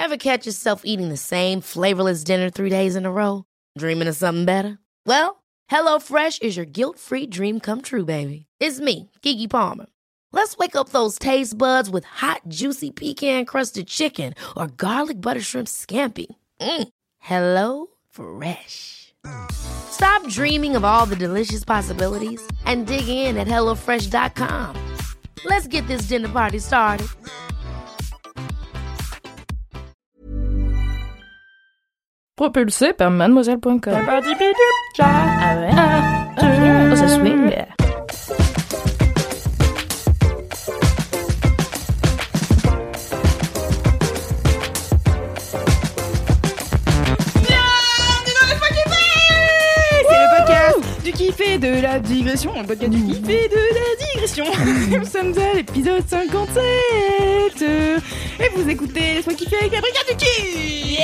Ever catch yourself eating the same flavorless dinner 3 days in a row? Dreaming of something better? Well, HelloFresh is your guilt-free dream come true, baby. It's me, Keke Palmer. Let's wake up those taste buds with hot, juicy pecan-crusted chicken or garlic butter shrimp scampi. Hello Fresh. Stop dreaming of all the delicious possibilities and dig in at HelloFresh.com. Let's get this dinner party started. Propulsé par mademoiselle.com. Ça swing. Du kiffé de la digression, le podcast du kiffé de la digression. Nous sommes à l'épisode 57 et vous écoutez Laisse-moi kiffer avec la brigade du kiff.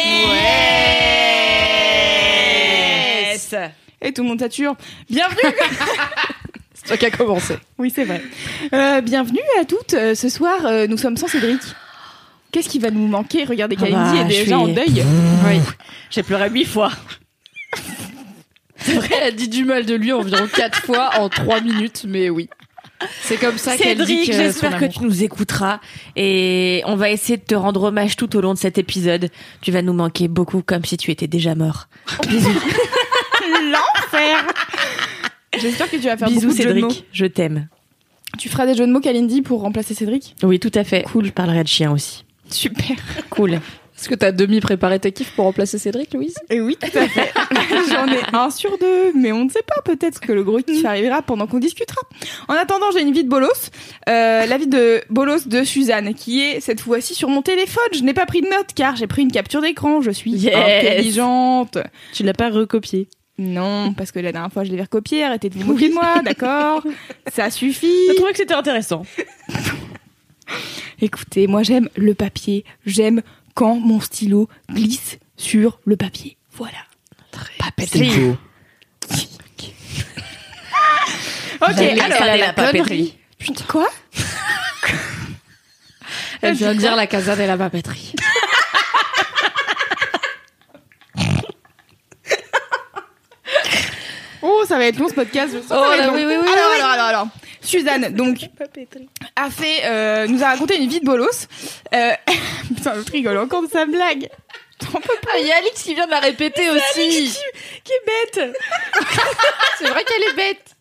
Yes. Et tout le monde sature. Bienvenue. C'est toi qui as commencé. Oui, c'est vrai. Bienvenue à toutes. Ce soir, nous sommes sans Cédric. Qu'est-ce qui va nous manquer? Regardez, Kalindi est déjà en deuil. Oui. J'ai pleuré 8 fois. C'est vrai, elle a dit du mal de lui environ 4 fois en 3 minutes, mais oui. C'est comme ça qu'elle dit que j'espère que tu nous écouteras et on va essayer de te rendre hommage tout au long de cet épisode. Tu vas nous manquer beaucoup comme si tu étais déjà mort. Bisous. L'enfer. J'espère que tu vas faire Bisous beaucoup de jeux de mots. Cédric, je t'aime. Tu feras des jeux de mots, Kalindi, pour remplacer Cédric? Oui, tout à fait. Cool. Je parlerai de chien aussi. Super. Cool. Est-ce que t'as demi-préparé tes kiffs pour remplacer Cédric, Louise? Et oui, tout à fait. J'en ai 1 sur 2, mais on ne sait pas. Peut-être que le gros kiff arrivera pendant qu'on discutera. En attendant, j'ai une vie de bolos. La vie de bolos de Suzanne, qui est cette fois-ci sur mon téléphone. Je n'ai pas pris de notes car j'ai pris une capture d'écran. Je suis intelligente. Tu l'as pas recopié? Non, parce que la dernière fois, je l'ai recopié. Arrêtez de vous moquer de moi, d'accord? Ça suffit. Je trouvais que c'était intéressant. Écoutez, moi, j'aime le papier. J'aime quand mon stylo glisse sur le papier. Voilà. Papeterie. Ok, alors la papeterie. Putain, quoi? Elle vient de dire la casa de la papeterie. Oh, ça va être long ce podcast. Je sens que ça va être long. Oui. Alors. Suzanne, donc, a fait, nous a raconté une vie de bolos. Putain, je rigole encore de sa blague. Il y a Alix qui vient de la répéter aussi. Qui est bête. C'est vrai qu'elle est bête.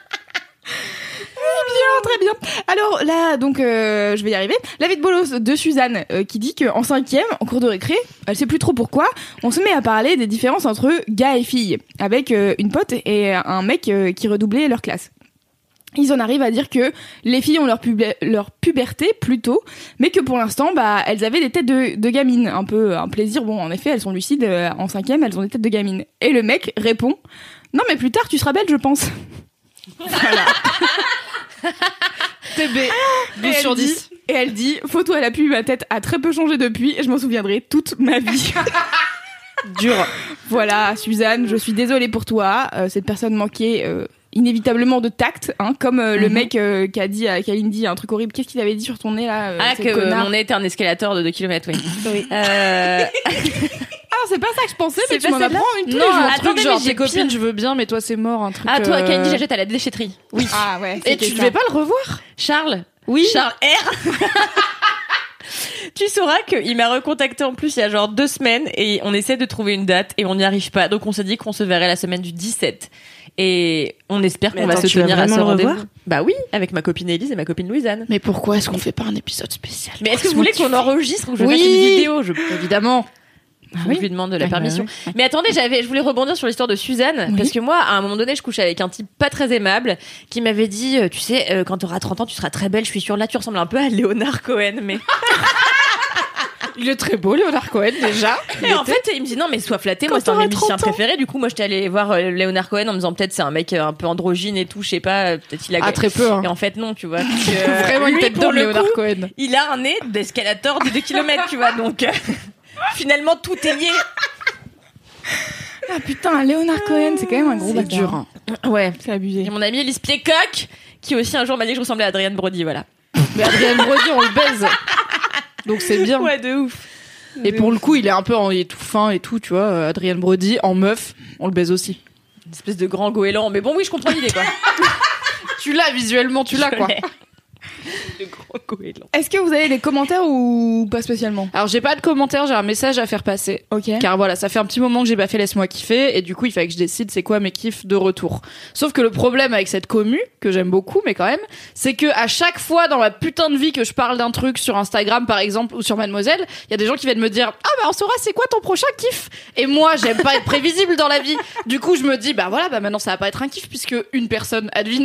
Très bien. Alors là, donc, je vais y arriver. La vie de bolos de Suzanne, qui dit qu'en 5e, en cours de récré, elle sait plus trop pourquoi, on se met à parler des différences entre gars et filles, avec une pote et un mec qui redoublait leur classe. Ils en arrivent à dire que les filles ont leur puberté plus tôt, mais que pour l'instant, elles avaient des têtes de gamines. Un peu un plaisir. Bon, en effet, elles sont lucides. En 5e, elles ont des têtes de gamines. Et le mec répond: non, mais plus tard, tu seras belle, je pense. Voilà. TB. 12 sur 10. Et elle dit: photo à l'appui, ma tête a très peu changé depuis, et je m'en souviendrai toute ma vie. Dur. Voilà, Suzanne, je suis désolée pour toi. Cette personne manquait inévitablement de tact, hein, comme le mec qui a dit à Kalindi un truc horrible. Qu'est-ce qu'il avait dit sur ton nez là? Que mon nez était un escalator de 2 km, oui. Ah, c'est pas ça que je pensais, mais tu m'en apprends une tous les Non, jours. un truc genre mais tes j'ai copines, pire. je veux bien, mais toi c'est mort, un truc. Ah, toi, Kalindi, j'achète à la déchetterie. Oui. Ah ouais. Et tu devais pas le revoir? Charles. Oui. Charles R. Tu sauras qu'il m'a recontacté en plus il y a genre 2 semaines et on essaie de trouver une date et on n'y arrive pas. Donc on s'est dit qu'on se verrait la semaine du 17. Et on espère qu'on va se tenir à ce rendez-vous. Bah oui, avec ma copine Élise et ma copine Louisanne. Mais pourquoi est-ce qu'on fait pas un épisode spécial? Mais est-ce que vous voulez qu'on enregistre ou que je fasse une vidéo? Évidemment. Je lui demande la permission. Mais attendez, je voulais rebondir sur l'histoire de Suzanne, parce que moi, à un moment donné, je couchais avec un type pas très aimable, qui m'avait dit, tu sais, quand t'auras 30 ans, tu seras très belle, je suis sûre. Là, tu ressembles un peu à Léonard Cohen, mais... Il est très beau, Léonard Cohen, déjà. Et en fait, il me dit, non, mais sois flatté, moi, c'est un de mes musiciens préférés. Du coup, moi, j'étais allée voir Léonard Cohen en me disant, peut-être c'est un mec un peu androgyne et tout, je sais pas, peut-être il a... Ah, très peu, hein. Et en fait, non, tu vois. Vraiment une tête d'homme, Léonard Cohen. Il a un nez d'escalator de 2 km, tu vois, donc... Finalement, tout est lié. Ah putain, Léonard Cohen, c'est quand même un gros bâtard. dur. Hein. Ouais, c'est abusé. Et mon amie Elise Piecoq, qui aussi un jour m'a dit que je ressemblais à Adrienne Brody, voilà. Mais Adrienne Brody, on le baise. Donc c'est bien. Ouais, de ouf. Et pour le coup, il est tout fin et tout, tu vois. Adrien Brody, en meuf, on le baise aussi. Une espèce de grand goéland. Mais bon, oui, je comprends l'idée, quoi. Tu l'as visuellement, tu l'as, quoi. Le gros goéland. Est-ce que vous avez des commentaires ou pas spécialement? Alors, j'ai pas de commentaires, j'ai un message à faire passer. Ok. Car voilà, ça fait un petit moment que j'ai pas fait Laisse-moi kiffer, et du coup, il fallait que je décide c'est quoi mes kiffs de retour. Sauf que le problème avec cette commu, que j'aime beaucoup, mais quand même, c'est que à chaque fois dans ma putain de vie que je parle d'un truc sur Instagram, par exemple, ou sur Mademoiselle, il y a des gens qui viennent me dire « Ah bah on saura c'est quoi ton prochain kiff ?» Et moi, j'aime pas être prévisible dans la vie. Du coup, je me dis « Bah voilà, bah maintenant ça va pas être un kiff puisque une personne a deviné. »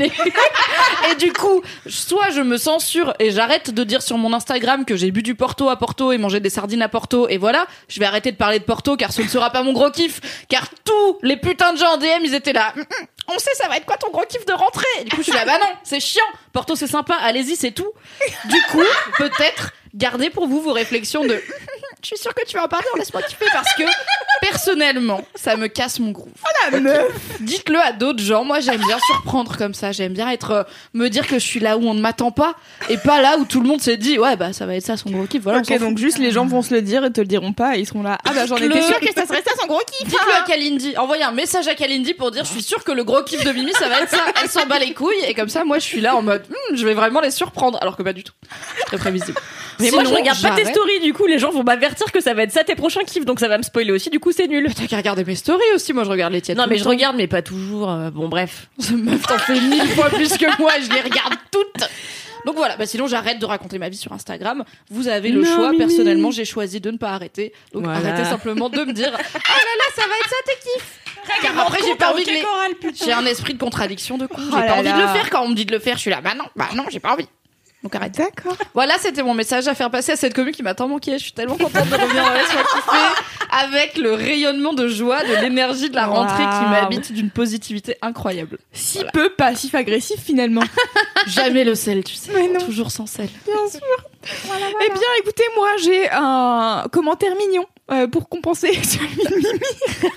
Et du coup, soit je me censure et j'arrête de dire sur mon Instagram que j'ai bu du Porto à Porto et mangé des sardines à Porto, et voilà, je vais arrêter de parler de Porto car ce ne sera pas mon gros kiff, car tous les putains de gens en DM, ils étaient là. On sait ça va être quoi ton gros kiff de rentrée? Et du coup, je suis là, bah non, c'est chiant. Porto, c'est sympa, allez-y, c'est tout. Du coup, peut-être gardez pour vous vos réflexions de je suis sûre que tu vas en parler, laisse-moi kiffer, parce que personnellement, ça me casse mon groove. Oh la meuf! Dites-le à d'autres gens. Moi, j'aime bien surprendre comme ça. J'aime bien me dire que je suis là où on ne m'attend pas et pas là où tout le monde s'est dit ouais bah ça va être ça son gros kiff. Voilà. Ok, donc juste les gens vont se le dire et te le diront pas et ils seront là. Ah bah j'en étais sûre que ça serait ça son gros kiff. Dites-le à Kalindi. Envoyez un message à Kalindi pour dire je suis sûre que le gros kiff de Mimi ça va être ça. Elle s'en bat les couilles et comme ça moi je suis là en mode je vais vraiment les surprendre alors que pas du tout. Très prévisible. Mais sinon, moi je regarde pas tes stories, du coup les gens vont m'avertir que ça va être ça tes prochains kiffs, donc ça va me spoiler aussi, du coup c'est nul. T'as qu'à regarder mes stories aussi, moi je regarde les tiennes. Non mais je regarde mais pas toujours, bon bref. Meuf t'en fais 1000 fois plus que moi, je les regarde toutes. Donc voilà, bah sinon j'arrête de raconter ma vie sur Instagram. Vous avez le choix. Mimi. Personnellement, j'ai choisi de ne pas arrêter. Donc voilà. Arrêtez simplement de me dire ah là là, ça va être ça tes kiffs. Car après j'ai pas envie de j'ai un esprit de contradiction de coup. J'ai pas envie de le faire quand on me dit de le faire. Je suis là bah non, j'ai pas envie. Donc arrête. D'accord. Voilà, c'était mon message à faire passer à cette commune qui m'a tant manqué. Je suis tellement contente de revenir dans Laisse-moi kiffer avec le rayonnement de joie, de l'énergie de la rentrée qui m'habite d'une positivité incroyable. Si peu passif-agressif finalement. Jamais le sel, tu sais. Mais non. Toujours sans sel. Bien sûr. Voilà. Eh bien, écoutez, moi j'ai un commentaire mignon pour compenser celui de Mimi.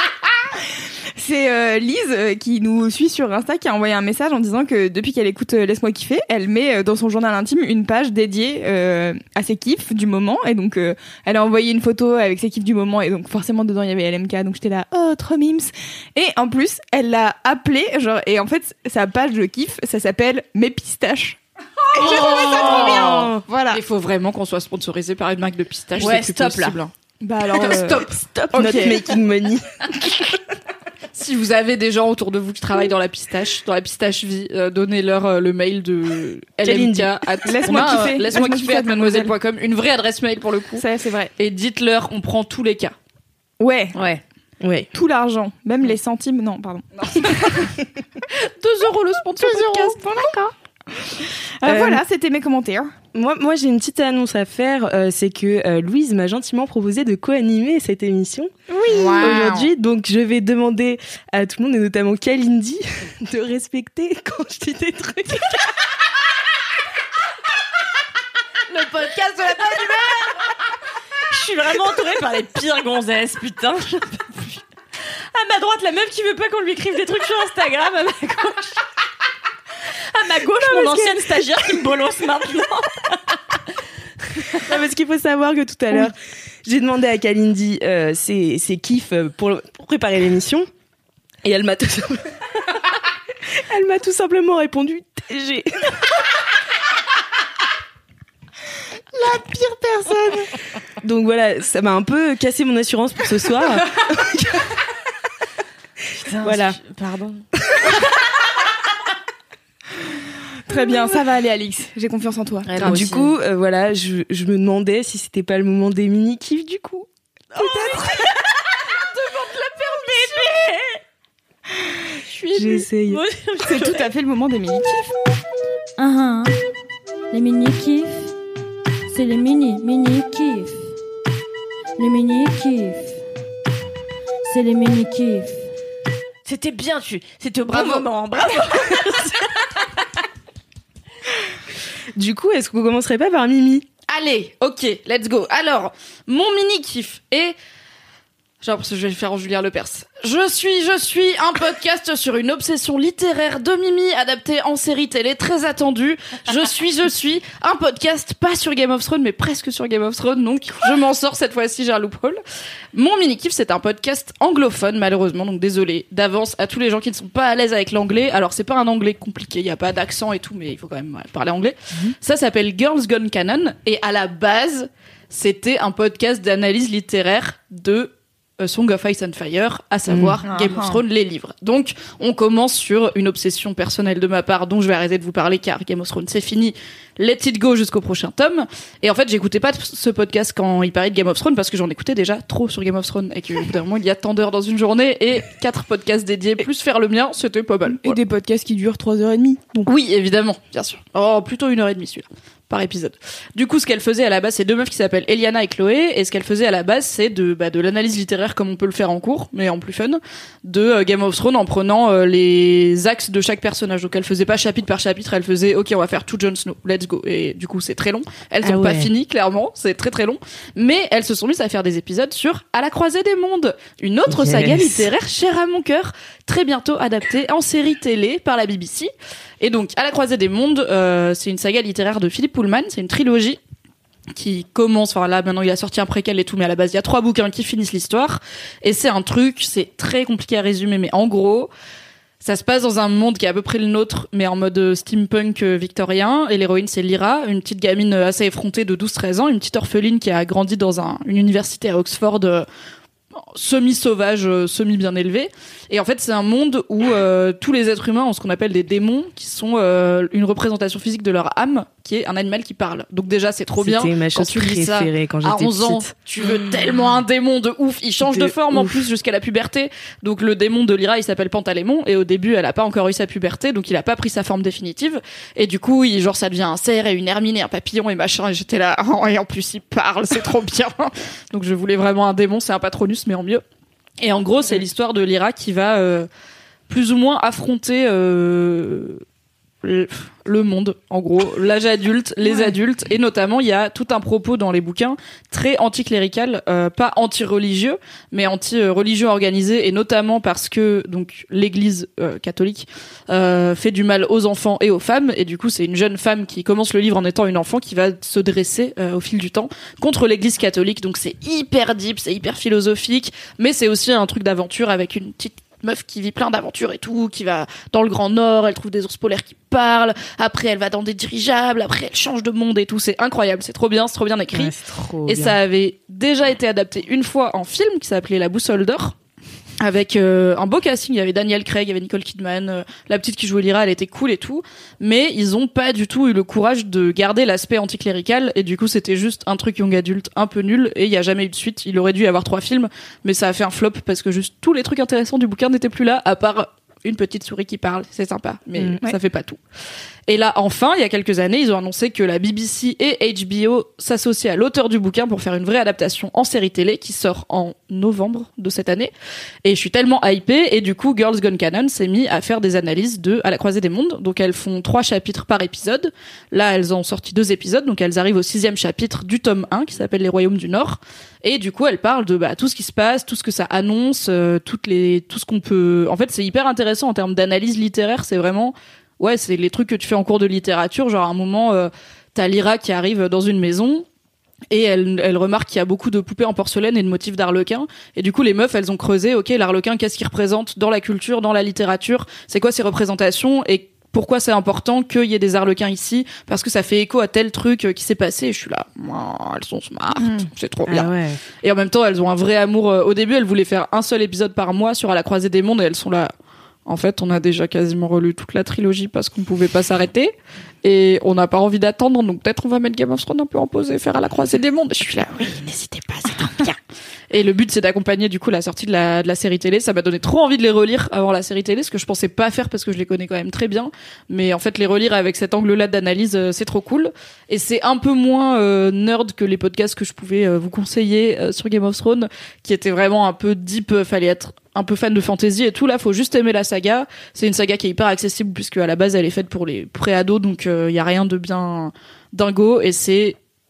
C'est Lise qui nous suit sur Insta qui a envoyé un message en disant que depuis qu'elle écoute Laisse-moi kiffer, elle met dans son journal intime une page dédiée à ses kiffs du moment, et donc elle a envoyé une photo avec ses kiffs du moment et donc forcément dedans il y avait LMK, donc j'étais là oh trop mimes, et en plus elle l'a appelé genre, et en fait sa page de kiff ça s'appelle Mes pistaches. Et j'ai trouvé ça trop bien. Voilà. Il faut vraiment qu'on soit sponsorisé par une marque de pistaches. Ouais, c'est stop possible, là. hein. Bah alors stop okay. Not making money. Si vous avez des gens autour de vous qui travaillent dans la pistache vie, donnez-leur le mail de LMK laisse-moi kiffer à mademoiselle.com, une vraie adresse mail pour le coup. Ça c'est vrai. Et dites-leur on prend tous les cas. Ouais. Tout l'argent, même les centimes. Non, pardon. 2 euros le sponsor podcast. D'accord. Voilà, c'était mes commentaires. Moi, j'ai une petite annonce à faire. C'est que Louise m'a gentiment proposé de co-animer cette émission aujourd'hui. Donc, je vais demander à tout le monde, et notamment Kalindi, de respecter quand je dis des trucs. Le podcast de la bonne humeur. Je suis vraiment entourée par les pires gonzesses, putain. J'en peux plus. À ma droite, la meuf qui veut pas qu'on lui écrive des trucs sur Instagram. À ma gauche... À ma gauche, mon ancienne stagiaire qui me bolosse maintenant. Non, parce qu'il faut savoir que tout à l'heure, j'ai demandé à Kalindi ses kiffs pour préparer l'émission. Et elle m'a tout simplement répondu TG. La pire personne. Donc voilà, ça m'a un peu cassé mon assurance pour ce soir. Putain, voilà. Pardon. Très bien, ça va aller Alix, j'ai confiance en toi. Alors, du coup, voilà, je me demandais si c'était pas le moment des mini-kiffs du coup. Peut-être. Demande la permission. J'essaye. C'est tout à fait le moment des mini-kiffs. Les mini-kiffs. C'est les mini-kiffs. Les mini-kiffs. C'est les mini-kiffs. C'était bien, c'était au bon moment. Bravo. Du coup, est-ce qu'on commencerait pas par Mimi ? Allez, ok, let's go. Alors, mon mini kiff est J'ai l'impression que je vais faire en Julien Lepers. Je suis un podcast sur une obsession littéraire de Mimi, adapté en série télé, très attendue. Je suis un podcast pas sur Game of Thrones, mais presque sur Game of Thrones, donc je m'en sors cette fois-ci, j'ai un loophole. Mon mini-kiff, c'est un podcast anglophone, malheureusement, donc désolé d'avance à tous les gens qui ne sont pas à l'aise avec l'anglais. Alors, c'est pas un anglais compliqué, il y a pas d'accent et tout, mais il faut quand même parler anglais. Ça s'appelle Girls Gone Canon, et à la base, c'était un podcast d'analyse littéraire de Song of Ice and Fire, à savoir Game of Thrones, les livres. Donc, on commence sur une obsession personnelle de ma part, dont je vais arrêter de vous parler car Game of Thrones, c'est fini. Let it go jusqu'au prochain tome. Et en fait, j'écoutais pas ce podcast quand il parlait de Game of Thrones parce que j'en écoutais déjà trop sur Game of Thrones et qu'au bout d'un moment, il y a tant d'heures dans une journée et 4 podcasts dédiés plus faire le mien, c'était pas mal. Et des podcasts qui durent 3h30. Donc. Oui, évidemment, bien sûr. Oh, plutôt 1h30 celui-là. Par épisode. Du coup, ce qu'elle faisait à la base, c'est 2 meufs qui s'appellent Eliana et Chloé, et ce qu'elle faisait à la base, c'est de l'analyse littéraire comme on peut le faire en cours, mais en plus fun, de Game of Thrones en prenant les axes de chaque personnage. Donc elle faisait pas chapitre par chapitre, elle faisait ok, on va faire tout Jon Snow, let's go. Et du coup, c'est très long. Elles sont pas finies, clairement, c'est très très long. Mais elles se sont mises à faire des épisodes sur À la croisée des mondes, une autre saga littéraire chère à mon cœur, très bientôt adaptée en série télé par la BBC. Et donc, À la croisée des mondes, c'est une saga littéraire de Philippe Pullman, c'est une trilogie qui commence, enfin là maintenant il a sorti un préquel et tout, mais à la base il y a 3 bouquins qui finissent l'histoire, et c'est un truc, c'est très compliqué à résumer, mais en gros, ça se passe dans un monde qui est à peu près le nôtre, mais en mode steampunk victorien, et l'héroïne c'est Lyra, une petite gamine assez effrontée de 12-13 ans, une petite orpheline qui a grandi dans une université à Oxford, semi-sauvage, semi-bien élevé. Et en fait, c'est un monde où tous les êtres humains ont ce qu'on appelle des démons, qui sont une représentation physique de leur âme, qui est un animal qui parle. Donc déjà, c'est trop bien. C'était ma chose préférée quand j'étais à 11 ans, petite. tu veux tellement un démon de ouf. Il change de forme en plus jusqu'à la puberté. Donc le démon de Lyra, il s'appelle Pantalémon. Et au début, elle a pas encore eu sa puberté, donc il a pas pris sa forme définitive. Et du coup, genre, ça devient un cerf et une hermine et un papillon et machin. Et j'étais là, oh, et en plus, il parle, c'est trop bien. Donc je voulais vraiment un démon, c'est un Patronus, mais en mieux. Et en gros, c'est l'histoire de Lyra qui va plus ou moins affronter le monde, en gros, l'âge adulte, les adultes, et notamment il y a tout un propos dans les bouquins très anticlérical, pas anti-religieux, mais anti-religieux organisé, et notamment parce que donc l'Église catholique fait du mal aux enfants et aux femmes, et du coup c'est une jeune femme qui commence le livre en étant une enfant qui va se dresser au fil du temps contre l'Église catholique. Donc c'est hyper deep, c'est hyper philosophique, mais c'est aussi un truc d'aventure avec une petite meuf qui vit plein d'aventures et tout, qui va dans le Grand Nord, elle trouve des ours polaires qui parlent, après elle va dans des dirigeables, après elle change de monde et tout, c'est incroyable, c'est trop bien écrit. Ouais, c'est trop et bien. ça avait déjà été adapté une fois en film qui s'appelait La Boussole d'Or, avec un beau casting, il y avait Daniel Craig, il y avait Nicole Kidman, la petite qui jouait Lyra, elle était cool et tout, mais ils ont pas du tout eu le courage de garder l'aspect anticlérical, et du coup c'était juste un truc young adulte un peu nul, et il y a jamais eu de suite. Il aurait dû y avoir 3 films, mais ça a fait un flop parce que juste tous les trucs intéressants du bouquin n'étaient plus là, à part une petite souris qui parle, c'est sympa, mais ça fait pas tout. Et là, enfin, il y a quelques années, ils ont annoncé que la BBC et HBO s'associaient à l'auteur du bouquin pour faire une vraie adaptation en série télé qui sort en novembre de cette année. Et je suis tellement hypée, et du coup, Girls Gone Canon s'est mis à faire des analyses de À la croisée des mondes. Donc elles font 3 chapitres par épisode. Là, elles ont sorti 2 épisodes, donc elles arrivent au 6e chapitre du tome 1 qui s'appelle Les Royaumes du Nord. Et du coup, elles parlent de tout ce qui se passe, tout ce que ça annonce, tout ce qu'on peut... En fait, c'est hyper intéressant en termes d'analyse littéraire, c'est vraiment... Ouais, c'est les trucs que tu fais en cours de littérature. Genre, à un moment, t'as Lyra qui arrive dans une maison et elle remarque qu'il y a beaucoup de poupées en porcelaine et de motifs d'arlequin. Et du coup, les meufs, elles ont creusé, ok, l'arlequin, qu'est-ce qu'il représente dans la culture, dans la littérature? C'est quoi ses représentations? Et pourquoi c'est important qu'il y ait des arlequins ici? Parce que ça fait écho à tel truc qui s'est passé. Et je suis là, oh, elles sont smart, c'est trop bien. Ouais. Et en même temps, elles ont un vrai amour. Au début, elles voulaient faire un seul épisode par mois sur À la croisée des mondes, et elles sont là... En fait, on a déjà quasiment relu toute la trilogie parce qu'on pouvait pas s'arrêter. Et on n'a pas envie d'attendre, donc peut-être on va mettre Game of Thrones un peu en pause et faire À la croisée des mondes. Je suis là, oui, n'hésitez pas, c'est trop bien. Et le but, c'est d'accompagner du coup la sortie de la série télé. Ça m'a donné trop envie de les relire avant la série télé, ce que je pensais pas faire parce que je les connais quand même très bien. Mais en fait, les relire avec cet angle-là d'analyse, c'est trop cool. Et c'est un peu moins nerd que les podcasts que je pouvais vous conseiller sur Game of Thrones, qui étaient vraiment un peu deep, fallait être un peu fan de fantasy et tout. Là, faut juste aimer la saga. C'est une saga qui est hyper accessible puisque à la base, elle est faite pour les pré-ados, donc y a rien de bien dingo, et c'est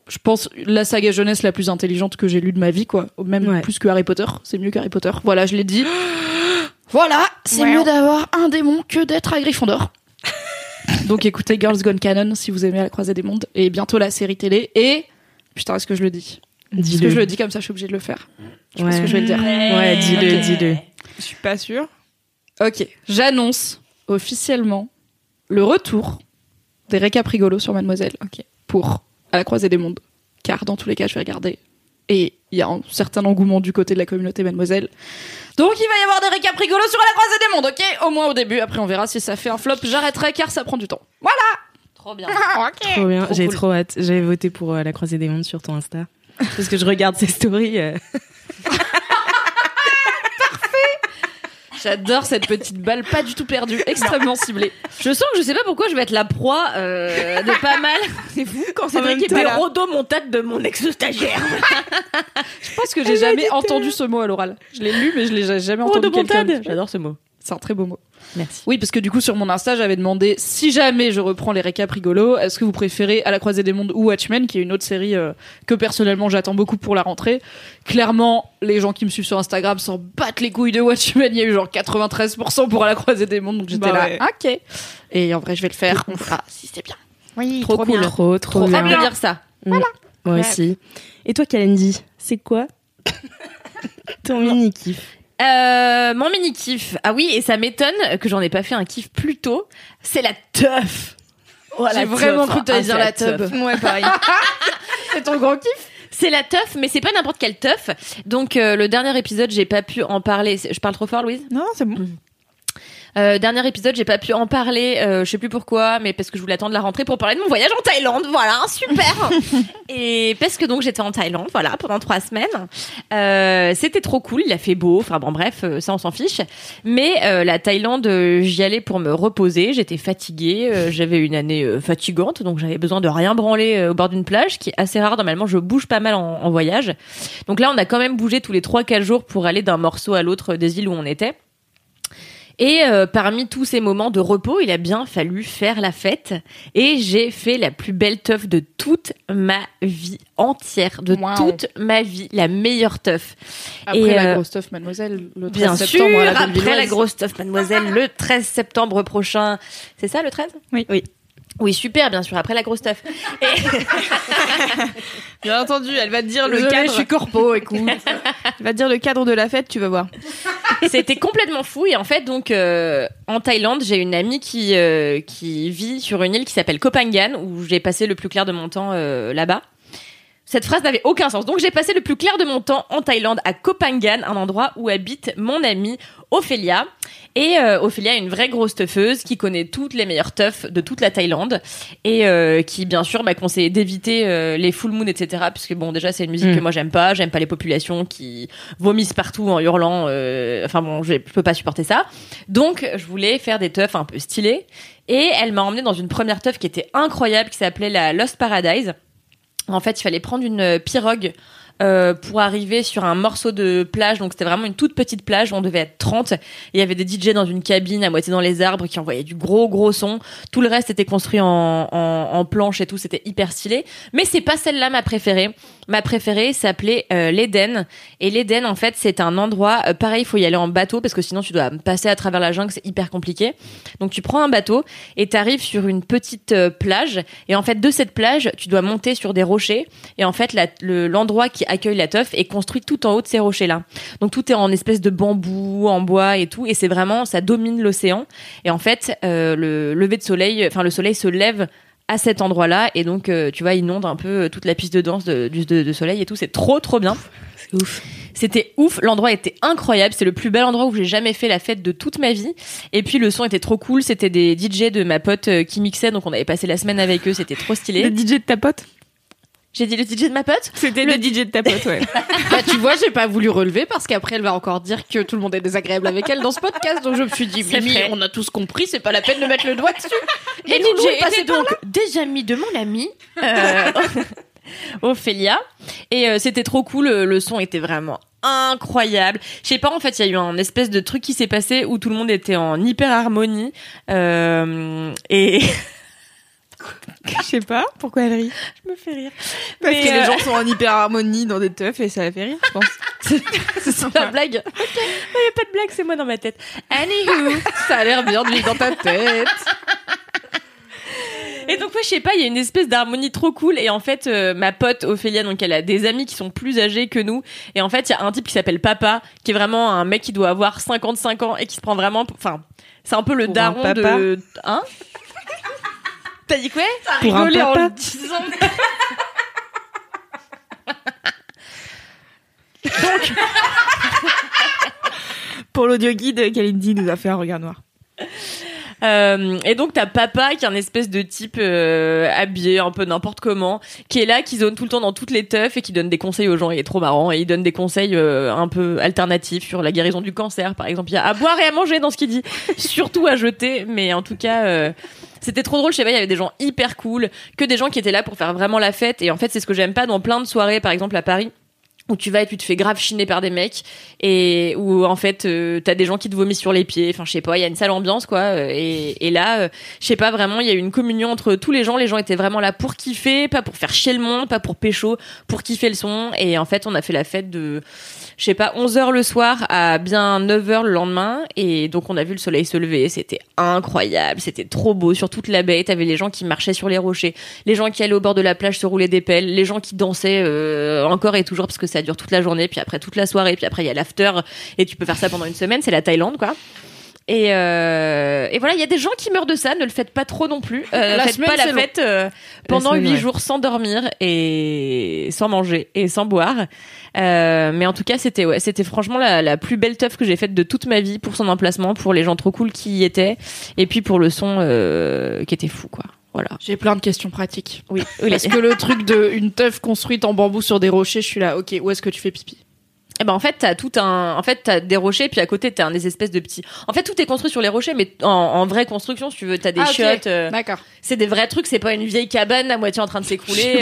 je pense, la saga jeunesse la plus intelligente que j'ai lue de ma vie, quoi. Même plus que Harry Potter. C'est mieux qu'Harry Potter. Voilà, je l'ai dit. Voilà, c'est mieux d'avoir un démon que d'être à Gryffondor. Donc écoutez Girls Gone Canon si vous aimez La Croisée des Mondes. Et bientôt la série télé. Et... Putain, est-ce que je le dis? Est-ce que je le dis comme ça, je suis obligée de le faire? Je pense que je vais le dire. Ouais, dis-le. Je suis pas sûre. Ok, j'annonce officiellement le retour des récaps rigolos sur Mademoiselle pour À la Croisée des Mondes. Car dans tous les cas, je vais regarder. Et il y a un certain engouement du côté de la communauté Mademoiselle. Donc il va y avoir des récaps rigolos sur À la Croisée des Mondes, ok? Au moins au début, après on verra si ça fait un flop. J'arrêterai car ça prend du temps. Voilà! Trop bien. Trop bien, j'ai trop hâte. J'avais voté pour La Croisée des Mondes sur ton Insta. Parce que je regarde ses stories. J'adore cette petite balle pas du tout perdue, extrêmement ciblée. Je sens que je sais pas pourquoi je vais être la proie de pas mal. C'est fou quand Cédric est des pas là. rodomontades de mon ex-stagiaire. Je pense que j'ai jamais entendu ce mot à l'oral. Je l'ai lu, mais je l'ai jamais entendu quelqu'un. J'adore ce mot. C'est un très beau mot. Merci. Oui, parce que du coup, sur mon Insta, j'avais demandé si jamais je reprends les récaps rigolos, est-ce que vous préférez À la Croisée des Mondes ou Watchmen, qui est une autre série que personnellement j'attends beaucoup pour la rentrée. Clairement, les gens qui me suivent sur Instagram s'en battent les couilles de Watchmen. Il y a eu genre 93% pour À la Croisée des Mondes, donc j'étais ok. Et en vrai, je vais le faire. On fera si c'est bien. Oui, trop cool. Trop bien. bien. De dire ça. Voilà. Moi aussi. Et toi, Kalindi, c'est quoi ton mini kiff? Mon mini kiff. Ah oui, et ça m'étonne que j'en ai pas fait un kiff plus tôt. C'est la teuf. Oh, j'ai vraiment cru que t'allais dire la teuf. Ouais, pareil. C'est ton gros kiff? C'est la teuf, mais c'est pas n'importe quelle teuf. Donc le dernier épisode, j'ai pas pu en parler. Je parle trop fort, Louise? Non, c'est bon. Dernier épisode, j'ai pas pu en parler, je sais plus pourquoi, mais parce que je voulais attendre la rentrée pour parler de mon voyage en Thaïlande, voilà, super. Et parce que donc j'étais en Thaïlande, voilà, pendant 3 semaines. C'était trop cool, il a fait beau, enfin bon bref, ça on s'en fiche. Mais la Thaïlande, j'y allais pour me reposer, j'étais fatiguée, j'avais une année fatigante, donc j'avais besoin de rien branler au bord d'une plage, qui est assez rare, normalement je bouge pas mal en voyage. Donc là on a quand même bougé tous les 3-4 jours pour aller d'un morceau à l'autre des îles où on était. Et parmi tous ces moments de repos, il a bien fallu faire la fête. Et j'ai fait la plus belle teuf de toute ma vie entière, de toute ma vie, la meilleure teuf. Après la grosse teuf, Mademoiselle, le 13 bien septembre sûr, à la Bellevilloise. après la grosse teuf, Mademoiselle, le 13 septembre prochain. C'est ça, le 13 ? Oui. Oui, super, bien sûr, après la grosse teuf. Bien entendu, elle va te dire Désolée, le cadre. je suis corpo, écoute. Elle va te dire le cadre de la fête, tu vas voir. C'était complètement fou. Et en fait, donc, en Thaïlande, j'ai une amie qui vit sur une île qui s'appelle Koh Phangan, où j'ai passé le plus clair de mon temps là-bas. Cette phrase n'avait aucun sens. Donc, j'ai passé le plus clair de mon temps en Thaïlande, à Koh Phangan, un endroit où habite mon amie Ophélia. Et Ophélia est une vraie grosse teufeuse qui connaît toutes les meilleures teufs de toute la Thaïlande et qui, bien sûr, m'a conseillé d'éviter les full moon, etc. Puisque, bon, déjà, c'est une musique que moi, j'aime pas les populations qui vomissent partout en hurlant. Enfin, bon, je peux pas supporter ça. Donc, je voulais faire des teufs un peu stylées. Et elle m'a emmenée dans une première teuf qui était incroyable, qui s'appelait la Lost Paradise. En fait, il fallait prendre une pirogue pour arriver sur un morceau de plage. Donc, c'était vraiment une toute petite plage où on devait être 30. Et il y avait des DJ dans une cabine à moitié dans les arbres qui envoyaient du gros son. Tout le reste était construit en planche et tout. C'était hyper stylé. Mais c'est pas celle-là ma préférée. Ma préférée s'appelait l'Éden. Et l'Éden, en fait, c'est un endroit... pareil, il faut y aller en bateau parce que sinon, tu dois passer à travers la jungle. C'est hyper compliqué. Donc, tu prends un bateau et t'arrives sur une petite plage. Et en fait, de cette plage, tu dois monter sur des rochers. Et en fait, l'endroit qui accueille la teuf est construit tout en haut de ces rochers-là. Donc, tout est en espèce de bambou, en bois et tout. Et c'est vraiment... Ça domine l'océan. Et en fait, le lever de soleil... Enfin, le soleil se lève à cet endroit-là et donc tu vois inonde un peu toute la piste de danse de soleil et tout, c'est trop bien. C'est ouf. C'était ouf, l'endroit était incroyable, c'est le plus bel endroit où j'ai jamais fait la fête de toute ma vie. Et puis le son était trop cool, c'était des DJ de ma pote qui mixaient, donc on avait passé la semaine avec eux, c'était trop stylé. Le DJ de ta pote? J'ai dit le DJ de ma pote? C'était le DJ de ta pote, ouais. Bah, tu vois, j'ai pas voulu relever parce qu'après, elle va encore dire que tout le monde est désagréable avec elle dans ce podcast. Donc, je me suis dit, Mimi, on a tous compris, c'est pas la peine de mettre le doigt dessus. Et DJ était donc des amis de mon amie, Ophélia. Et c'était trop cool, le son était vraiment incroyable. Je sais pas, en fait, il y a eu un espèce de truc qui s'est passé où tout le monde était en hyper harmonie. Et... Je sais pas, pourquoi elle rit? Je me fais rire. Parce que les gens sont en hyper harmonie dans des teufs et ça la fait rire, je pense. C'est ça la blague. Il n'y a pas de blague, c'est moi dans ma tête. Anywho, ça a l'air bien de vivre dans ta tête. Et donc, ouais, je sais pas, il y a une espèce d'harmonie trop cool. Et en fait, ma pote Ophélia, donc elle a des amis qui sont plus âgés que nous. Et en fait, il y a un type qui s'appelle Papa, qui est vraiment un mec qui doit avoir 55 ans et qui se prend vraiment... Enfin, c'est un peu le daron de... Hein? T'as dit quoi? T'as rigolé en le disant. Donc, pour l'audio guide, Kalindi nous a fait un regard noir. Et donc t'as Papa qui est un espèce de type habillé un peu n'importe comment, qui est là, qui zone tout le temps dans toutes les teufs et qui donne des conseils aux gens. Il est trop marrant et il donne des conseils un peu alternatifs sur la guérison du cancer, par exemple. Il y a à boire et à manger dans ce qu'il dit, surtout à jeter, mais en tout cas c'était trop drôle. Je sais pas, il y avait des gens hyper cool, que des gens qui étaient là pour faire vraiment la fête. Et en fait c'est ce que j'aime pas dans plein de soirées, par exemple à Paris, où tu vas et tu te fais grave chiner par des mecs et où en fait t'as des gens qui te vomissent sur les pieds, enfin je sais pas, il y a une sale ambiance quoi, et là je sais pas, vraiment il y a eu une communion entre tous les gens étaient vraiment là pour kiffer, pas pour faire chier le monde, pas pour pécho, pour kiffer le son. Et en fait on a fait la fête de je sais pas 11h le soir à bien 9h le lendemain, et donc on a vu le soleil se lever, c'était incroyable, c'était trop beau sur toute la baie. T'avais les gens qui marchaient sur les rochers, les gens qui allaient au bord de la plage se rouler des pelles, les gens qui dansaient encore et toujours, parce que ça dure toute la journée, puis après toute la soirée, puis après il y a l'after et tu peux faire ça pendant une semaine. C'est la Thaïlande quoi. Et voilà, il y a des gens qui meurent de ça, ne le faites pas trop non plus. Faites pas la fête pendant 8 jours sans dormir et sans manger et sans boire. Mais en tout cas, c'était franchement la plus belle teuf que j'ai faite de toute ma vie, pour son emplacement, pour les gens trop cool qui y étaient, et puis pour le son qui était fou quoi. Voilà. J'ai plein de questions pratiques. Oui. Parce que le truc de une teuf construite en bambou sur des rochers, je suis là, ok, où est-ce que tu fais pipi? Eh ben en fait t'as des rochers, puis à côté t'as des espèces de petits. En fait tout est construit sur les rochers, mais en vraie construction, si tu veux, t'as des chiottes. D'accord. C'est des vrais trucs, c'est pas une vieille cabane à moitié en train de s'écrouler.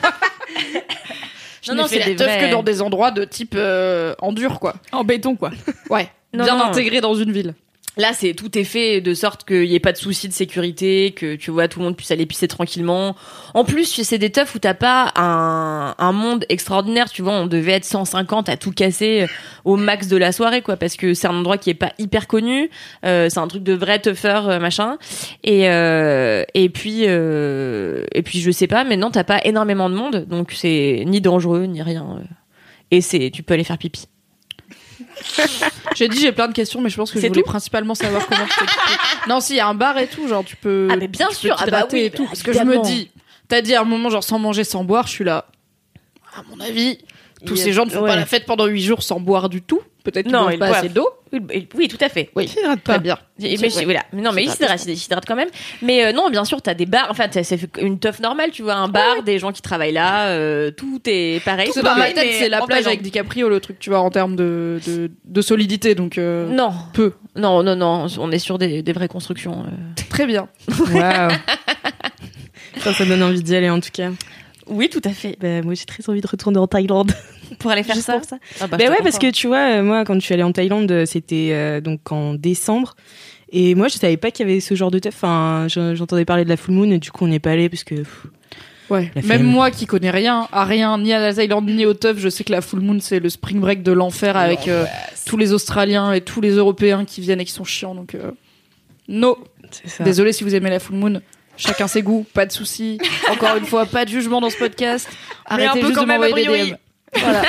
Non, c'est des teufs que dans des endroits de type en dur quoi. En béton quoi. Ouais. Bien intégré dans une ville. Là, tout est fait de sorte qu'il y ait pas de souci de sécurité, que tu vois tout le monde puisse aller pisser tranquillement. En plus, c'est des teufs où t'as pas un monde extraordinaire, tu vois. On devait être 150 à tout casser au max de la soirée, quoi, parce que c'est un endroit qui est pas hyper connu. C'est un truc de vrai teufeur, machin. Et puis je sais pas, mais non, t'as pas énormément de monde, donc c'est ni dangereux ni rien. Et tu peux aller faire pipi. J'ai dit j'ai plein de questions, mais je pense que je voulais principalement savoir comment je fais pipi. Non, si, il y a un bar et tout, genre tu peux. Ah mais bien sûr, oui, et tout. Parce que je me dis, t'as dit à un moment genre sans manger, sans boire, je suis là. À mon avis, tous ces gens ne font pas la fête pendant 8 jours sans boire du tout. Peut-être qu'ils n'ont pas assez d'eau. Oui, tout à fait. Oui, ils s'hydratent pas. Très bien. Voilà. Mais non, mais ils s'hydratent quand même. Mais non, bien sûr, t'as des bars. Enfin, c'est une teuf normale, tu vois, un bar, des gens qui travaillent là. Tout est pareil. Tout dans ma tête, c'est la plage avec DiCaprio, le truc, tu vois, en termes de solidité. Donc non, peu. Non, on est sur des vraies constructions. Très bien. Waouh. Ça donne envie d'y aller en tout cas. Oui, tout à fait. Moi, j'ai très envie de retourner en Thaïlande. Pour aller faire ça. Ouais, parce que tu vois, moi, quand je suis allée en Thaïlande, c'était donc en décembre. Et moi, je savais pas qu'il y avait ce genre de teuf. Enfin, j'entendais parler de la full moon et du coup, on n'est pas allé parce que. Ouais. Même moi qui connais rien, ni à la Thaïlande ni au teuf, je sais que la full moon c'est le spring break de l'enfer avec tous les Australiens et tous les Européens qui viennent et qui sont chiants. Donc, désolé si vous aimez la full moon. Chacun ses goûts, pas de soucis. Encore une fois, pas de jugement dans ce podcast. Arrêtez juste de m'envoyer des DM. Voilà.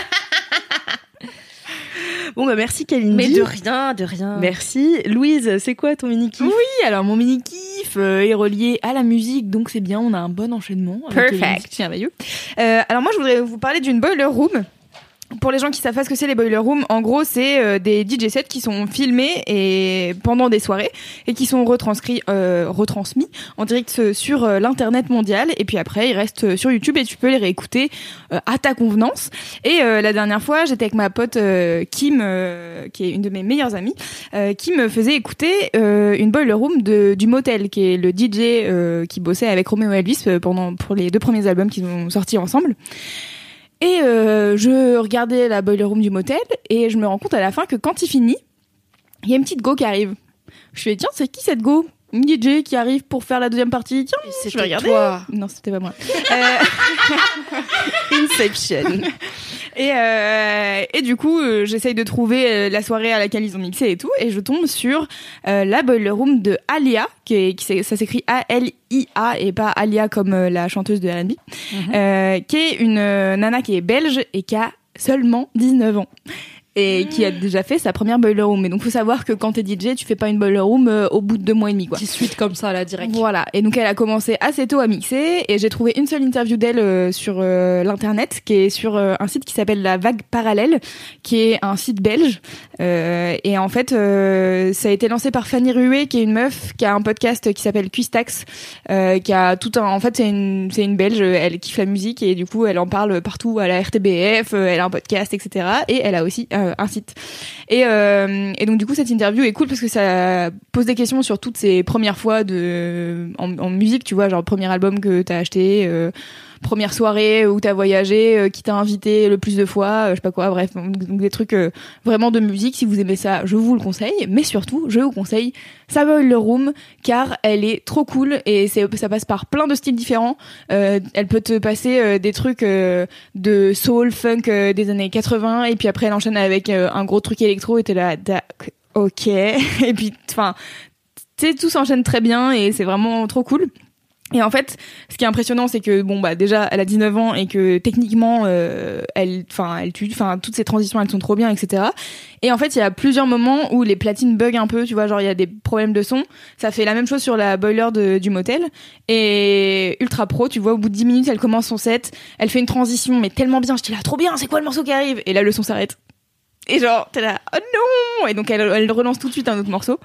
Bon bah merci Kalindi. Mais de rien. Merci. Louise, c'est quoi ton mini-kiff? Oui, alors mon mini-kiff est relié à la musique, donc c'est bien, on a un bon enchaînement. Perfect. C'est merveilleux. Alors moi je voudrais vous parler d'une boiler room. Pour les gens qui savent pas ce que c'est les boiler rooms, en gros c'est des DJ sets qui sont filmés et pendant des soirées et qui sont retransmis en direct sur l'internet mondial, et puis après ils restent sur YouTube et tu peux les réécouter à ta convenance. Et la dernière fois j'étais avec ma pote Kim, qui est une de mes meilleures amies, qui me faisait écouter une boiler room du Motel, qui est le DJ qui bossait avec Romeo Elvis pour les 2 premiers albums qu'ils ont sortis ensemble. Et je regardais la boiler room du Motel et je me rends compte à la fin que quand il finit, il y a une petite go qui arrive. Je fais tiens, c'est qui cette go ? une DJ qui arrive pour faire la deuxième partie. Tiens, je vais regarder. Toi. Non, c'était pas moi. Inception. Et du coup, j'essaye de trouver la soirée à laquelle ils ont mixé et tout, et je tombe sur la Boiler Room de Alia, ça s'écrit A-L-I-A et pas Alia comme la chanteuse de R&B, qui est une nana qui est belge et qui a seulement 19 ans. Et qui a déjà fait sa première Boiler Room. Et donc, faut savoir que quand t'es DJ, tu fais pas une Boiler Room au bout de 2 mois et demi, quoi. 10 suites comme ça, là, direct. Voilà. Et donc, elle a commencé assez tôt à mixer. Et j'ai trouvé une seule interview d'elle sur l'internet, qui est sur un site qui s'appelle La Vague Parallèle, qui est un site belge. Et en fait, ça a été lancé par Fanny Rué, qui est une meuf, qui a un podcast qui s'appelle Cuistax, qui a tout un... En fait, c'est une belge, elle kiffe la musique, et du coup, elle en parle partout à la RTBF, elle a un podcast, etc. Et elle a aussi un site. Et donc du coup cette interview est cool parce que ça pose des questions sur toutes ses premières fois en musique, tu vois, genre premier album que t'as acheté, première soirée où t'as voyagé, qui t'a invité le plus de fois, je sais pas quoi, bref, donc des trucs vraiment de musique. Si vous aimez ça, je vous le conseille, mais surtout je vous conseille sa Boiler Room car elle est trop cool et ça passe par plein de styles différents. Elle peut te passer des trucs de soul, funk des années 80 et puis après elle enchaîne avec un gros truc électro et t'es là, ok, et puis enfin tu sais, tout s'enchaîne très bien et c'est vraiment trop cool. Et en fait, ce qui est impressionnant, c'est que bon bah déjà, elle a 19 ans et que techniquement, elle tue. Enfin, toutes ces transitions, elles sont trop bien, etc. Et en fait, il y a plusieurs moments où les platines bug un peu, tu vois, genre il y a des problèmes de son. Ça fait la même chose sur la boiler du motel. Et ultra pro, tu vois, au bout de 10 minutes, elle commence son set, elle fait une transition, mais tellement bien. Je dis là, trop bien, c'est quoi le morceau qui arrive? Et là, le son s'arrête. Et genre, t'es là, oh non! Et donc, elle relance tout de suite un autre morceau.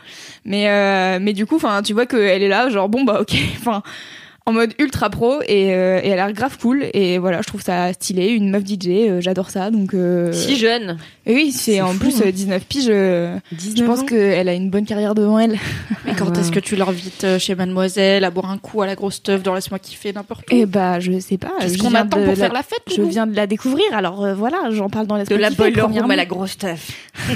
Mais du coup, enfin, tu vois qu'elle est là, genre, bon, bah, ok, enfin, en mode ultra pro, et elle a l'air grave cool, et voilà, je trouve ça stylé, une meuf DJ, j'adore ça, donc, si jeune. Et oui, c'est en plus 19 piges, je pense qu'elle a une bonne carrière devant elle. Mais quand est-ce que tu l'invites chez Mademoiselle à boire un coup à la grosse teuf dans Laisse-moi kiffer n'importe où? Eh bah, je sais pas. Qu'est-ce qu'on attend pour faire la fête? Je viens de la découvrir, alors voilà, j'en parle dans Laisse-moi kiffer. De la Boiler Room à la grosse teuf.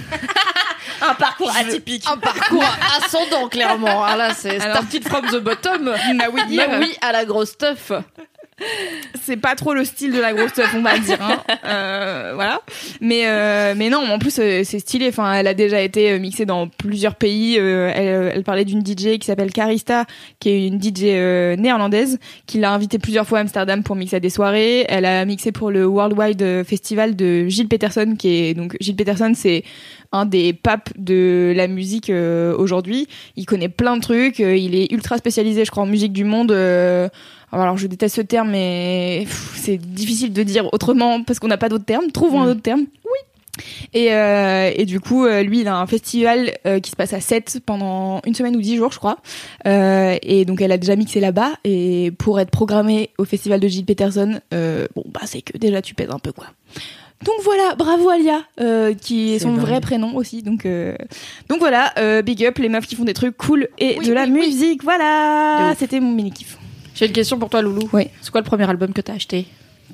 Un parcours atypique. Un parcours ascendant, clairement. Ah là, c'est started from the bottom. Bah oui, oui, à la grosse teuf. C'est pas trop le style de la grosse teuf, on va dire. Hein. Voilà. Mais non, en plus c'est stylé. Enfin, elle a déjà été mixée dans plusieurs pays. Elle parlait d'une DJ qui s'appelle Carista, qui est une DJ néerlandaise, qui l'a invitée plusieurs fois à Amsterdam pour mixer à des soirées. Elle a mixé pour le Worldwide Festival de Gilles Peterson, donc Gilles Peterson, c'est un des papes de la musique aujourd'hui. Il connaît plein de trucs. Il est ultra spécialisé, je crois, en musique du monde. Alors je déteste ce terme, mais c'est difficile de dire autrement parce qu'on n'a pas d'autres termes. Trouvons un autre terme. Oui. Et du coup, lui, il a un festival qui se passe à Sète pendant 1 semaine ou 10 jours, je crois. Et donc, elle a déjà mixé là-bas. Et pour être programmée au festival de Gilles Peterson, bon, bah, c'est que déjà tu pèses un peu, quoi. Donc voilà, bravo Alia, qui est son vrai prénom aussi. Donc voilà, big up les meufs qui font des trucs cool et de la musique. Voilà, c'était mon mini kiff. J'ai une question pour toi, Loulou. Oui. C'est quoi le premier album que t'as acheté?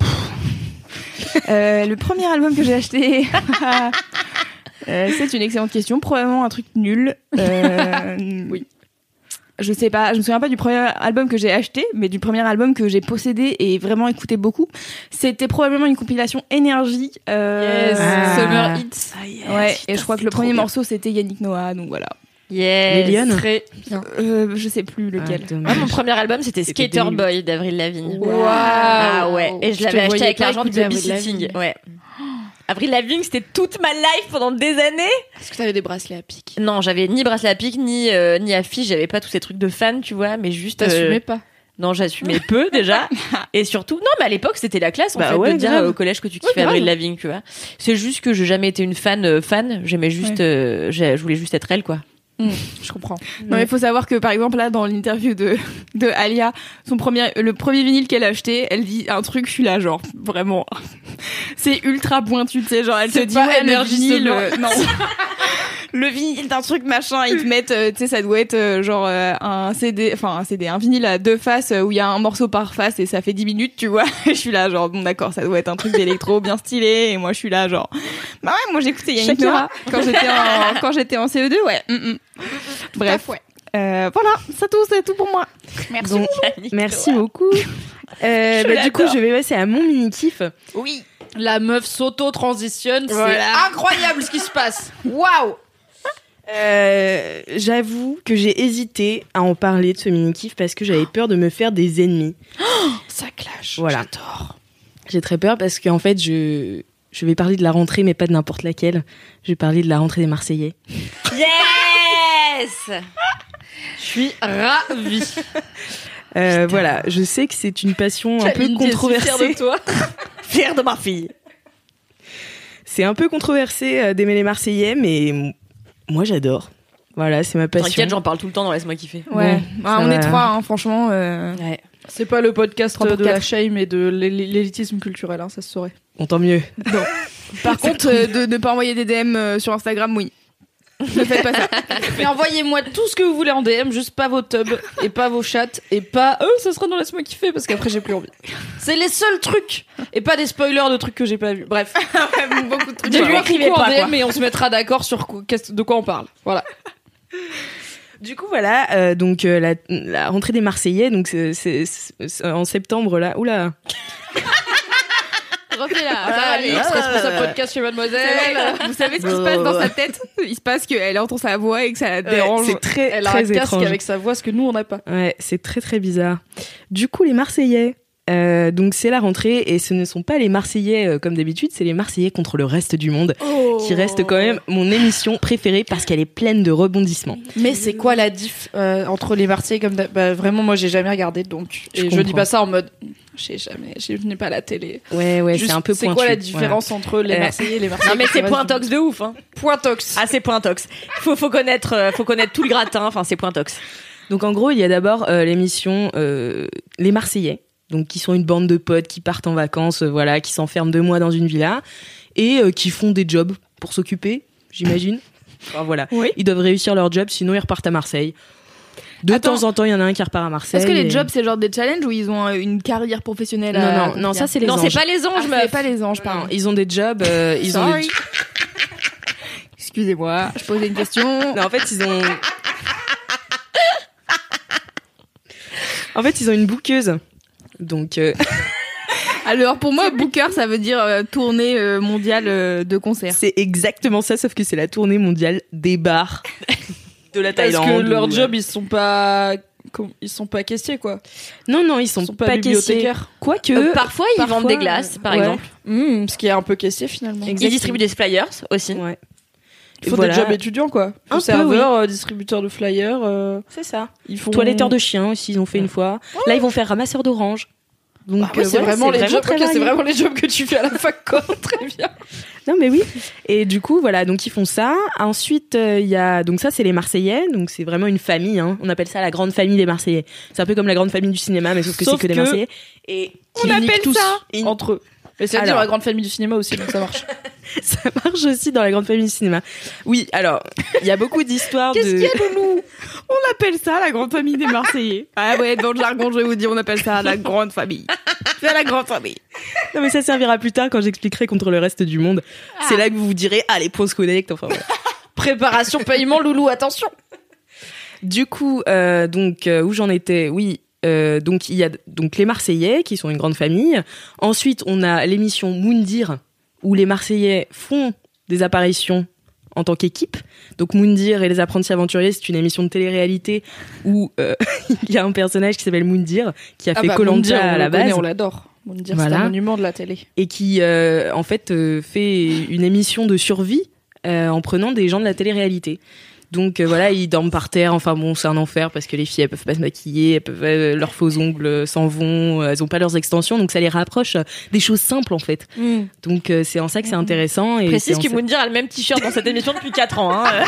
Le premier album que j'ai acheté, c'est une excellente question. Probablement un truc nul. Oui. Je sais pas, je me souviens pas du premier album que j'ai acheté, mais du premier album que j'ai possédé et vraiment écouté beaucoup. C'était probablement une compilation Énergie. Summer Hits. Ouais, et je crois que le premier morceau c'était Yannick Noah, donc voilà. Yes. Les Lyonnes. Très bien. Je sais plus lequel. Moi, mon premier album c'était Skater Boy d'Avril Lavigne. Wow. Ah ouais. Et je l'avais acheté avec l'argent de babysitting. Ouais. Avril Lavigne, c'était toute ma life pendant des années. Est-ce que t'avais des bracelets à pic? Non, j'avais ni bracelet à pic, ni affiche. J'avais pas tous ces trucs de fan, tu vois, mais juste. T'assumais pas? Non, j'assumais peu déjà. Et surtout, non, mais à l'époque, c'était la classe, en fait, de dire au collège que tu kiffais Avril Lavigne, tu vois. C'est juste que j'ai jamais été une fan. J'aimais juste, je voulais juste être elle, quoi. Je comprends. Non, mais il faut savoir que par exemple là dans l'interview de Alia, le premier vinyle qu'elle a acheté, elle dit un truc, je suis là genre vraiment c'est ultra pointu, tu sais, genre elle te dit ouais, le vinyle non. Le vinyle d'un truc machin, ils te mettent tu sais, ça doit être genre un vinyle à 2 faces où il y a un morceau par face et ça fait 10 minutes, tu vois. Je suis là genre bon d'accord, ça doit être un truc d'électro bien stylé, et moi je suis là genre bah ouais, moi j'écoutais Yannick Noah quand j'étais en CE2, ouais. Bref, Voilà, c'est tout pour moi. Merci. Donc, merci beaucoup. Du coup, je vais passer à mon mini-kiff. Oui. La meuf s'auto-transitionne. Voilà. C'est incroyable ce qui se passe. Waouh. J'avoue que j'ai hésité à en parler de ce mini-kiff parce que j'avais peur de me faire des ennemis. Ça clash. Voilà. J'adore. J'ai très peur parce qu'en fait, je vais parler de la rentrée, mais pas de n'importe laquelle. Je vais parler de la rentrée des Marseillais. Yes. Je suis ravie. Voilà, je sais que c'est une passion un peu controversée. Fière de toi. Fière de ma fille. C'est un peu controversé d'aimer les Marseillais, mais moi j'adore. Voilà, c'est ma passion. T'inquiète, j'en parle tout le temps dans Laisse-moi kiffer. Ouais, bon, on est 3, hein, franchement. Ouais. C'est pas le podcast de la shame et de l'élitisme culturel, hein, ça se saurait. Bon, tant mieux. Non. Par contre, de ne pas envoyer des DM sur Instagram, oui. Ne faites pas ça. Mais envoyez-moi tout ce que vous voulez en DM, juste pas vos tubs et pas vos chats et pas ça sera dans Laisse-moi kiffer parce qu'après j'ai plus envie. C'est les seuls trucs et pas des spoilers de trucs que j'ai pas vus. Bref, beaucoup de trucs. Dis-moi coucou en DM et on se mettra d'accord sur de quoi on parle. Voilà. Du coup, voilà, donc la rentrée des Marseillais, donc c'est en septembre là. Oula. Responsable podcast chez Mademoiselle. Vous savez ce qui se passe dans sa tête? Il se passe qu'elle entend sa voix et que ça la dérange. C'est très, elle a très un casque étrange. avec sa voix, ce que nous on n'a pas. Ouais, c'est très très bizarre. Du coup, les Marseillais. Donc c'est la rentrée et ce ne sont pas les Marseillais comme d'habitude, c'est les Marseillais contre le reste du monde qui reste quand même mon émission préférée parce qu'elle est pleine de rebondissements. Mais c'est quoi la diff entre les Marseillais comme vraiment moi j'ai jamais regardé donc je dis pas ça en mode je n'ai pas la télé. Ouais, juste, c'est un peu pointu. C'est quoi la différence entre les Marseillais et les Marseillais? Non mais c'est pointox de ouf hein. Pointox. Ah c'est pointox. Faut connaître tout le gratin, enfin c'est pointox. Donc en gros, il y a d'abord l'émission Les Marseillais. Donc qui sont une bande de potes qui partent en vacances, voilà, qui s'enferment 2 mois dans une villa et qui font des jobs pour s'occuper, j'imagine. Enfin, voilà, oui. Ils doivent réussir leur job, sinon ils repartent à Marseille. De temps en temps, il y en a un qui repart à Marseille. Est-ce que les jobs c'est genre des challenges où ils ont une carrière professionnelle? Non, ça c'est les anges. Non, c'est pas les anges, mais c'est pas les anges, pardon. Ils ont des jobs, ils ont. Excusez-moi, je posais une question. Non, en fait, ils ont une bookeuse. Donc alors pour moi booker ça veut dire tournée mondiale de concert. C'est exactement ça, sauf que c'est la tournée mondiale des bars de la Thaïlande. Parce que leur job ils sont pas caissiers quoi. Non, ils sont pas bibliothécaires. Quoique parfois ils vendent des glaces par exemple. Ce qui est un peu caissier finalement. Exactement. Ils distribuent des flyers aussi. Ouais. Il faut des jobs étudiants quoi. Un serveur, distributeur de flyers. C'est ça. Ils font toiletteur de chiens aussi, ils ont fait une fois. Là ils vont faire ramasseur d'oranges. Donc c'est vraiment les jobs. C'est vraiment les jobs que tu fais à la fac quoi. Très bien. Non mais oui. Et du coup voilà, donc ils font ça. Ensuite il y a donc ça c'est les Marseillais, donc c'est vraiment une famille. Hein. On appelle ça la grande famille des Marseillais. C'est un peu comme la grande famille du cinéma, mais sauf que c'est que des Marseillais. Et on appelle tous ça entre eux. Mais c'est dire la grande famille du cinéma aussi, donc ça marche. Ça marche aussi dans la grande famille du cinéma. Oui, alors, il y a beaucoup d'histoires Qu'est-ce qu'il y a, Loulou? On appelle ça la grande famille des Marseillais. Ah ouais, dans le jargon, je vais vous dire, on appelle ça la grande famille. C'est la grande famille. Non mais ça servira plus tard quand j'expliquerai contre le reste du monde. C'est là que vous vous direz, ah, les pros se connectent, enfin ouais. Préparation, paiement, Loulou, attention. Du coup, où j'en étais, oui... donc il y a donc les Marseillais qui sont une grande famille. Ensuite, on a l'émission Moundir où les Marseillais font des apparitions en tant qu'équipe. Donc Moundir et les apprentis aventuriers, c'est une émission de télé-réalité où il y a un personnage qui s'appelle Moundir qui a fait Koh-Lanta à la base. On l'adore. Moundir, c'est un monument de la télé. Et qui en fait fait une émission de survie en prenant des gens de la télé-réalité. Donc voilà, ils dorment par terre. Enfin bon, c'est un enfer parce que les filles elles peuvent pas se maquiller, leurs faux ongles s'en vont, elles ont pas leurs extensions, donc ça les rapproche des choses simples en fait. Donc c'est en ça que c'est intéressant. Et précise que Moundir a le même t-shirt dans cette émission depuis 4 ans. Hein.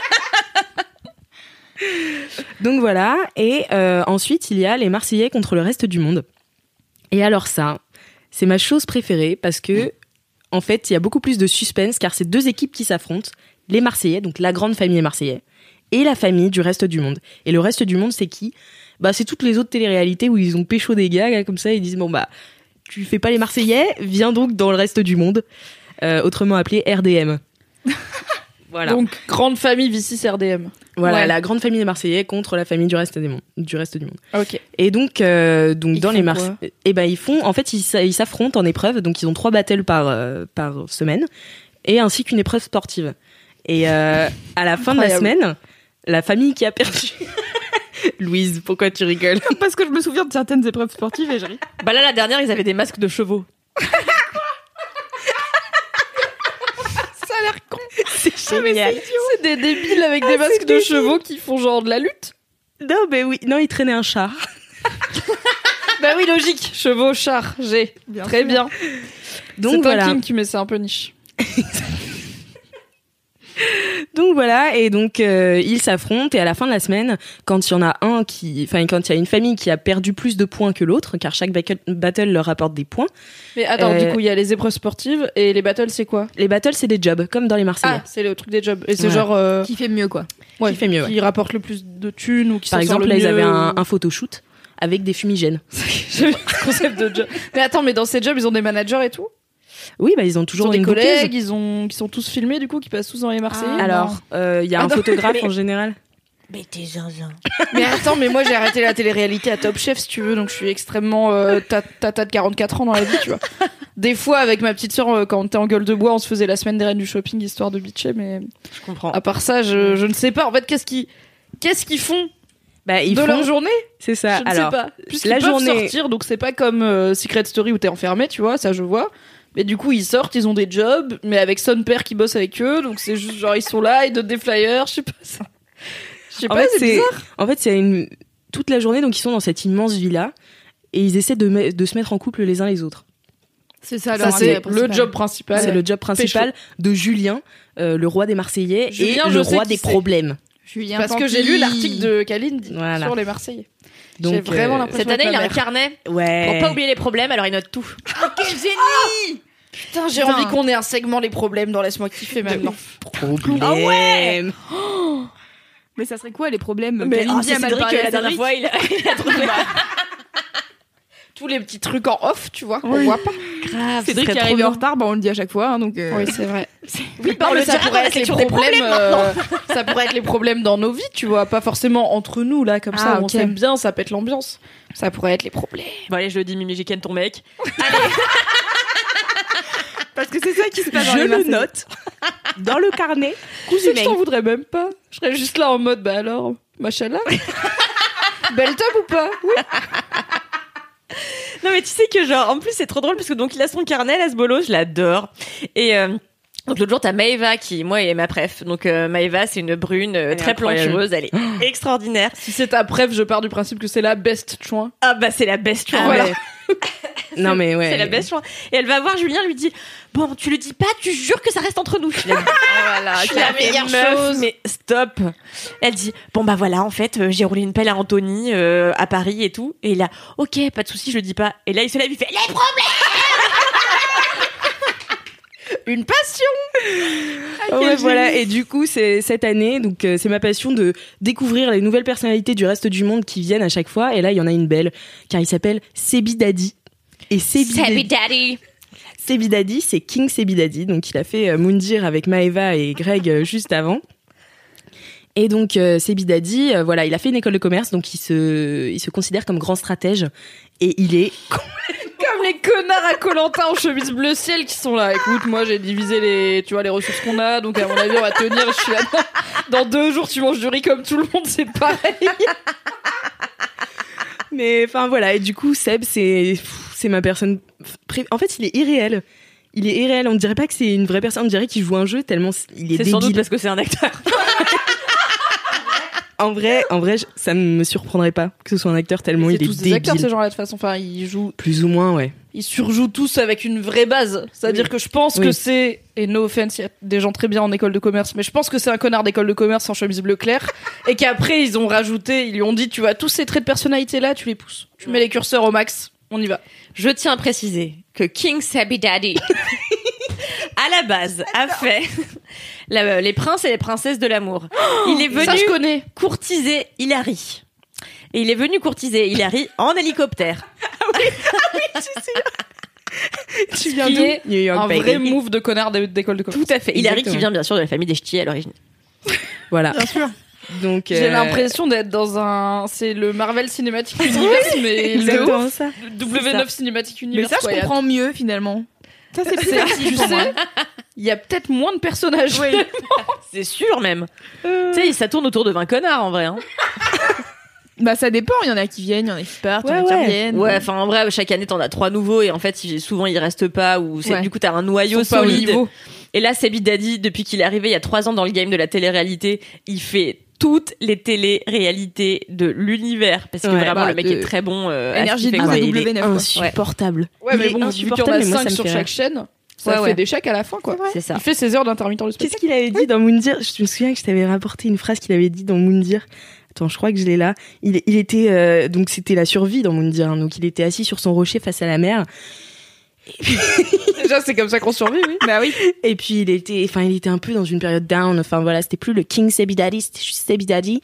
Donc voilà, et ensuite il y a les Marseillais contre le reste du monde. Et alors ça, c'est ma chose préférée parce que en fait il y a beaucoup plus de suspense car c'est 2 équipes qui s'affrontent. Les Marseillais, donc la grande famille Marseillais, et la famille du reste du monde. Et le reste du monde, c'est qui? Bah, c'est toutes les autres téléréalités où ils ont pécho des gars, comme ça, ils disent, bon, bah, tu fais pas les Marseillais, viens donc dans le reste du monde. Autrement appelé RDM. Voilà. Donc, grande famille Vici RDM. Voilà, la grande famille des Marseillais contre la famille du reste du monde. Ok. Et donc dans les Marseillais, ils s'affrontent en épreuve. Donc ils ont 3 battles par semaine, et ainsi qu'une épreuve sportive. Et à la fin de la semaine, la famille qui a perdu. Louise, pourquoi tu rigoles? Parce que je me souviens de certaines épreuves sportives et je ris. Bah là, la dernière, ils avaient des masques de chevaux. Ça a l'air con. C'est génial. C'est des débiles avec des masques de chevaux qui font genre de la lutte. Non, mais oui. Non, ils traînaient un char. Bah oui, logique. Chevaux, char, G. Très bien. Donc c'est voilà. un king qui met ça un peu niche. Donc voilà, et donc ils s'affrontent, et à la fin de la semaine, quand il y en a quand il y a une famille qui a perdu plus de points que l'autre, car chaque battle leur apporte des points. Mais attends, du coup, il y a les épreuves sportives, et les battles, c'est quoi? Les battles, c'est des jobs, comme dans les Marseillais. Ah, c'est le truc des jobs. Et c'est Ouais. genre... Qui fait mieux, quoi. Ouais, qui fait mieux, qui rapporte le plus de thunes, ou qui Par s'en sort exemple, le là, ils mieux, avaient ou- un photoshoot avec des fumigènes. J'aime le concept de job. Mais attends, mais dans ces jobs, ils ont des managers et tout? Oui, bah ils ont Ils toujours ont des une collègues, bouqueuse. qui sont tous filmés, du coup, qui passent tous dans les Marseillais? Alors, il y a un photographe en général. Mais t'es zinzin. Mais attends, mais moi j'ai arrêté la télé-réalité à Top Chef si tu veux, donc je suis extrêmement tata de 44 ans dans la vie, tu vois. Des fois avec ma petite sœur, quand on était en gueule de bois, on se faisait la semaine des reines du shopping histoire de bitcher, mais Je comprends. à part ça, je ne sais pas. En fait, qu'est-ce qu'ils font Bah, ils de font... leur journée? C'est ça. Je ne Alors, sais pas. Puisqu'ils la peuvent journée- sortir, donc c'est pas comme Secret Story où t'es enfermé, tu vois, ça je vois. Mais du coup, ils sortent, ils ont des jobs, mais avec son père qui bosse avec eux, donc c'est juste genre ils sont là, ils donnent des flyers, je sais pas. Je sais En pas, fait, c'est bizarre. En fait, c'est toute la journée, donc ils sont dans cette immense villa, et ils essaient de se mettre en couple les uns les autres. C'est ça, Ça, c'est le job principal. C'est le job principal de Julien, le roi des Marseillais, Julien, et je le sais roi qui des c'est. problèmes. Julien Parce que Tanti. j'ai lu l'article de Kalindi Voilà. sur les Marseillais. Donc, J'ai vraiment l'impression Cette année, d'être il a ma un mère. carnet Ouais. pour pas oublier les problèmes, alors il note tout. Quel génie. Putain, j'ai envie qu'on ait un segment les problèmes dans Laisse-moi kiffer maintenant. Problème. Ah ouais. Mais ça serait quoi les problèmes? Mais Kalindi c'est a mal Cédric, parlé à la dernière Cédric. fois, il a trouvé. Tous les petits trucs en off, tu vois, on voit pas. Grave. Cédric qui est arrivé en retard, bah on le dit à chaque fois, hein, donc. Oui, c'est vrai. Oui, Non, mais ça dira pourrait dans être la les section des problèmes. Ça pourrait être les problèmes dans nos vies, tu vois, pas forcément entre nous là, comme ça, Ah, on ok. s'aime bien, ça pète l'ambiance. Ça pourrait être les problèmes. Bon, allez, je le dis, Mimi Jiken, ton mec. Parce que c'est ça qui se passe dans Je les le Marseillais. note dans le carnet. Je t'en voudrais même pas. Je serais juste là en mode, bah alors, machallah. Belle top ou pas? Oui. Non, mais tu sais que genre, en plus, c'est trop drôle parce que donc il a son carnet, là, ce bolo, je l'adore. Et donc l'autre jour, t'as Maëva qui, moi, est ma préf. Donc Maëva, c'est une brune très incroyable. plantureuse, elle est extraordinaire. Si c'est ta préf, je pars du principe que c'est la best chouin. Ah bah c'est la best chouin. Ah voilà. ouais. Non mais ouais. C'est la best chouin. Et elle va voir Julien, lui dit bon, tu le dis pas, tu jures que ça reste entre nous. Je Voilà, suis la meilleure chose. Mais stop. Elle dit bon bah voilà, en fait, j'ai roulé une pelle à Anthony à Paris et tout. Et il a ok, pas de souci, je le dis pas. Et là il se lève, il fait les problèmes. Une passion. Ouais, voilà. Et du coup, c'est cette année, donc c'est ma passion de découvrir les nouvelles personnalités du reste du monde qui viennent à chaque fois. Et là, il y en a une belle, car il s'appelle Sebi Daddy. Et Sebi Daddy. Sebi Daddy, c'est King Sebi Daddy. Donc, il a fait Moundir avec Maëva et Greg juste avant. Et donc, Sebi Daddy, voilà, il a fait une école de commerce, donc il se considère comme grand stratège. Et il est Comme les connards à Koh-Lanta en chemise bleu ciel qui sont là. Écoute, moi j'ai divisé les ressources qu'on a, donc à mon avis on va tenir. Je suis là. Dans 2 jours tu manges du riz comme tout le monde, c'est pareil. Mais enfin voilà, et du coup Seb c'est ma personne en fait il est irréel. Il est irréel, on dirait pas que c'est une vraie personne, on dirait qu'il joue un jeu tellement il est C'est sans doute débile. parce que c'est un acteur. En vrai, ça ne me surprendrait pas que ce soit un acteur tellement C'est il est tous des acteurs ces débile. gens-là de toute façon. Enfin ils jouent, Plus ou moins, ouais. ils surjouent tous avec une vraie base. C'est-à-dire que je pense que c'est, et no offense, il y a des gens très bien en école de commerce, mais je pense que c'est un connard d'école de commerce en chemise bleu clair et qu'après ils ont rajouté, ils lui ont dit tu vois tous ces traits de personnalité là, tu les pousses, tu mets les curseurs au max, on y va. Je tiens à préciser que King Sebi Daddy, à la base, a fait les princes et les princesses de l'amour. Il est Ça je venu connais. courtiser Hilary. Et il est venu courtiser Hilary en hélicoptère. Tu viens qui d'où? est New York, un baby. vrai move de connard d'école de commerce. Tout à fait. Hilary Exactement. qui vient bien sûr de la famille des ch'tis à l'origine. Voilà. Bien sûr. Donc, J'ai l'impression d'être dans c'est le Marvel Cinematic Universe, mais exactement ça. le W9 Cinematic Mais Universe. ça, je comprends mieux finalement. Ça, c'est plus facile Tu pour moi. sais, il y a peut-être moins de personnages. Oui. C'est sûr même. Tu sais, ça tourne autour de 20 connards en vrai. Hein. Bah, ça dépend. Il y en a qui viennent, il y en a qui partent, il y en a qui Ouais. reviennent. Ouais, enfin en vrai, chaque année t'en as 3 nouveaux et en fait souvent ils restent pas ou Ouais. du coup t'as un noyau Ils sont pas au solide. niveau. Et là, Sebi Daddy, depuis qu'il est arrivé il y a 3 ans dans le game de la télé-réalité, il fait toutes les télé-réalités de l'univers parce que Ouais, vraiment bah, le mec est très bon. Énergie de à ce qu'il fait, quoi. W9. Il est quoi. insupportable. Ouais, mais Il est bon, vu qu'il y en insupportable, a mais moi, 5 ça me sur fait chaque chaîne, ça Ouais. fait des chèques à la fin, quoi. C'est ça. Il fait ses heures d'intermittent du Qu'est-ce spectacle. qu'il avait dit dans Moundir? Je me souviens que je t'avais rapporté une phrase qu'il avait dit dans Moundir. Attends, je crois que je l'ai là. Il était donc c'était la survie dans Moundir. Hein. Donc il était assis sur son rocher face à la mer. Déjà, c'est comme ça qu'on survit, oui. Bah oui. Et puis il était un peu dans une période down. Enfin voilà, c'était plus le King Sebi Daddy, c'était juste Sebi Daddy.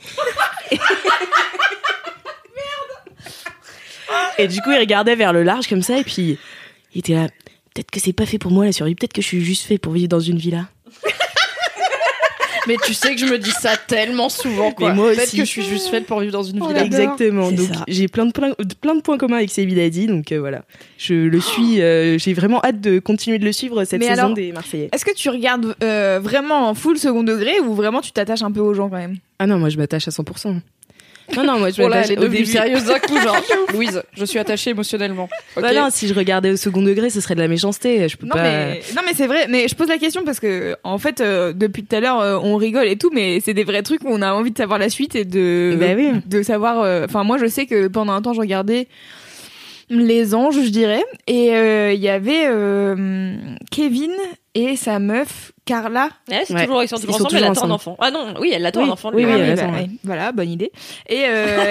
Et du coup, il regardait vers le large comme ça et puis il était là. Peut-être que c'est pas fait pour moi la survie. Peut-être que je suis juste fait pour vivre dans une villa. Mais tu sais que je me dis ça tellement souvent, quoi. Mais moi Peut-être aussi. que je suis juste faite pour vivre dans une Oh villa. là. Exactement. C'est Donc ça. j'ai plein de points communs avec Sebi Daddy. Donc voilà, je le suis. J'ai vraiment hâte de continuer de le suivre cette Mais saison alors- des Marseillais. Est-ce que tu regardes vraiment en full second degré ou vraiment tu t'attaches un peu aux gens quand même? Ah non, moi je m'attache à 100%. Non, moi je Oh là, m'attache elle est au devenue début. sérieuse d'un coup, genre. Louise, je suis attachée émotionnellement. Ok. Bah non, si je regardais au second degré, ce serait de la méchanceté. Je peux Non pas. mais c'est vrai. Mais je pose la question parce que en fait depuis tout à l'heure on rigole et tout, mais c'est des vrais trucs où on a envie de savoir la suite et Bah oui. de savoir. Enfin moi je sais que pendant un temps je regardais Les Anges, je dirais, et il y avait Kevin et sa meuf Carla. Ouais, c'est Ouais. toujours ils sont Ils toujours sont ensemble, elle toujours attend un ensemble. enfant. Ah non, oui, elle attend Oui. un enfant. Oui, lui. oui, Ah elle bah, attend, ouais. voilà, bonne idée. Et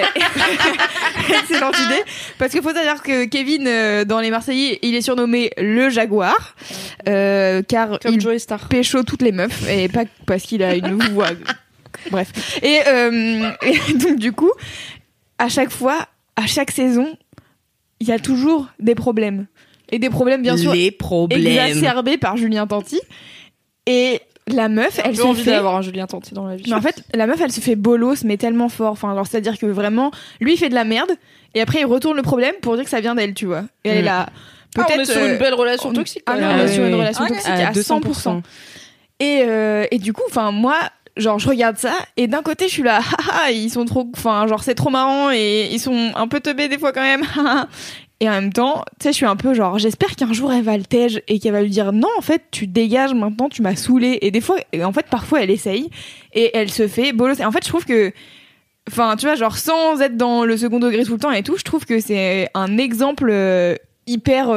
excellente idée, parce qu'il faut savoir que Kevin dans Les Marseillais, il est surnommé le Jaguar, car Comme il Joey Star. pécho toutes les meufs et pas parce qu'il a une voix. Bref. Et donc du coup, à chaque fois, à chaque saison, il y a toujours des problèmes. Et des problèmes bien sûr Les problèmes. exacerbés par Julien Tanti. Et la meuf, elle J'ai se envie fait. d'avoir un Julien Tanti dans la vie. Mais en fait, la meuf, elle se fait bolos, mais tellement fort. Enfin, alors, c'est-à-dire que vraiment, lui, il fait de la merde, et après, il retourne le problème pour dire que ça vient d'elle, tu vois. Et elle est là. Ah, Peut-être. on est sur une belle relation on- toxique. Ah quand non, même. on est Ah sur oui, une oui. relation Ah, toxique à à 100%. Et du coup, enfin, moi, genre, je regarde ça, et d'un côté, je suis là, haha, ils sont trop, enfin, genre, c'est trop marrant, et ils sont un peu teubés des fois quand même, haha. Et en même temps, tu sais, je suis un peu genre, j'espère qu'un jour elle va le tège et qu'elle va lui dire non, en fait, tu dégages maintenant, tu m'as saoulé. Et des fois, et en fait, parfois, elle essaye et elle se fait bolos. Et en fait, je trouve que, enfin, tu vois, genre, sans être dans le second degré tout le temps et tout, je trouve que c'est un exemple hyper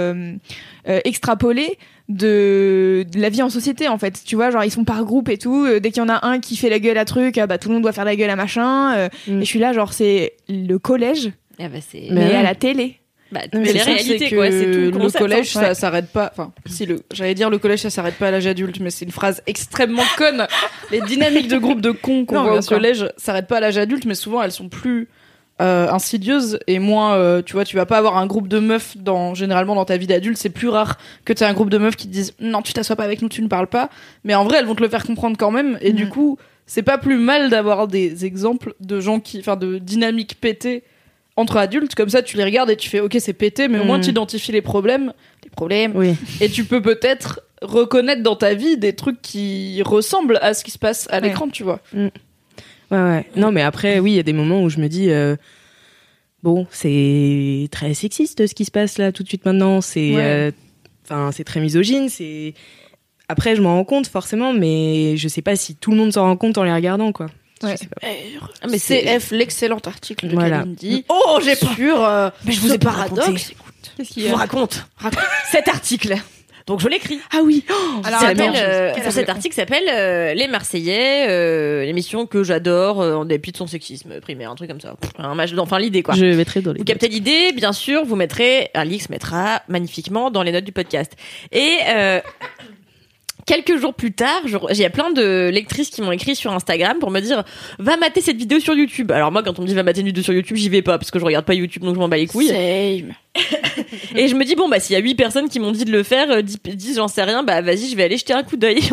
extrapolé de la vie en société, en fait. Tu vois, genre, ils sont par groupe et tout. Dès qu'il y en a un qui fait la gueule à truc, bah, tout le monde doit faire la gueule à machin. Et je suis là, genre, c'est le collège, Ah bah c'est. mais ouais. à la télé. Bah, mais mais Le les truc, réalités c'est quoi, que c'est tout. le concept, collège, hein. ça s'arrête pas. Enfin, si j'allais dire le collège, ça s'arrête pas à l'âge adulte, mais c'est une phrase extrêmement conne. Les dynamiques de groupe de cons qu'on Non, voit bien au sûr. collège s'arrêtent pas à l'âge adulte, mais souvent elles sont plus insidieuses et moins. Tu vois, tu vas pas avoir un groupe de meufs généralement dans ta vie d'adulte. C'est plus rare que tu aies un groupe de meufs qui te disent non, tu t'assois pas avec nous, tu ne parles pas. Mais en vrai, elles vont te le faire comprendre quand même. Et du coup, c'est pas plus mal d'avoir des exemples de gens de dynamiques pétées entre adultes, comme ça tu les regardes et tu fais ok c'est pété, mais au moins tu identifies les problèmes, Oui. et tu peux peut-être reconnaître dans ta vie des trucs qui ressemblent à ce qui se passe à l'écran, tu vois. Ouais. Non, mais après, oui, il y a des moments où je me dis, bon, c'est très sexiste ce qui se passe là tout de suite maintenant. C'est, enfin, c'est très misogyne. C'est. Après, je m'en rends compte forcément, mais je sais pas si tout le monde s'en rend compte en les regardant, quoi. Ouais. Je sais pas. Ah, mais CF, l'excellent article de Voilà. Kalindi. Oh, j'ai sur Mais je vous ai pas raconté. paradoxe. Écoute. Qu'est-ce Je qu'il y vous a? raconte cet article. Donc je l'écris. Ah oui. Alors, Ça attends, s'appelle, cet article s'appelle Les Marseillais, l'émission que j'adore en dépit de son sexisme primaire, un truc comme ça. Un match, enfin l'idée quoi. Je mettrai dans les. Vous captez l'idée, bien sûr, vous mettrez, Alix mettra magnifiquement dans les notes du podcast. Et quelques jours plus tard, il y a plein de lectrices qui m'ont écrit sur Instagram pour me dire va mater cette vidéo sur YouTube. Alors moi, quand on me dit va mater une vidéo sur YouTube, j'y vais pas parce que je regarde pas YouTube, donc je m'en bats les couilles. Same. Et je me dis bon bah s'il y a 8 personnes qui m'ont dit de le faire, 10 j'en sais rien, bah vas-y, je vais aller jeter un coup d'œil.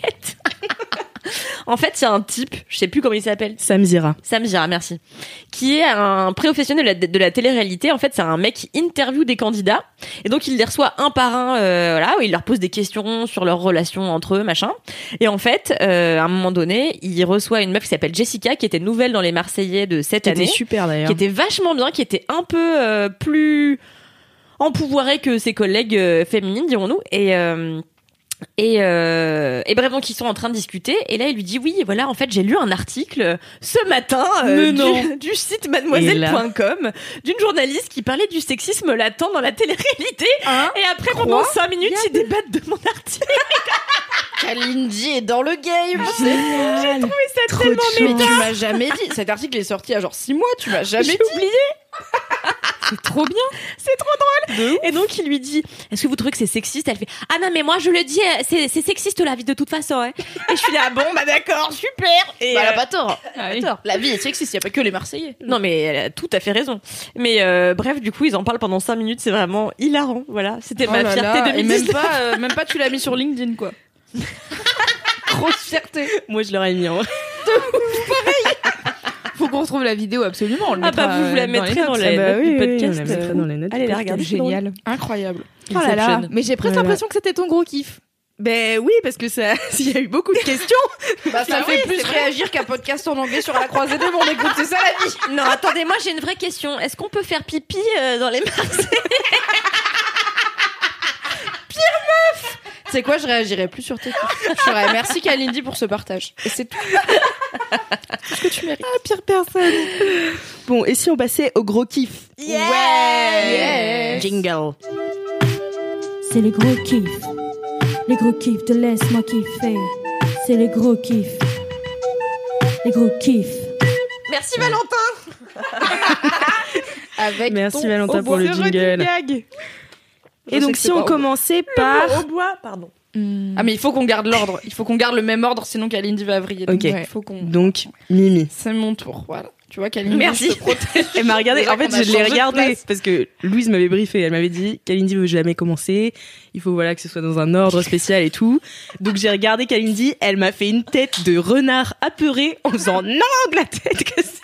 En fait, il y a un type, je sais plus comment il s'appelle. Sam Zira, merci. Qui est un professionnel de la télé-réalité. En fait, c'est un mec qui interviewe des candidats. Et donc, il les reçoit un par un, voilà, où il leur pose des questions sur leurs relations entre eux, machin. Et en fait, à un moment donné, il reçoit une meuf qui s'appelle Jessica, qui était nouvelle dans les Marseillais de cette année. Qui était super d'ailleurs. Qui était vachement bien, qui était un peu plus empouvoirée que ses collègues féminines, dirons-nous. Et bref, donc ils sont en train de discuter et là il lui dit oui voilà en fait j'ai lu un article ce matin du site mademoiselle.com d'une journaliste qui parlait du sexisme latent dans la télé-réalité et après pendant 5 minutes ils débattent de mon article. Kalindi est dans le game. J'ai trouvé ça tellement méta. Mais tu m'as jamais dit, cet article est sorti il y a genre 6 mois, tu m'as jamais dit. J'ai oublié. C'est trop bien, c'est trop drôle. Et donc il lui dit est-ce que vous trouvez que c'est sexiste? Elle fait ah non mais moi je le dis c'est sexiste la vie de toute façon hein. Et je suis là bon bah d'accord super. Et elle a pas tort. La vie est sexiste, il y a pas que les Marseillais. Non mais elle a tout à fait raison. Mais bref du coup ils en parlent pendant 5 minutes, c'est vraiment hilarant. Voilà, c'était ma fierté de 2019. Et même pas tu l'as mis sur LinkedIn quoi. Grosse fierté. Moi je l'aurais mis en pareil. Faut qu'on retrouve la vidéo absolument. On le mettra, vous la mettrez dans les notes du podcast. On la mettra dans les notes. Allez la regarder, génial. Incroyable. Oh là là. Mais j'ai presque l'impression que c'était ton gros kiff. Ben oui, parce que ça, s'il y a eu beaucoup de questions, ça fait plus réagir qu'un podcast en anglais sur la croisée des mondes. Écoute, c'est ça la vie. Non, attendez, moi j'ai une vraie question. Est-ce qu'on peut faire pipi dans les Marseillais? Pire meuf. Tu sais quoi, je réagirais plus sur tes kiffs. Je ferais merci Kalindi pour ce partage. Et c'est tout. Tout ce que tu mérites. Ah, pire personne. Bon, et si on passait au gros kiff? Ouais. Jingle. C'est les gros kiffs. Les gros kiffs de laisse-moi kiffer. C'est les gros kiffs. Les gros kiffs. Merci Valentin. Merci Valentin pour le jingle. Et donc si on commençait par... Au bois, pardon. Ah mais il faut qu'on garde l'ordre. Il faut qu'on garde le même ordre, sinon Kalindi va vriller. Ok. Il faut qu'on... Donc Mimi. C'est mon tour, voilà. Tu vois, Kalindi, merci. Elle m'a regardé. En fait, je l'ai regardé parce que Louise m'avait briefé. Elle m'avait dit Kalindi veut jamais commencer. Il faut voilà que ce soit dans un ordre spécial et tout. Donc j'ai regardé Kalindi. Elle m'a fait une tête de renard apeuré en faisant non de la tête que ça.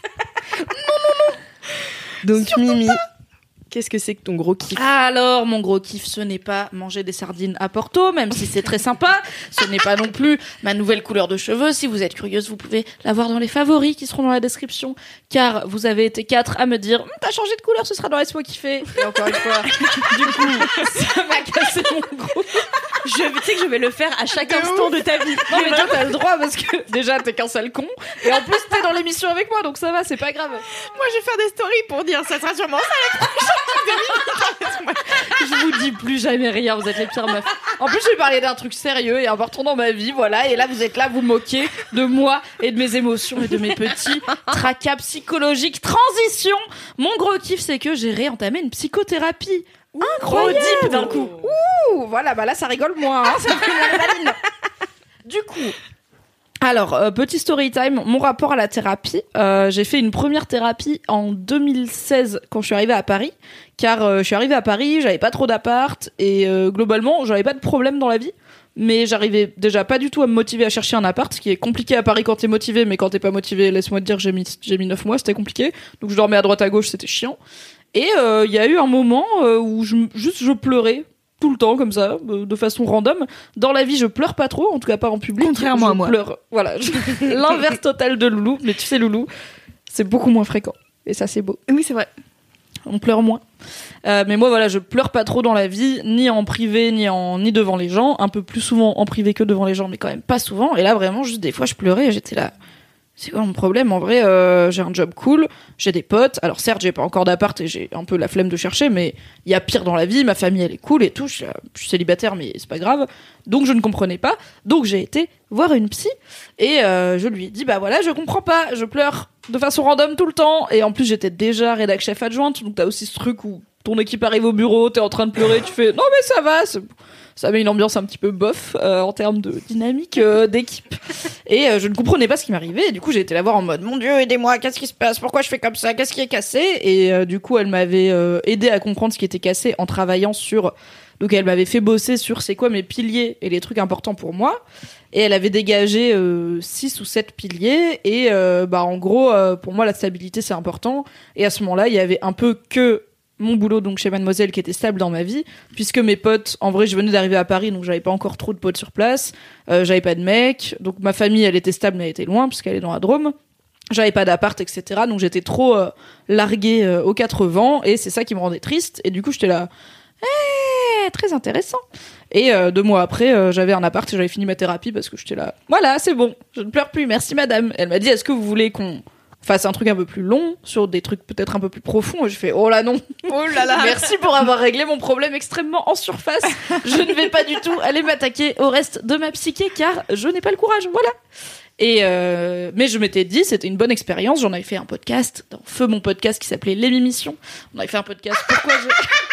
Non. Donc Mimi. Qu'est-ce que c'est que ton gros kiff? Alors, mon gros kiff, ce n'est pas manger des sardines à Porto, même si c'est très sympa. Ce n'est pas non plus ma nouvelle couleur de cheveux. Si vous êtes curieuse, vous pouvez la voir dans les favoris qui seront dans la description. Car vous avez été 4 à me dire t'as changé de couleur, ce sera dans Laisse-moi kiffer. Et encore une fois, du coup, ça m'a cassé mon gros. Tu sais que je vais le faire à chaque instant de ta vie. Non, mais toi, t'as le droit parce que déjà, t'es qu'un sale con. Et en plus, t'es dans l'émission avec moi, donc ça va, c'est pas grave. Moi, je vais faire des stories pour dire ça sera sûrement ça la prochaine. Je vous dis plus jamais rien, vous êtes les pires meufs. En plus, je vais parler d'un truc sérieux et important dans ma vie, voilà. Et là, vous êtes là, vous moquez de moi et de mes émotions et de mes petits tracas psychologiques. Transition. Mon gros kiff, c'est que j'ai réentamé une psychothérapie. Incroyable. Deep d'un coup. Ouh, voilà, bah là, ça rigole moins, hein, ça fait l'adrénaline. Du coup... Alors, petit story time, mon rapport à la thérapie. J'ai fait une première thérapie en 2016 quand je suis arrivée à Paris, car je suis arrivée à Paris, j'avais pas trop d'appart et globalement, j'avais pas de problème dans la vie, mais j'arrivais déjà pas du tout à me motiver à chercher un appart, ce qui est compliqué à Paris quand t'es motivé, mais quand t'es pas motivé, laisse-moi te dire, j'ai mis 9 mois, c'était compliqué. Donc je dormais à droite à gauche, c'était chiant. Et il y a eu un moment où je pleurais. Tout le temps comme ça, de façon random. Dans la vie, je pleure pas trop, en tout cas pas en public. Contrairement à moi. Pleure, voilà, l'inverse total de Loulou. Mais tu sais, Loulou, c'est beaucoup moins fréquent. Et ça, c'est beau. Oui, c'est vrai. On pleure moins. Mais moi, voilà, je pleure pas trop dans la vie, ni en privé, ni devant les gens. Un peu plus souvent en privé que devant les gens, mais quand même pas souvent. Et là, vraiment, juste des fois, je pleurais et j'étais là... C'est quoi mon problème? En vrai, j'ai un job cool, j'ai des potes. Alors certes, j'ai pas encore d'appart et j'ai un peu la flemme de chercher, mais il y a pire dans la vie. Ma famille, elle est cool et tout. Je suis célibataire, mais c'est pas grave. Donc je ne comprenais pas. Donc j'ai été voir une psy et je lui ai dit bah voilà, je comprends pas, je pleure de façon random tout le temps. Et en plus, j'étais déjà rédac chef adjointe, donc t'as aussi ce truc où ton équipe arrive au bureau, t'es en train de pleurer, tu fais non mais ça va, ça met une ambiance un petit peu bof en termes de dynamique d'équipe. Et je ne comprenais pas ce qui m'arrivait. Et du coup, j'ai été la voir en mode mon Dieu, aidez-moi, qu'est-ce qui se passe, pourquoi je fais comme ça, qu'est-ce qui est cassé. Et du coup, elle m'avait aidé à comprendre ce qui était cassé en travaillant sur. Donc, elle m'avait fait bosser sur c'est quoi mes piliers et les trucs importants pour moi. Et elle avait dégagé 6 ou 7 piliers. Et en gros, pour moi, la stabilité c'est important. Et à ce moment-là, il y avait un peu que mon boulot donc chez Mademoiselle qui était stable dans ma vie, puisque mes potes, en vrai je venais d'arriver à Paris donc j'avais pas encore trop de potes sur place, j'avais pas de mec, donc ma famille elle était stable mais elle était loin puisqu'elle est dans la Drôme, j'avais pas d'appart etc, donc j'étais trop larguée aux 4 vents et c'est ça qui me rendait triste et du coup j'étais là très intéressant et 2 mois après j'avais un appart et j'avais fini ma thérapie parce que j'étais là voilà c'est bon je ne pleure plus merci madame. Elle m'a dit est-ce que vous voulez qu'on fasse un truc un peu plus long, sur des trucs peut-être un peu plus profonds. Et je fais, oh là non. Oh là là. Merci pour avoir réglé mon problème extrêmement en surface. Je ne vais pas du tout aller m'attaquer au reste de ma psyché car je n'ai pas le courage. Voilà. Et mais je m'étais dit, c'était une bonne expérience. J'en avais fait un podcast, dans Feu mon podcast qui s'appelait Les Mimimissions. On avait fait un podcast. Pourquoi je...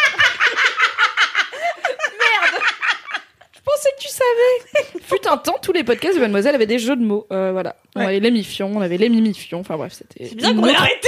Je pensais que tu savais. Fut un temps, tous les podcasts de Mademoiselle avaient des jeux de mots. Voilà. On avait les Mifions, on avait les Mimifions. Enfin bref, c'était. C'est bien qu'on ait arrêté.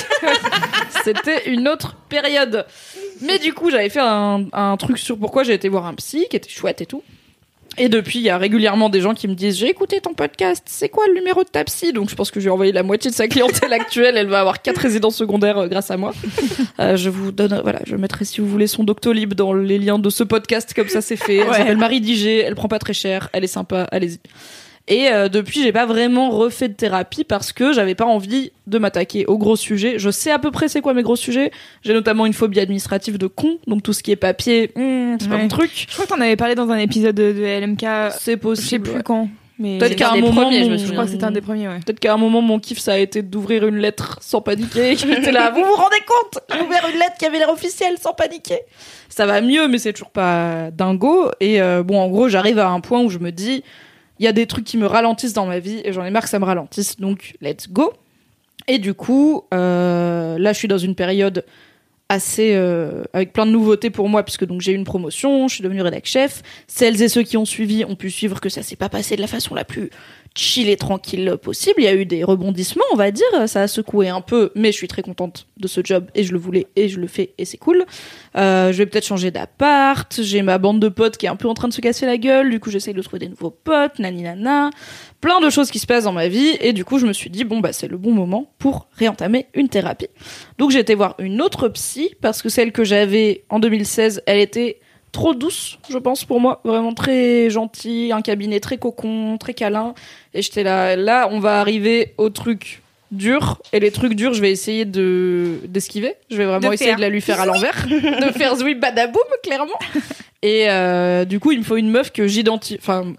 C'était une autre période. Mais du coup, j'avais fait un truc sur pourquoi j'ai été voir un psy, qui était chouette et tout. Et depuis, il y a régulièrement des gens qui me disent « J'ai écouté ton podcast, c'est quoi le numéro de ta psy ?» Donc je pense que je lui ai envoyé la moitié de sa clientèle actuelle. Elle va avoir 4 résidences secondaires grâce à moi. Je vous donne, voilà, je mettrai si vous voulez son Doctolib dans les liens de ce podcast, comme ça c'est fait. Elle s'appelle Marie Digé, elle prend pas très cher, elle est sympa, allez-y. Et depuis, j'ai pas vraiment refait de thérapie parce que j'avais pas envie de m'attaquer aux gros sujets. Je sais à peu près c'est quoi mes gros sujets. J'ai notamment une phobie administrative de con, donc tout ce qui est papier, c'est pas mon truc. Je crois que t'en avais parlé dans un épisode de LMK. C'est possible. Je sais plus quand. Mais peut-être qu'à un moment, je crois que c'était un des premiers, ouais. Peut-être qu'à un moment, mon kiff, ça a été d'ouvrir une lettre sans paniquer. J'étais là, vous vous rendez compte? J'ai ouvert une lettre qui avait l'air officielle sans paniquer. Ça va mieux, mais c'est toujours pas dingo. Et en gros, j'arrive à un point où je me dis, il y a des trucs qui me ralentissent dans ma vie et j'en ai marre que ça me ralentisse, donc let's go. Et du coup, là, je suis dans une période assez avec plein de nouveautés pour moi puisque donc j'ai eu une promotion, je suis devenue rédac chef. Celles et ceux qui ont suivi ont pu suivre que ça s'est pas passé de la façon la plus chill et tranquille possible. Il y a eu des rebondissements, on va dire, ça a secoué un peu, mais je suis très contente de ce job et je le voulais et je le fais et c'est cool. Je vais peut-être changer d'appart, j'ai ma bande de potes qui est un peu en train de se casser la gueule, du coup j'essaye de trouver des nouveaux potes, nani-nana, plein de choses qui se passent dans ma vie et du coup je me suis dit c'est le bon moment pour réentamer une thérapie. Donc j'ai été voir une autre psy parce que celle que j'avais en 2016, elle était trop douce, je pense, pour moi. Vraiment très gentille, un cabinet très cocon, très câlin. Et j'étais là, on va arriver aux trucs durs. Et les trucs durs, je vais essayer d'esquiver. Je vais vraiment essayer de la lui faire à l'envers. De faire zouï badaboum, clairement. Et du coup, il me faut une meuf que j'identifie... Enfin,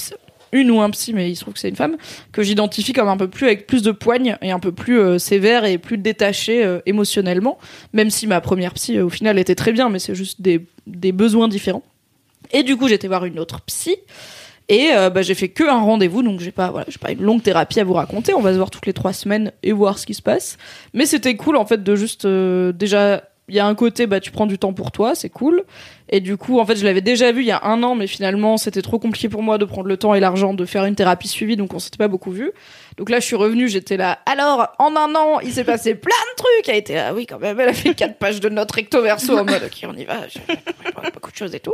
une ou un psy, mais il se trouve que c'est une femme, que j'identifie comme un peu plus avec plus de poigne et un peu plus sévère et plus détachée émotionnellement, même si ma première psy au final était très bien, mais c'est juste des besoins différents. Et du coup j'ai été voir une autre psy et j'ai fait que un rendez-vous, donc j'ai pas une longue thérapie à vous raconter, on va se voir toutes les 3 semaines et voir ce qui se passe, mais c'était cool en fait de juste déjà il y a un côté tu prends du temps pour toi, c'est cool. Et du coup, en fait, je l'avais déjà vu il y a 1 an, mais finalement, c'était trop compliqué pour moi de prendre le temps et l'argent de faire une thérapie suivie, donc on s'était pas beaucoup vu. Donc là, je suis revenue, j'étais là. Alors, en 1 an, il s'est passé plein de trucs. Elle était là, oui, quand même, elle a fait 4 pages de notes recto verso en mode, ok, on y va, j'ai beaucoup de choses et tout.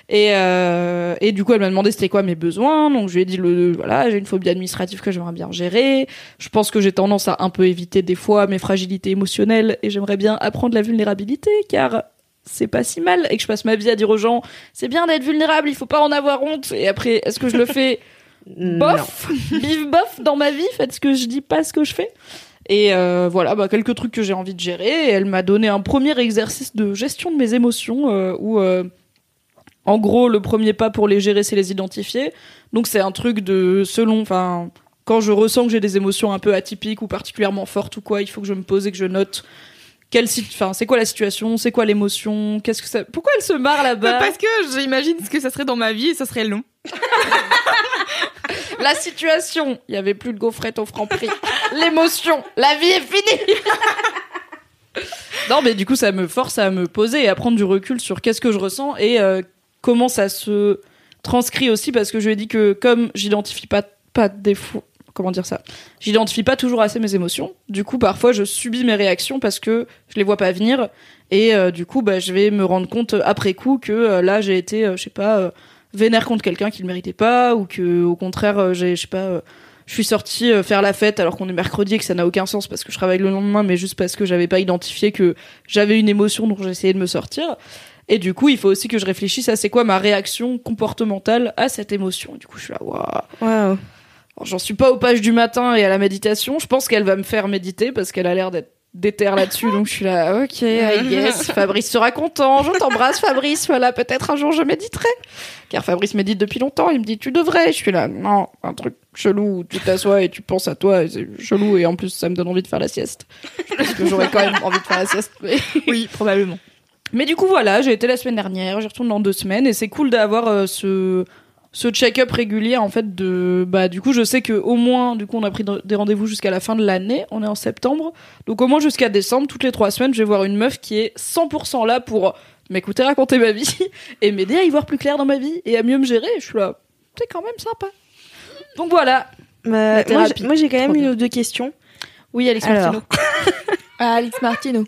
Et du coup, elle m'a demandé c'était quoi mes besoins. Donc, je lui ai dit j'ai une phobie administrative que j'aimerais bien gérer. Je pense que j'ai tendance à un peu éviter des fois mes fragilités émotionnelles et j'aimerais bien apprendre la vulnérabilité, car c'est pas si mal et que je passe ma vie à dire aux gens c'est bien d'être vulnérable, il faut pas en avoir honte, et après est-ce que je le fais bof bof dans ma vie, faites ce que je dis, pas ce que je fais. Et quelques trucs que j'ai envie de gérer, et elle m'a donné un premier exercice de gestion de mes émotions où en gros le premier pas pour les gérer c'est les identifier. Donc c'est un truc de quand je ressens que j'ai des émotions un peu atypiques ou particulièrement fortes ou quoi, il faut que je me pose et que je note c'est quoi la situation, c'est quoi l'émotion, qu'est-ce que ça, pourquoi elle se marre là-bas? Parce que j'imagine ce que ça serait dans ma vie et ça serait long. La situation, il y avait plus de gaufrettes au Franprix. L'émotion, la vie est finie. Non, mais du coup, ça me force à me poser et à prendre du recul sur qu'est-ce que je ressens et comment ça se transcrit aussi, parce que je lui ai dit que comme j'identifie pas des fois, comment dire ça, j'identifie pas toujours assez mes émotions. Du coup, parfois, je subis mes réactions parce que je les vois pas venir et du coup, je vais me rendre compte après coup que là, j'ai été, je sais pas, vénère contre quelqu'un qui le méritait pas, ou que au contraire, je suis sortie faire la fête alors qu'on est mercredi et que ça n'a aucun sens parce que je travaille le lendemain, mais juste parce que j'avais pas identifié que j'avais une émotion dont j'essayais de me sortir. Et du coup, il faut aussi que je réfléchisse à c'est quoi ma réaction comportementale à cette émotion. Du coup, je suis là, waouh. J'en suis pas aux pages du matin et à la méditation. Je pense qu'elle va me faire méditer parce qu'elle a l'air d'être déter là-dessus. Donc je suis là, ok, I guess. Fabrice sera content. Je t'embrasse, Fabrice. Voilà, peut-être un jour je méditerai. Car Fabrice médite depuis longtemps. Il me dit, tu devrais. Je suis là, non, un truc chelou où tu t'assois et tu penses à toi. Et c'est chelou et en plus, ça me donne envie de faire la sieste. Parce que j'aurais quand même envie de faire la sieste. Mais... Oui, probablement. Mais du coup, voilà, j'ai été la semaine dernière, j'y retourne dans 2 semaines, et c'est cool d'avoir ce check-up régulier, en fait, du coup, je sais que au moins, du coup, on a pris des rendez-vous jusqu'à la fin de l'année, on est en septembre, donc au moins jusqu'à décembre, toutes les 3 semaines, je vais voir une meuf qui est 100% là pour m'écouter raconter ma vie, et m'aider à y voir plus clair dans ma vie, et à mieux me gérer, et je suis là, c'est quand même sympa. Donc voilà. Moi, j'ai quand même une ou deux questions. Oui, Alex Martino. Alex Martino.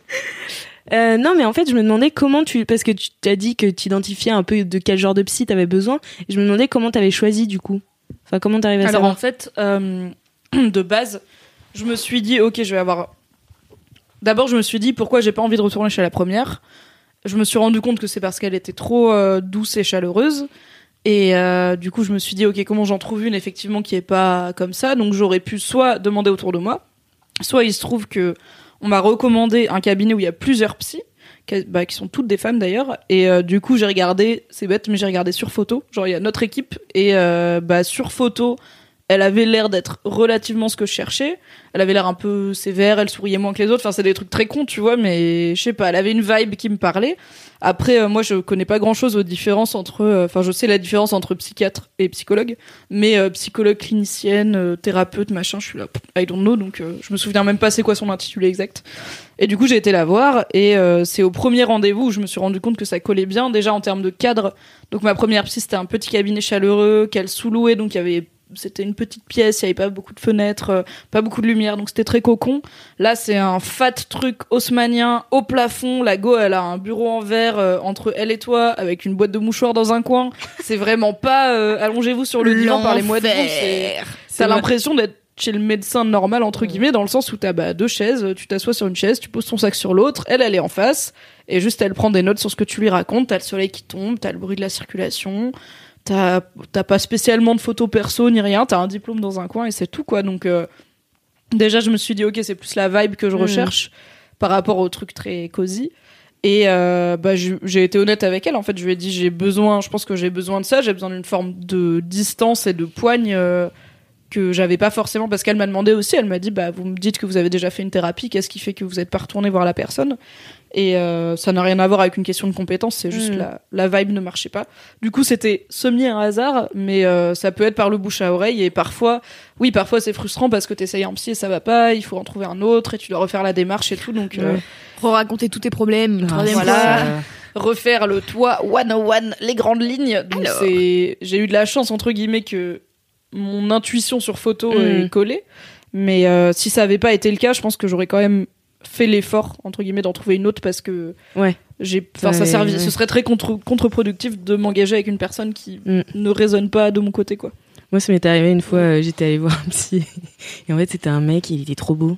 Non, mais en fait, je me demandais parce que tu t'as dit que tu identifiais un peu de quel genre de psy t'avais besoin, et je me demandais comment t'avais choisi du coup. Enfin, comment t'arrives à savoir. Alors en fait, de base, je me suis dit, ok, je vais avoir. D'abord, je me suis dit pourquoi j'ai pas envie de retourner chez la première. Je me suis rendu compte que c'est parce qu'elle était trop douce et chaleureuse. Et du coup, je me suis dit, ok, comment j'en trouve une effectivement qui est pas comme ça. Donc j'aurais pu soit demander autour de moi, soit il se trouve que on m'a recommandé un cabinet où il y a plusieurs psys, qui sont toutes des femmes d'ailleurs. Et du coup, j'ai regardé, c'est bête, mais j'ai regardé sur photo. Genre, il y a notre équipe. Et sur photo, elle avait l'air d'être relativement ce que je cherchais. Elle avait l'air un peu sévère, elle souriait moins que les autres. Enfin, c'est des trucs très cons, tu vois, mais je sais pas, elle avait une vibe qui me parlait. Après, moi, je connais pas grand-chose aux différences entre... Enfin, je sais la différence entre psychiatre et psychologue, mais psychologue, clinicienne, thérapeute, machin, je suis là, I don't know, donc je me souviens même pas c'est quoi son intitulé exact. Et du coup, j'ai été la voir, et c'est au premier rendez-vous où je me suis rendu compte que ça collait bien, déjà en termes de cadre. Donc, ma première psy, c'était un petit cabinet chaleureux, qu'elle sous-louait, donc il y avait... C'était une petite pièce, il y avait pas beaucoup de fenêtres, pas beaucoup de lumière, donc c'était très cocon. Là, c'est un fat truc haussmannien au plafond. La go, elle a un bureau en verre entre elle et toi, avec une boîte de mouchoirs dans un coin. C'est vraiment pas allongez-vous sur le divan, parlez-moi de vous. T'as l'impression d'être chez le médecin normal entre guillemets, dans le sens où t'as 2 chaises, tu t'assois sur une chaise, tu poses ton sac sur l'autre, elle est en face, et juste elle prend des notes sur ce que tu lui racontes. T'as le soleil qui tombe, t'as le bruit de la circulation. T'as pas spécialement de photos perso ni rien, t'as un diplôme dans un coin et c'est tout quoi. Donc déjà je me suis dit ok, c'est plus la vibe que je recherche par rapport au truc très cosy. Et j'ai été honnête avec elle, en fait je lui ai dit je pense que j'ai besoin de ça, j'ai besoin d'une forme de distance et de poigne que j'avais pas forcément, parce qu'elle m'a demandé aussi, elle m'a dit vous me dites que vous avez déjà fait une thérapie, qu'est-ce qui fait que vous êtes pas retourné voir la personne? Et ça n'a rien à voir avec une question de compétence, c'est juste la vibe ne marchait pas. Du coup c'était semi un hasard, mais ça peut être par le bouche à oreille, et parfois c'est frustrant parce que t'essayes un psy et ça va pas, il faut en trouver un autre et tu dois refaire la démarche et tout, donc raconter tous tes problèmes, refaire le toit 101, les grandes lignes. Donc j'ai eu de la chance entre guillemets que mon intuition sur photo est collée, mais si ça avait pas été le cas, je pense que j'aurais quand même fait l'effort entre guillemets d'en trouver une autre, parce que ce serait très contre-productif de m'engager avec une personne qui ne résonne pas de mon côté quoi. Moi ça m'est arrivé une fois, j'étais allée voir un psy et en fait c'était un mec, il était trop beau.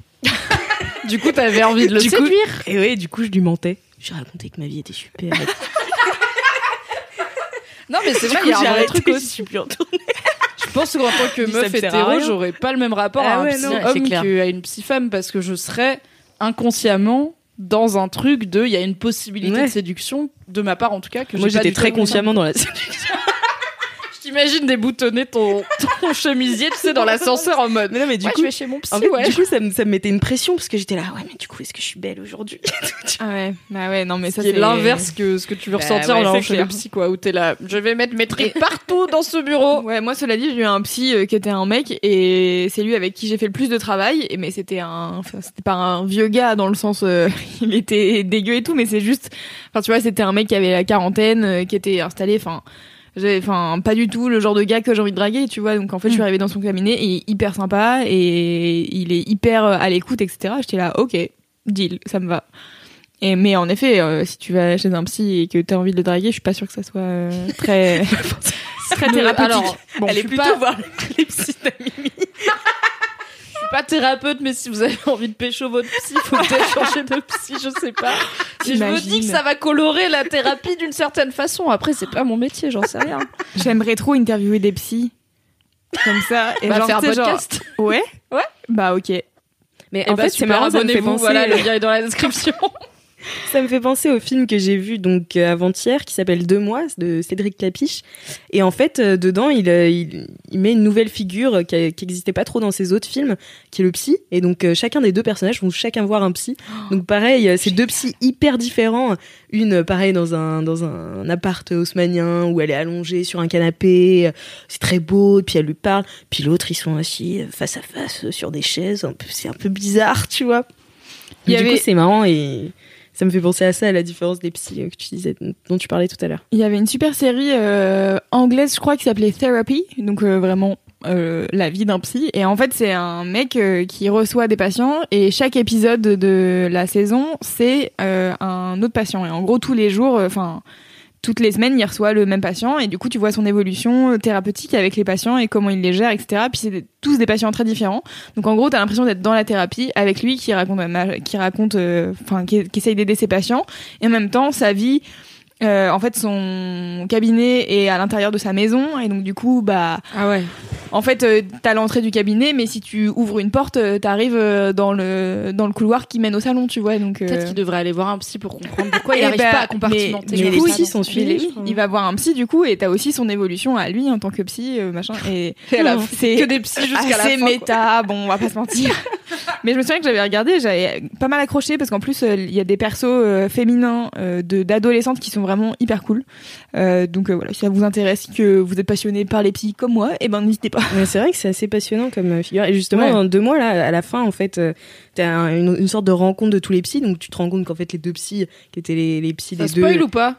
Du coup t'avais envie de le séduire. Et ouais, du coup je lui mentais, je lui racontais que ma vie était super. Non mais c'est vrai, il y a un vrai truc aussi. Je pense qu'en tant que meuf hétéro, j'aurais pas le même rapport à un psy homme qu'à une psy femme, parce que je serais inconsciemment dans un truc il y a une possibilité de séduction de ma part en tout cas, que moi j'étais très consciemment dans la séduction. T'imagines déboutonner ton chemisier, tu sais, dans l'ascenseur en mode. Mais non, mais du coup, je vais chez mon psy. En fait, du coup, ça me mettait une pression parce que j'étais là, ouais, mais du coup, est-ce que je suis belle aujourd'hui? Ah ouais, bah ouais, non, mais ça, c'est l'inverse que ce que tu veux ressentir en allant chez le psy, quoi, où t'es là, je vais mettre mes tripes partout dans ce bureau. Ouais, moi, cela dit, j'ai eu un psy qui était un mec et c'est lui avec qui j'ai fait le plus de travail. Mais c'était pas un vieux gars dans le sens, il était dégueu et tout, mais c'est juste, enfin, tu vois, c'était un mec qui avait la quarantaine, qui était installé, pas du tout le genre de gars que j'ai envie de draguer, tu vois. Donc en fait, je suis arrivée dans son cabinet et hyper sympa et il est hyper à l'écoute, etc. J'étais là, ok, deal, ça me va. Mais en effet, si tu vas chez un psy et que t'as envie de le draguer, je suis pas sûre que ça soit très très thérapeutique. Alors, bon, elle est plutôt voir les psys d'Amimi. Je suis pas thérapeute, mais si vous avez envie de pécho votre psy, faut peut-être changer de psy, je sais pas. Je me dis que ça va colorer la thérapie d'une certaine façon. Après, c'est pas mon métier, j'en sais rien. J'aimerais trop interviewer des psys comme ça et genre faire un podcast. Genre... Ouais. Bah ok. Mais en fait, c'est marrant, abonnez-vous, voilà, le lien est dans la description. Ça me fait penser au film que j'ai vu donc avant-hier qui s'appelle 2 mois de Cédric Clapiche et en fait dedans il met une nouvelle figure qui existait pas trop dans ses autres films qui est le psy et donc chacun des deux personnages vont chacun voir un psy. Donc pareil, c'est deux psys hyper différents, une pareil dans un appart haussmannien où elle est allongée sur un canapé, c'est très beau, puis elle lui parle, puis l'autre ils sont assis face à face sur des chaises, c'est un peu bizarre, tu vois. Du coup c'est marrant et ça me fait penser à ça, à la différence des psys que tu disais, dont tu parlais tout à l'heure. Il y avait une super série anglaise, je crois, qui s'appelait Therapy, donc vraiment la vie d'un psy. Et en fait, c'est un mec qui reçoit des patients et chaque épisode de la saison, c'est un autre patient. Et en gros, tous les jours, toutes les semaines, il reçoit le même patient et du coup, tu vois son évolution thérapeutique avec les patients et comment il les gère, etc. Puis c'est tous des patients très différents. Donc en gros, t'as l'impression d'être dans la thérapie avec lui qui essaye d'aider ses patients et en même temps sa vie. En fait, son cabinet est à l'intérieur de sa maison et donc du coup, en fait, t'as l'entrée du cabinet, mais si tu ouvres une porte, t'arrives dans le couloir qui mène au salon, tu vois. Donc peut-être qu'il devrait aller voir un psy pour comprendre pourquoi il n'arrive pas à compartimenter. Mais les psys sont suivis. Il va voir un psy du coup, et t'as aussi son évolution à lui en tant que psy, machin. Et c'est que des psys jusqu'à la fin. C'est méta, bon, on va pas se mentir. Mais je me souviens que j'avais pas mal accroché parce qu'en plus il y a des persos féminins d'adolescentes qui sont vraiment hyper cool. Donc voilà, si ça vous intéresse, que vous êtes passionné par les psys comme moi, n'hésitez pas. Mais c'est vrai que c'est assez passionnant comme figure. Et justement, dans 2 mois là, à la fin, en fait, t'as une sorte de rencontre de tous les psys. Donc tu te rends compte qu'en fait les deux psys qui étaient les psys des deux. Ça spoil ou pas?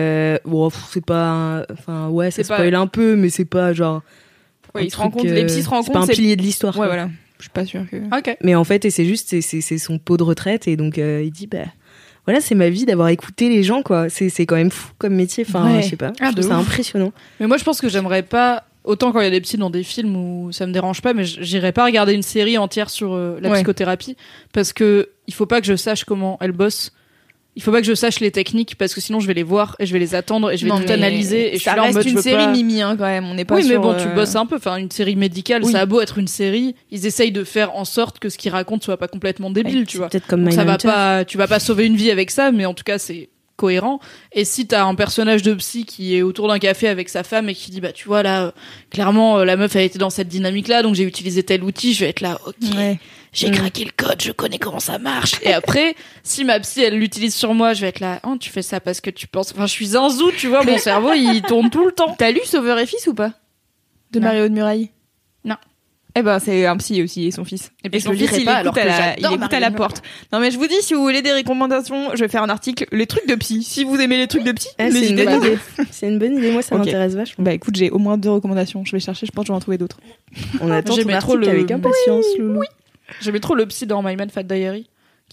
C'est pas. Enfin ouais, ça spoil un peu, mais c'est pas genre. Ouais, les psys se rencontrent. C'est pas un pilier de l'histoire. Ouais, voilà. Je suis pas sûre que. Ok. Mais en fait, et c'est juste, c'est son pot de retraite et donc il dit voilà, c'est ma vie d'avoir écouté les gens, quoi. C'est quand même fou comme métier. Enfin, je sais pas. Je trouve ça impressionnant. Mais moi, je pense que j'aimerais pas, autant quand il y a des psys dans des films où ça me dérange pas, mais j'irais pas regarder une série entière sur la psychothérapie parce que il faut pas que je sache comment elle bosse. Il faut pas que je sache les techniques parce que sinon je vais les voir et je vais les attendre et je vais tout analyser et je suis là en mode une série Mimi quand même, on n'est pas oui, mais sur, bon, tu bosses un peu, enfin une série médicale, ça a beau être une série, ils essayent de faire en sorte que ce qu'ils racontent soit pas complètement débile, tu vois. Peut-être comme ça va pas, tu vas pas sauver une vie avec ça, mais en tout cas c'est cohérent. Et si t'as un personnage de psy qui est autour d'un café avec sa femme et qui dit tu vois là clairement la meuf a été dans cette dynamique là donc j'ai utilisé tel outil, je vais être là j'ai craqué le code, je connais comment ça marche. Et après, si ma psy, elle l'utilise sur moi, je vais être là, tu fais ça parce que tu penses... Enfin, je suis un zoo, tu vois, mon cerveau, il tourne tout le temps. T'as lu Sauveur et Fils ou pas? De Marie-Aude Muraille? Non. C'est un psy aussi, et son fils. Et son fils, il écoute à la porte. Non, mais je vous dis, si vous voulez des recommandations, je vais faire un article, les trucs de psy. Si vous aimez les trucs de psy, c'est une bonne idée. C'est une bonne idée, moi, ça m'intéresse vachement. Écoute, j'ai au moins 2 recommandations. Je vais chercher, je pense que je vais en trouver d'autres. On attend ton article avec impatience, Loulou. Oui. J'aimais trop le psy dans My Man Fat Diary.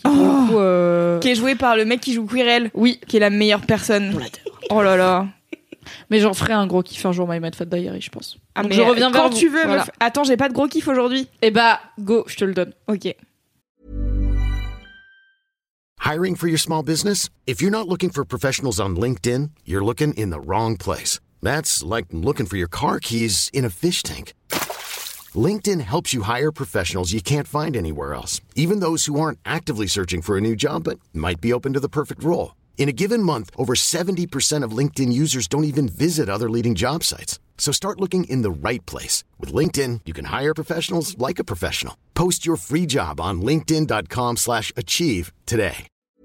Qui est joué par le mec qui joue Quirrell. Oui. Qui est la meilleure personne. Oh là là. Mais j'en ferai un gros kiff un jour, My Man Fat Diary, je pense. Donc je reviens vers vous. Quand tu veux, meuf. Attends, j'ai pas de gros kiff aujourd'hui. Go, je te le donne. Ok. Hiring for your small business? If you're not looking for professionals on LinkedIn, you're looking in the wrong place. That's like looking for your car keys in a fish tank. LinkedIn helps you hire professionals you can't find anywhere else, even those who aren't actively searching for a new job but might be open to the perfect role. In a given month, over 70% of LinkedIn users don't even visit other leading job sites. So start looking in the right place. With LinkedIn, you can hire professionals like a professional. Post your free job on linkedin.com/achieve today.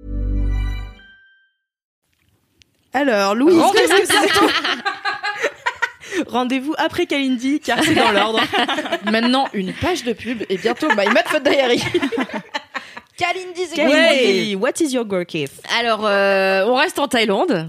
Alors, Louise, qu'est-ce que c'est? Rendez-vous après Kalindi, car c'est dans l'ordre. Maintenant, une page de pub et bientôt My Mad Fun Diary. Kalindi, c'est Kalindi, what is your girl cave? Alors, on reste en Thaïlande.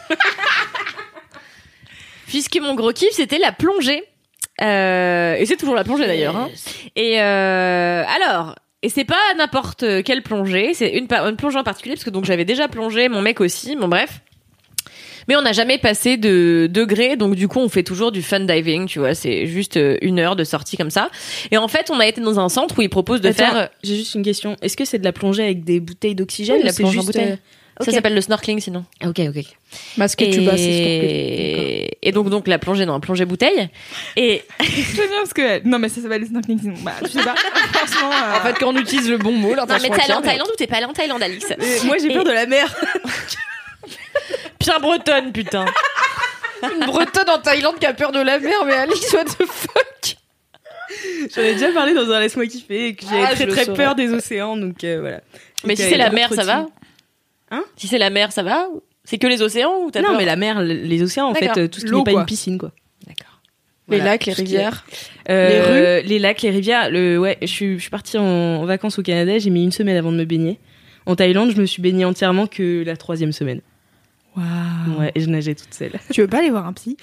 Puisque mon gros kiff, c'était la plongée. Et c'est toujours la plongée d'ailleurs. Hein. Et alors, et c'est pas n'importe quelle plongée, c'est une plongée en particulier, parce que donc j'avais déjà plongé, mon mec aussi, bon bref. Mais on n'a jamais passé de degré, donc du coup on fait toujours du fun diving, tu vois, c'est juste 1 heure de sortie comme ça. Et en fait on a été dans un centre où ils proposent de faire... J'ai juste une question, est-ce que c'est de la plongée avec des bouteilles d'oxygène? Oui, la plongée en bouteille. Okay. Ça s'appelle le snorkeling sinon. Ok. Masque tuba, c'est et donc la plongée, non, la plongée bouteille. Et je sais bien parce que non mais ça s'appelle le snorkeling sinon. Bah je sais pas. Franchement. En fait quand on utilise le bon mot, là. Non mais t'es allé en Thaïlande ou t'es pas allé en Thaïlande, Alix? Moi j'ai peur de la mer. Bien bretonne, putain. Une bretonne en Thaïlande qui a peur de la mer, mais Alix, what the fuck? J'en ai déjà parlé dans un Laisse-moi kiffer et que j'avais très peur des océans, donc voilà. Mais si c'est la mer, ça va? Hein? Si c'est la mer, ça va? C'est que les océans ou t'as peur? Non, mais la mer, les océans, en fait, tout ce qui n'est pas une piscine, quoi. D'accord. Voilà. Les lacs, les rivières, les rues, les lacs, les rivières. Ouais, je suis partie en vacances au Canada. J'ai mis 1 semaine avant de me baigner. En Thaïlande, je me suis baignée entièrement que la 3e semaine. Waouh. Ouais, et je nageais toute seule. Tu veux pas aller voir un psy?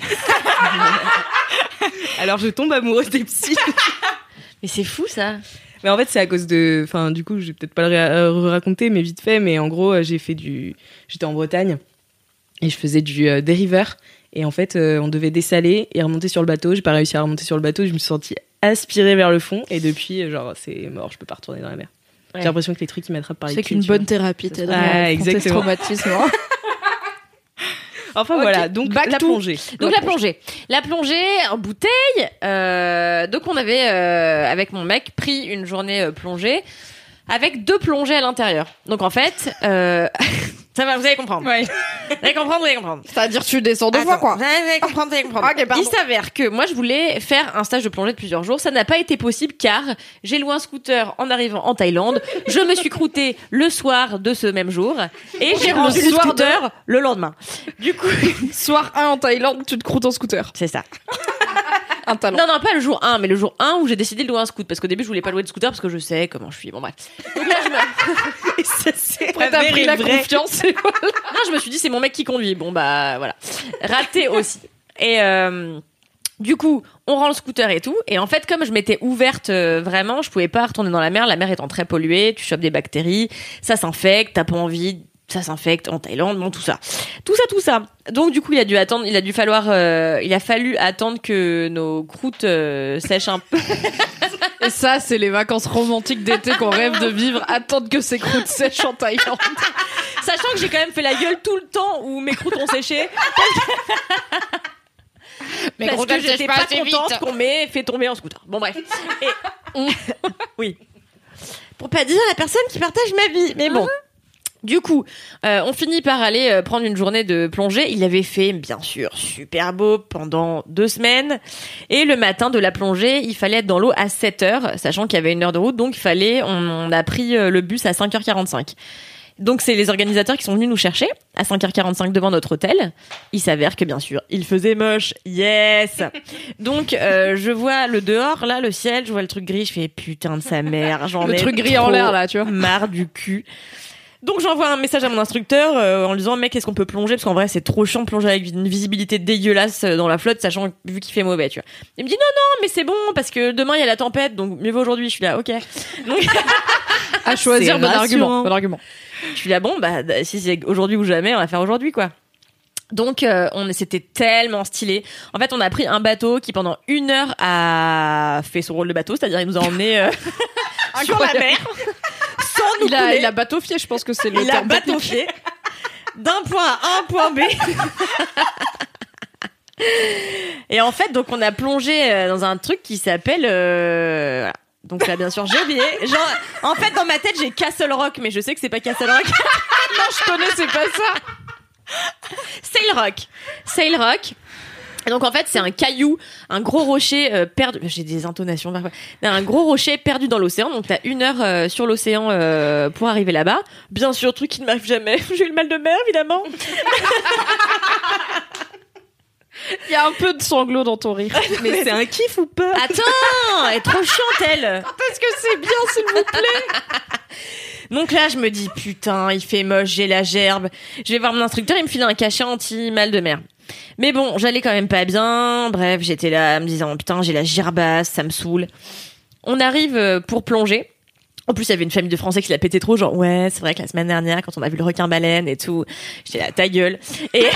Alors je tombe amoureuse des psys. Mais c'est fou ça. Mais en fait, c'est à cause de... Enfin, du coup, je vais peut-être pas le raconter, mais vite fait. Mais en gros, j'étais en Bretagne et je faisais du dériveur. Et en fait, on devait dessaler et remonter sur le bateau. J'ai pas réussi à remonter sur le bateau. Je me suis sentie aspirée vers le fond. Et depuis, genre, c'est mort. Je peux pas retourner dans la mer. Ouais. J'ai l'impression que les trucs, ils m'attrapent par les pieds. C'est qu'une bonne thérapie t'aide à affronter ce traumatisme. Enfin, okay. Voilà, donc la plongée. Donc la plongée. La plongée en bouteille. Donc on avait, avec mon mec, pris une journée plongée avec 2 plongées à l'intérieur. Donc en fait... Ça va, vous allez comprendre. Ouais. Vous allez comprendre. C'est-à-dire tu descends 2 fois, quoi. Vous allez comprendre. Okay, il s'avère que moi, je voulais faire un stage de plongée de plusieurs jours. Ça n'a pas été possible car j'ai loué un scooter en arrivant en Thaïlande. Je me suis croûtée le soir de ce même jour et j'ai rendu le scooter le lendemain. Du coup, soir 1 en Thaïlande, tu te croûtes en scooter. C'est ça. Un talent. Non, pas le jour 1, mais le jour 1 où j'ai décidé de louer un scooter. Parce qu'au début, je voulais pas louer de scooter parce que je sais comment je suis. Bon, bref. Donc là, Après, t'as pris la confiance et voilà. Non, je me suis dit, c'est mon mec qui conduit. Bon, bah, voilà. Raté aussi. Et du coup, on rend le scooter et tout. Et en fait, comme je m'étais ouverte vraiment, je pouvais pas retourner dans la mer. La mer étant très polluée, tu chopes des bactéries, ça s'infecte, t'as pas envie... Ça s'infecte en Thaïlande, bon, tout ça. Donc, du coup, il a fallu attendre que nos croûtes sèchent un peu. Et ça, c'est les vacances romantiques d'été qu'on rêve de vivre, attendre que ces croûtes sèchent en Thaïlande. Sachant que j'ai quand même fait la gueule tout le temps où mes croûtes ont séché. Mais parce que j'étais pas contente qu'on m'ait fait tomber en scooter. Bon, bref. Oui. Pour pas dire la personne qui partage ma vie. Mais bon. Du coup, on finit par aller prendre une journée de plongée. Il avait fait, bien sûr, super beau pendant 2 semaines. Et le matin de la plongée, il fallait être dans l'eau à 7h, sachant qu'il y avait 1 heure de route. Donc, on a pris le bus à 5h45. Donc, c'est les organisateurs qui sont venus nous chercher à 5h45 devant notre hôtel. Il s'avère que, bien sûr, il faisait moche. Yes! Donc, je vois le dehors, là, le ciel, je vois le truc gris. Je fais, putain de sa mère, j'en ai le truc gris en l'air, là, tu vois. Marre du cul. Donc j'envoie un message à mon instructeur en lui disant mec, est-ce qu'on peut plonger, parce qu'en vrai c'est trop chiant de plonger avec une visibilité dégueulasse dans la flotte, sachant vu qu'il fait mauvais, tu vois. Il me dit non mais c'est bon parce que demain il y a la tempête, donc mieux vaut aujourd'hui. Je suis là, ok. Donc à choisir, bon argument. Je suis là, bon bah si c'est aujourd'hui ou jamais, on va faire aujourd'hui, quoi. Donc c'était tellement stylé. En fait, on a pris un bateau qui pendant 1 heure a fait son rôle de bateau, c'est-à-dire il nous a emmenés sur la mer. Il a bateaufié, je pense que c'est le terme. Il a bateaufié d'un point A à un point B. Et en fait, donc on a plongé dans un truc qui s'appelle... Voilà. Donc là, bien sûr, j'ai oublié. Genre, en fait, dans ma tête, j'ai Castle Rock, mais je sais que c'est pas Castle Rock. Non, je connais, c'est pas ça. Sail Rock. Et donc en fait c'est un caillou, un gros rocher perdu. J'ai des intonations parfois. Un gros rocher perdu dans l'océan. Donc t'as 1 heure sur l'océan pour arriver là-bas. Bien sûr, truc qui ne m'arrive jamais. J'ai eu le mal de mer évidemment. Il y a un peu de sanglot dans ton rire. Mais c'est un kiff ou pas? Attends, elle est trop chiante elle. Est-ce que c'est bien, s'il vous plaît? Donc là, je me dis, putain, il fait moche, j'ai la gerbe. Je vais voir mon instructeur, il me file un cachet anti-mal de mer. Mais bon, j'allais quand même pas bien. Bref, j'étais là, me disant, putain, j'ai la gerbasse, ça me saoule. On arrive pour plonger. En plus, il y avait une famille de Français qui l'a pété trop, genre, ouais, c'est vrai que la semaine dernière, quand on a vu le requin-baleine et tout, j'étais là, ta gueule. Et...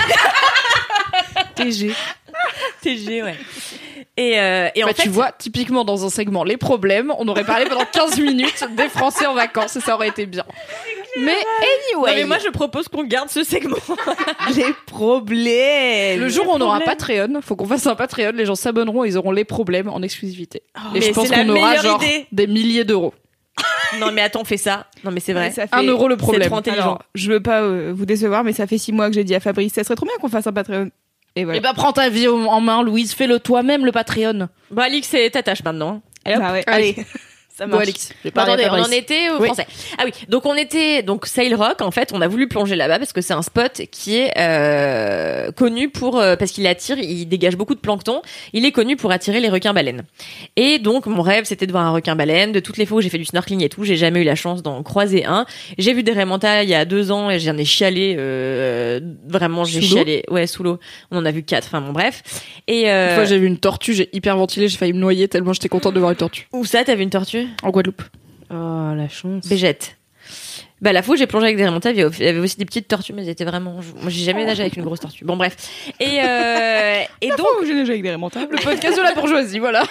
TG, ouais. Et en fait, tu vois, typiquement dans un segment Les problèmes, on aurait parlé pendant 15 minutes des Français en vacances et ça aurait été bien. Mais anyway. Non, mais moi, je propose qu'on garde ce segment. Les problèmes. Le jour où on aura un Patreon, faut qu'on fasse un Patreon, les gens s'abonneront et ils auront les problèmes en exclusivité. Et je pense qu'on aura genre des milliers d'euros. Non mais attends, fais ça. Non mais c'est vrai. Ça fait... 1 euro le problème. C'est trop intelligent. Alors, je veux pas vous décevoir, mais ça fait 6 mois que j'ai dit à Fabrice, ça serait trop bien qu'on fasse un Patreon. Et voilà. Et bah prends ta vie en main, Louise, fais-le toi-même le Patreon. Bon Alix, c'est ta tâche maintenant. Bah ouais. Allez. Ça marche. Bon, Alix, attendez, on en était au français. Ah oui, donc on était Sail Rock. En fait, on a voulu plonger là-bas parce que c'est un spot qui est connu pour parce qu'il attire, il dégage beaucoup de plancton. Il est connu pour attirer les requins-baleines. Et donc mon rêve, c'était de voir un requin-baleine. De toutes les fois où j'ai fait du snorkeling et tout, j'ai jamais eu la chance d'en croiser un. J'ai vu des raies mentales il y a 2 ans et j'en ai chialé. Vraiment, j'ai chialé. Ouais, sous l'eau. On en a vu 4. Enfin bon, bref. Et une fois, j'ai vu une tortue, j'ai hyper ventilé, j'ai failli me noyer tellement j'étais contente de voir une tortue. Où ça, t'as vu une tortue? En Guadeloupe. Oh, la chance. Bégette. Bah, la fois où j'ai plongé avec des remontades, il y avait aussi des petites tortues, mais elles étaient vraiment... Moi, j'ai jamais nagé avec une grosse tortue. Bon, bref. Et donc... j'ai nagé avec des remontables. Le podcast de la bourgeoisie, voilà.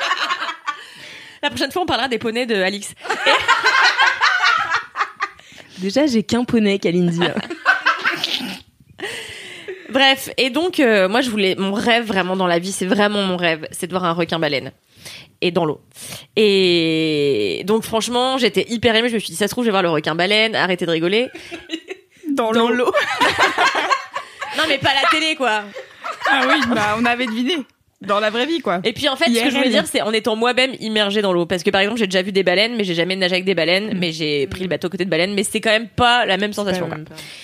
La prochaine fois, on parlera des poneys de Alix. Déjà, j'ai qu'un poney, Kalindi. Bref. Et donc, moi, mon rêve vraiment dans la vie, c'est vraiment mon rêve, c'est de voir un requin-baleine. Et dans l'eau. Et donc franchement, j'étais hyper émue, je me suis dit ça se trouve je vais voir le requin-baleine, arrêtez de rigoler. Dans l'eau. Non mais pas la télé quoi. Ah oui, bah on avait deviné. Dans la vraie vie quoi. Et puis en fait, ce que je voulais dire c'est en étant moi-même immergée dans l'eau parce que par exemple, j'ai déjà vu des baleines mais j'ai jamais nagé avec des baleines, mais j'ai pris le bateau côté de baleines mais c'est quand même pas la même sensation quoi.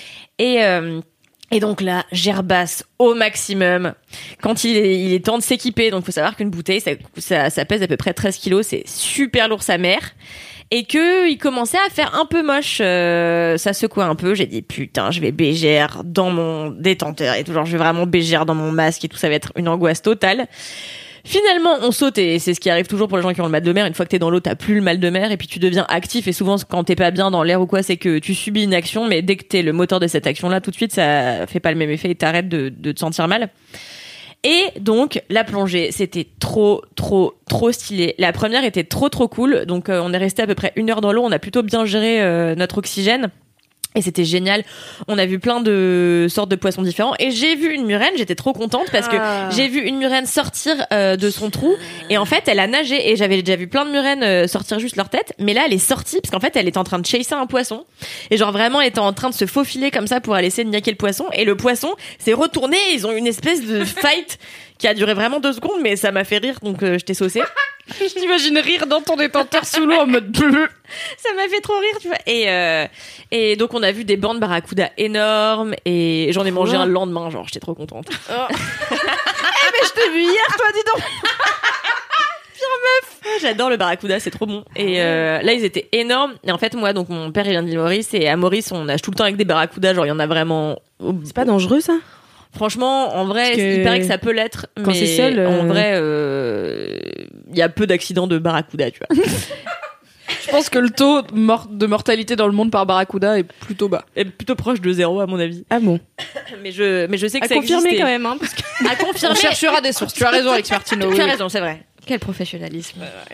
Et donc là, gerbasse au maximum. Quand il est temps de s'équiper, donc faut savoir qu'une bouteille, ça pèse à peu près 13 kilos, c'est super lourd sa mère. Et que il commençait à faire un peu moche, ça secouait un peu. J'ai dit putain, je vais bégère dans mon détenteur et tout, genre je vais vraiment bégère dans mon masque et tout, ça va être une angoisse totale. Finalement, on saute et c'est ce qui arrive toujours pour les gens qui ont le mal de mer. Une fois que t'es dans l'eau, t'as plus le mal de mer et puis tu deviens actif. Et souvent, quand t'es pas bien dans l'air ou quoi, c'est que tu subis une action, mais dès que t'es le moteur de cette action-là, tout de suite, ça fait pas le même effet et t'arrêtes de te sentir mal. Et donc, la plongée, c'était trop stylé. La première était trop cool. Donc, on est resté à peu près 1 heure dans l'eau. On a plutôt bien géré notre oxygène. Et c'était génial. On a vu plein de sortes de poissons différents. Et j'ai vu une murène. J'étais trop contente parce que j'ai vu une murène sortir de son trou. Et en fait, elle a nagé. Et j'avais déjà vu plein de murènes sortir juste leur tête. Mais là, elle est sortie parce qu'en fait, elle était en train de chasser un poisson. Et genre vraiment, elle était en train de se faufiler comme ça pour aller essayer de niaquer le poisson. Et le poisson s'est retourné. Et ils ont eu une espèce de fight qui a duré vraiment 2 secondes. Mais ça m'a fait rire. Donc, j'étais saucée. Je t'imagine rire dans ton détenteur sous l'eau en mode bleu. Ça m'a fait trop rire, tu vois. Et donc on a vu des bancs de barracuda énormes et j'en ai mangé un le lendemain, genre j'étais trop contente. Mais je t'ai vu hier, toi, dis donc. Pire meuf. J'adore le barracuda, c'est trop bon. Et là ils étaient énormes. Et en fait moi, donc mon père il vient d'île Maurice et à Maurice on nage tout le temps avec des barracudas, genre il y en a vraiment. C'est pas dangereux ça? Franchement, en vrai, il paraît que ça peut l'être, quand mais c'est seul, en vrai, il y a peu d'accidents de barracuda, tu vois. Je pense que le taux de mortalité dans le monde par barracuda est plutôt bas. Est plutôt proche de 0 à mon avis. Ah bon. Mais je sais que à ça confirmer existait. quand même, hein, parce que à confirmer. On cherchera des sources. Tu as raison, Alex Martino. Tu as raison, c'est vrai. Quel professionnalisme.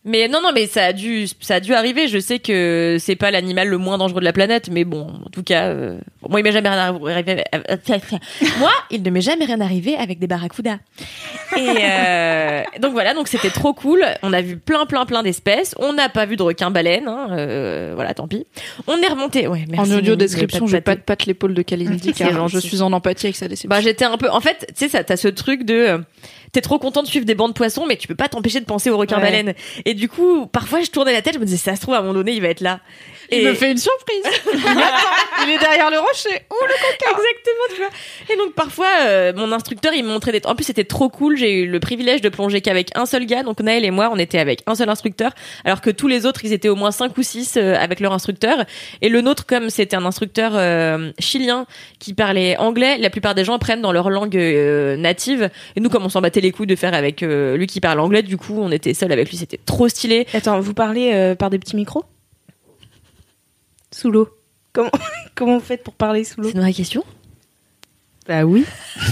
Mais non, mais ça a dû arriver. Je sais que c'est pas l'animal le moins dangereux de la planète, mais bon, en tout cas, moi, il m'est jamais rien arrivé. Moi, il ne m'est jamais rien arrivé avec des barracudas. Et donc voilà, donc c'était trop cool. On a vu plein d'espèces. On n'a pas vu de requin-baleine. Voilà, tant pis. On est remonté. Ouais, merci. En audio description, je pas de patte l'épaule de Kalindi car je suis en empathie avec sa déception. Bah, j'étais un peu. En fait, tu sais, ça, t'as ce truc de. T'es trop content de suivre des bancs de poissons, mais tu peux pas t'empêcher de penser au requin-baleine. Et du coup, parfois, je tournais la tête, je me disais, ça se trouve, à un moment donné, il va être là. Il me fait une surprise. Il est derrière le rocher. Ouh, le coca. Exactement, tu vois. Et donc, parfois, mon instructeur, il me montrait des... En plus, c'était trop cool. J'ai eu le privilège de plonger qu'avec un seul gars. Donc, Naël et moi, on était avec un seul instructeur. Alors que tous les autres, ils étaient au moins 5 ou 6 avec leur instructeur. Et le nôtre, comme c'était un instructeur chilien qui parlait anglais, la plupart des gens apprennent dans leur langue native. Et nous, comme on s'en battait les couilles de faire avec lui qui parle anglais, du coup, on était seuls avec lui. C'était trop stylé. Attends, vous parlez par des petits micros ? Sous l'eau. Comment vous faites pour parler sous l'eau ? C'est une vraie question ? Bah oui.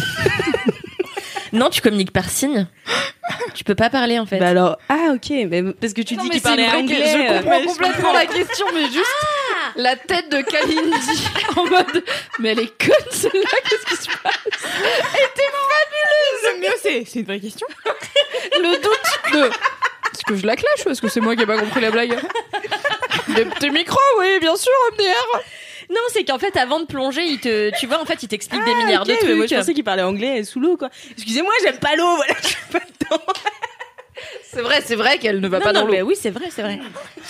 Non, tu communiques par signe. Tu peux pas parler en fait. Bah alors, ok, mais parce que tu dis qu'il parlait anglais. Je comprends complètement la question, mais juste la tête de Kalindi en mode, mais elle est conne celle-là, qu'est-ce qui se passe ? Elle était fabuleuse. Le mieux, c'est une vraie question. Le doute de... Est-ce que je la clash ou est-ce que c'est moi qui ai pas compris la blague ? Des petits micros, oui, bien sûr, MDR. Non, c'est qu'en fait, avant de plonger, tu vois, en fait, il t'explique des milliards de trucs. Oui, je pensais qu'il parlait anglais sous l'eau, quoi. Excusez-moi, j'aime pas l'eau, voilà, je suis pas dedans. C'est vrai qu'elle ne va pas dans l'eau. Mais oui, c'est vrai. C'est vrai.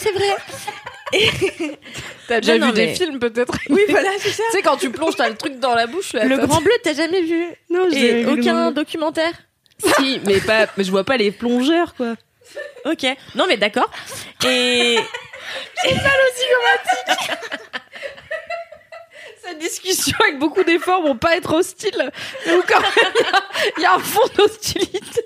T'as déjà vu des films, peut-être ? Oui, voilà, c'est ça. Tu sais, quand tu plonges, t'as le truc dans la bouche, là. Le Grand Bleu, t'as jamais vu ? Non, j'ai aucun documentaire ? Si, mais je vois pas les plongeurs, quoi. Ok. Non, mais d'accord. Et... J'ai mal aux zygomatiques. Cette discussion avec beaucoup d'efforts vont pas être hostiles, mais où quand même il y a un fond d'hostilité.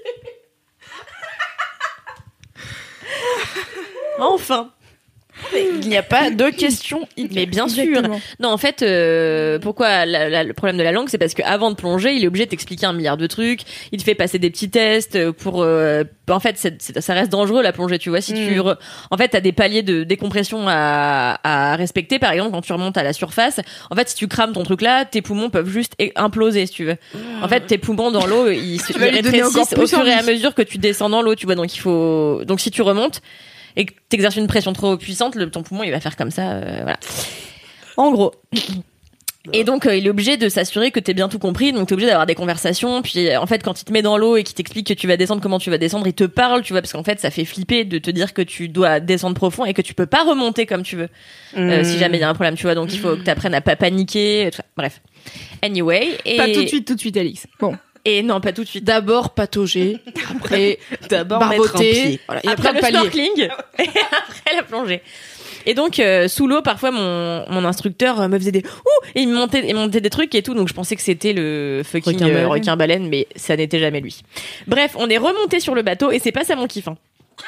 Enfin. Il n'y a pas de question. Mais bien sûr. Non, en fait, pourquoi le problème de la langue, c'est parce qu'avant de plonger, il est obligé de t'expliquer un milliard de trucs. Il te fait passer des petits tests pour. En fait, ça reste dangereux la plongée, tu vois. Si en fait, t'as des paliers de décompression à respecter. Par exemple, quand tu remontes à la surface, en fait, si tu crames ton truc là, tes poumons peuvent juste imploser, si tu veux. En fait, tes poumons dans l'eau, ils rétrécissent au fur et à mesure que tu descends dans l'eau, tu vois. Donc si tu remontes et que t'exerces une pression trop puissante, ton poumon il va faire comme ça, voilà. En gros. Et donc il est obligé de s'assurer que t'es bien tout compris, donc t'es obligé d'avoir des conversations. Puis en fait, quand il te met dans l'eau et qu'il t'explique que tu vas descendre, comment tu vas descendre, il te parle, tu vois, parce qu'en fait ça fait flipper de te dire que tu dois descendre profond et que tu peux pas remonter comme tu veux, si jamais il y a un problème, tu vois. Donc il faut que t'apprennes à pas paniquer, bref. Anyway. Et... Pas tout de suite, Alix. Bon. Et non, pas tout de suite. D'abord patauger, après barboter, voilà, et après le snorkeling, et après la plongée. Et donc sous l'eau, parfois mon instructeur me faisait des et il montait des trucs et tout, donc je pensais que c'était le fucking requin-baleine, mais ça n'était jamais lui. Bref, on est remonté sur le bateau et c'est pas ça mon kiff. Hein.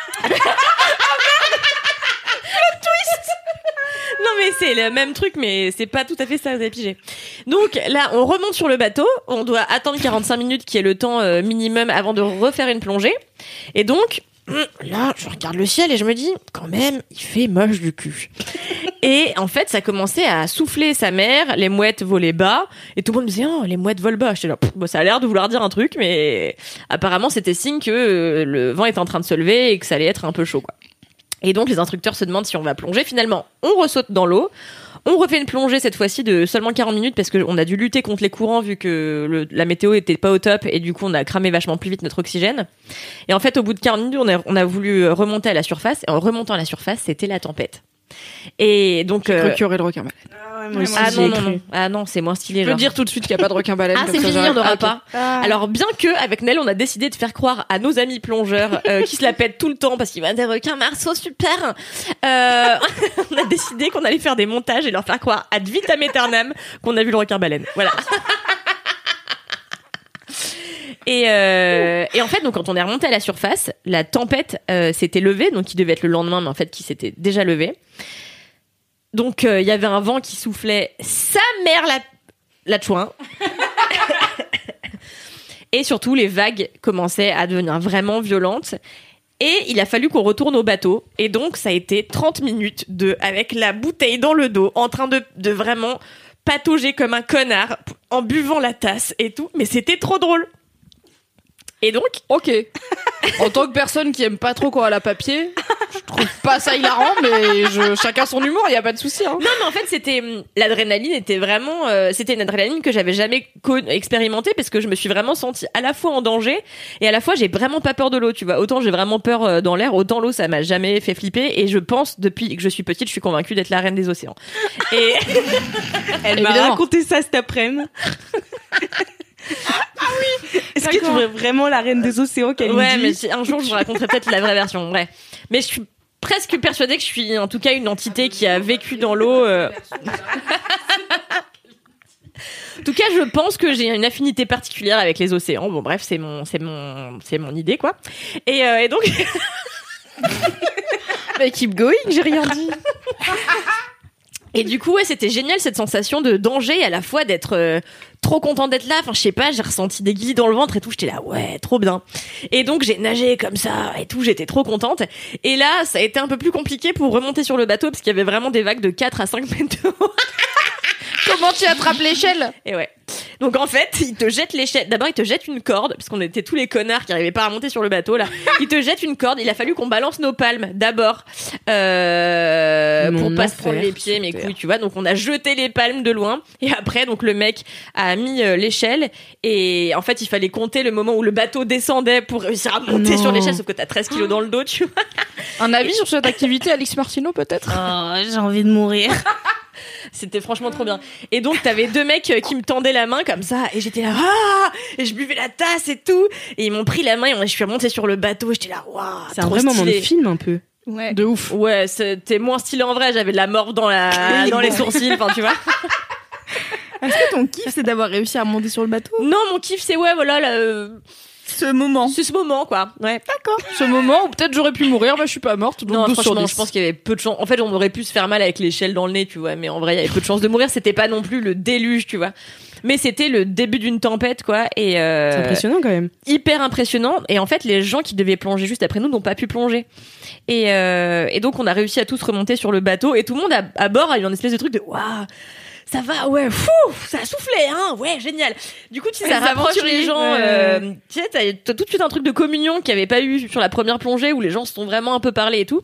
Non mais c'est le même truc, mais c'est pas tout à fait ça, vous avez pigé. Donc là, on remonte sur le bateau, on doit attendre 45 minutes qui est le temps minimum avant de refaire une plongée. Et donc, là, je regarde le ciel et je me dis, quand même, il fait moche du cul. Et en fait, ça commençait à souffler sa mère, les mouettes volaient bas, et tout le monde me disait, oh, les mouettes volent bas. J'étais là, bon, ça a l'air de vouloir dire un truc, mais apparemment, c'était signe que le vent était en train de se lever et que ça allait être un peu chaud, quoi. Et donc, les instructeurs se demandent si on va plonger. Finalement, on ressaute dans l'eau. On refait une plongée, cette fois-ci, de seulement 40 minutes parce qu'on a dû lutter contre les courants vu que la météo était pas au top et du coup, on a cramé vachement plus vite notre oxygène. Et en fait, au bout de 40 minutes, on a voulu remonter à la surface. Et en remontant à la surface, c'était la tempête. Et donc... J'ai cru qu'il y aurait le requin-baleine. Ah non, c'est moins stylé. Je peux dire tout de suite qu'il n'y a pas de requin-baleine. Ah, c'est fini, on n'aura pas. Alors, bien que, avec Nel, on a décidé de faire croire à nos amis plongeurs, qui se la pètent tout le temps parce qu'il y a des requins marceaux super. On a décidé qu'on allait faire des montages et leur faire croire ad vitam aeternam qu'on a vu le requin-baleine. Voilà. Et en fait, donc, quand on est remonté à la surface, la tempête s'était levée, donc qui devait être le lendemain, mais en fait, qui s'était déjà levée. Donc, il y avait un vent qui soufflait sa mère la chouin. Et surtout, les vagues commençaient à devenir vraiment violentes. Et il a fallu qu'on retourne au bateau. Et donc, ça a été 30 minutes avec la bouteille dans le dos, en train de vraiment patauger comme un connard, en buvant la tasse et tout. Mais c'était trop drôle. Et donc... Ok. En tant que personne qui aime pas trop quand elle a papier, je trouve pas ça hilarant, mais chacun son humour, y a pas de souci. Hein. Non, mais en fait, l'adrénaline était vraiment, c'était une adrénaline que j'avais jamais expérimentée parce que je me suis vraiment sentie à la fois en danger et à la fois j'ai vraiment pas peur de l'eau, tu vois. Autant j'ai vraiment peur dans l'air, autant l'eau ça m'a jamais fait flipper et je pense depuis que je suis petite, je suis convaincue d'être la reine des océans. Et elle m'a raconté ça cet après-midi. Ah oui. Est-ce que tu veux vraiment la reine des océans qu'elle Ouais, mais un jour je vous raconterai peut-être la vraie version. Ouais. Mais je suis presque persuadée que je suis en tout cas une entité qui a vécu dans l'eau. En tout cas, je pense que j'ai une affinité particulière avec les océans. Bon, bref, c'est mon idée, quoi. Et donc. Mais keep going, j'ai rien dit. Et du coup, ouais, c'était génial cette sensation de danger et à la fois d'être trop contente d'être là. Enfin, je sais pas, j'ai ressenti des glis dans le ventre et tout. J'étais là, ouais, trop bien. Et donc, j'ai nagé comme ça et tout. J'étais trop contente. Et là, ça a été un peu plus compliqué pour remonter sur le bateau parce qu'il y avait vraiment des vagues de 4 à 5 mètres de haut. Comment tu attrapes l'échelle? Et ouais. Donc en fait, il te jette l'échelle. D'abord, il te jette une corde, parce qu'on était tous les connards qui arrivaient pas à monter sur le bateau, là. Il te jette une corde. Il a fallu qu'on balance nos palmes, d'abord, pour pas se prendre les pieds, mes couilles, tu vois. Donc on a jeté les palmes de loin. Et après, donc le mec a mis l'échelle. Et en fait, il fallait compter le moment où le bateau descendait pour réussir à monter sur l'échelle, sauf que t'as 13 kilos dans le dos, tu vois. Un avis sur cette activité, Alix Martineau, peut-être? Oh, j'ai envie de mourir. C'était franchement trop bien. Et donc t'avais 2 mecs qui me tendaient la main comme ça et j'étais là et je buvais la tasse et tout et ils m'ont pris la main et je suis remontée sur le bateau, j'étais là waouh, c'est un vrai moment de film un peu. Ouais. De ouf. Ouais, c'était moins stylé en vrai, j'avais de la morve dans les sourcils, enfin tu vois. Est-ce que ton kiff c'est d'avoir réussi à monter sur le bateau? Non, mon kiff c'est ouais voilà ce moment. C'est ce moment, quoi. Ouais. D'accord. Ce moment où peut-être j'aurais pu mourir, mais je suis pas morte. Donc non, franchement, je pense qu'il y avait peu de chance. En fait, on aurait pu se faire mal avec l'échelle dans le nez, tu vois. Mais en vrai, il y avait peu de chances de mourir. C'était pas non plus le déluge, tu vois. Mais c'était le début d'une tempête, quoi. Et c'est impressionnant quand même. Hyper impressionnant. Et en fait, les gens qui devaient plonger juste après nous n'ont pas pu plonger. Et donc, on a réussi à tous remonter sur le bateau. Et tout le monde à bord a eu une espèce de truc de waouh. Ça va, ouais, fou, ça a soufflé, hein, ouais, génial. Du coup, tu sais, ça rapproche les gens, tu sais, t'as tout de suite un truc de communion qu'il n'y avait pas eu sur la première plongée où les gens se sont vraiment un peu parlé et tout.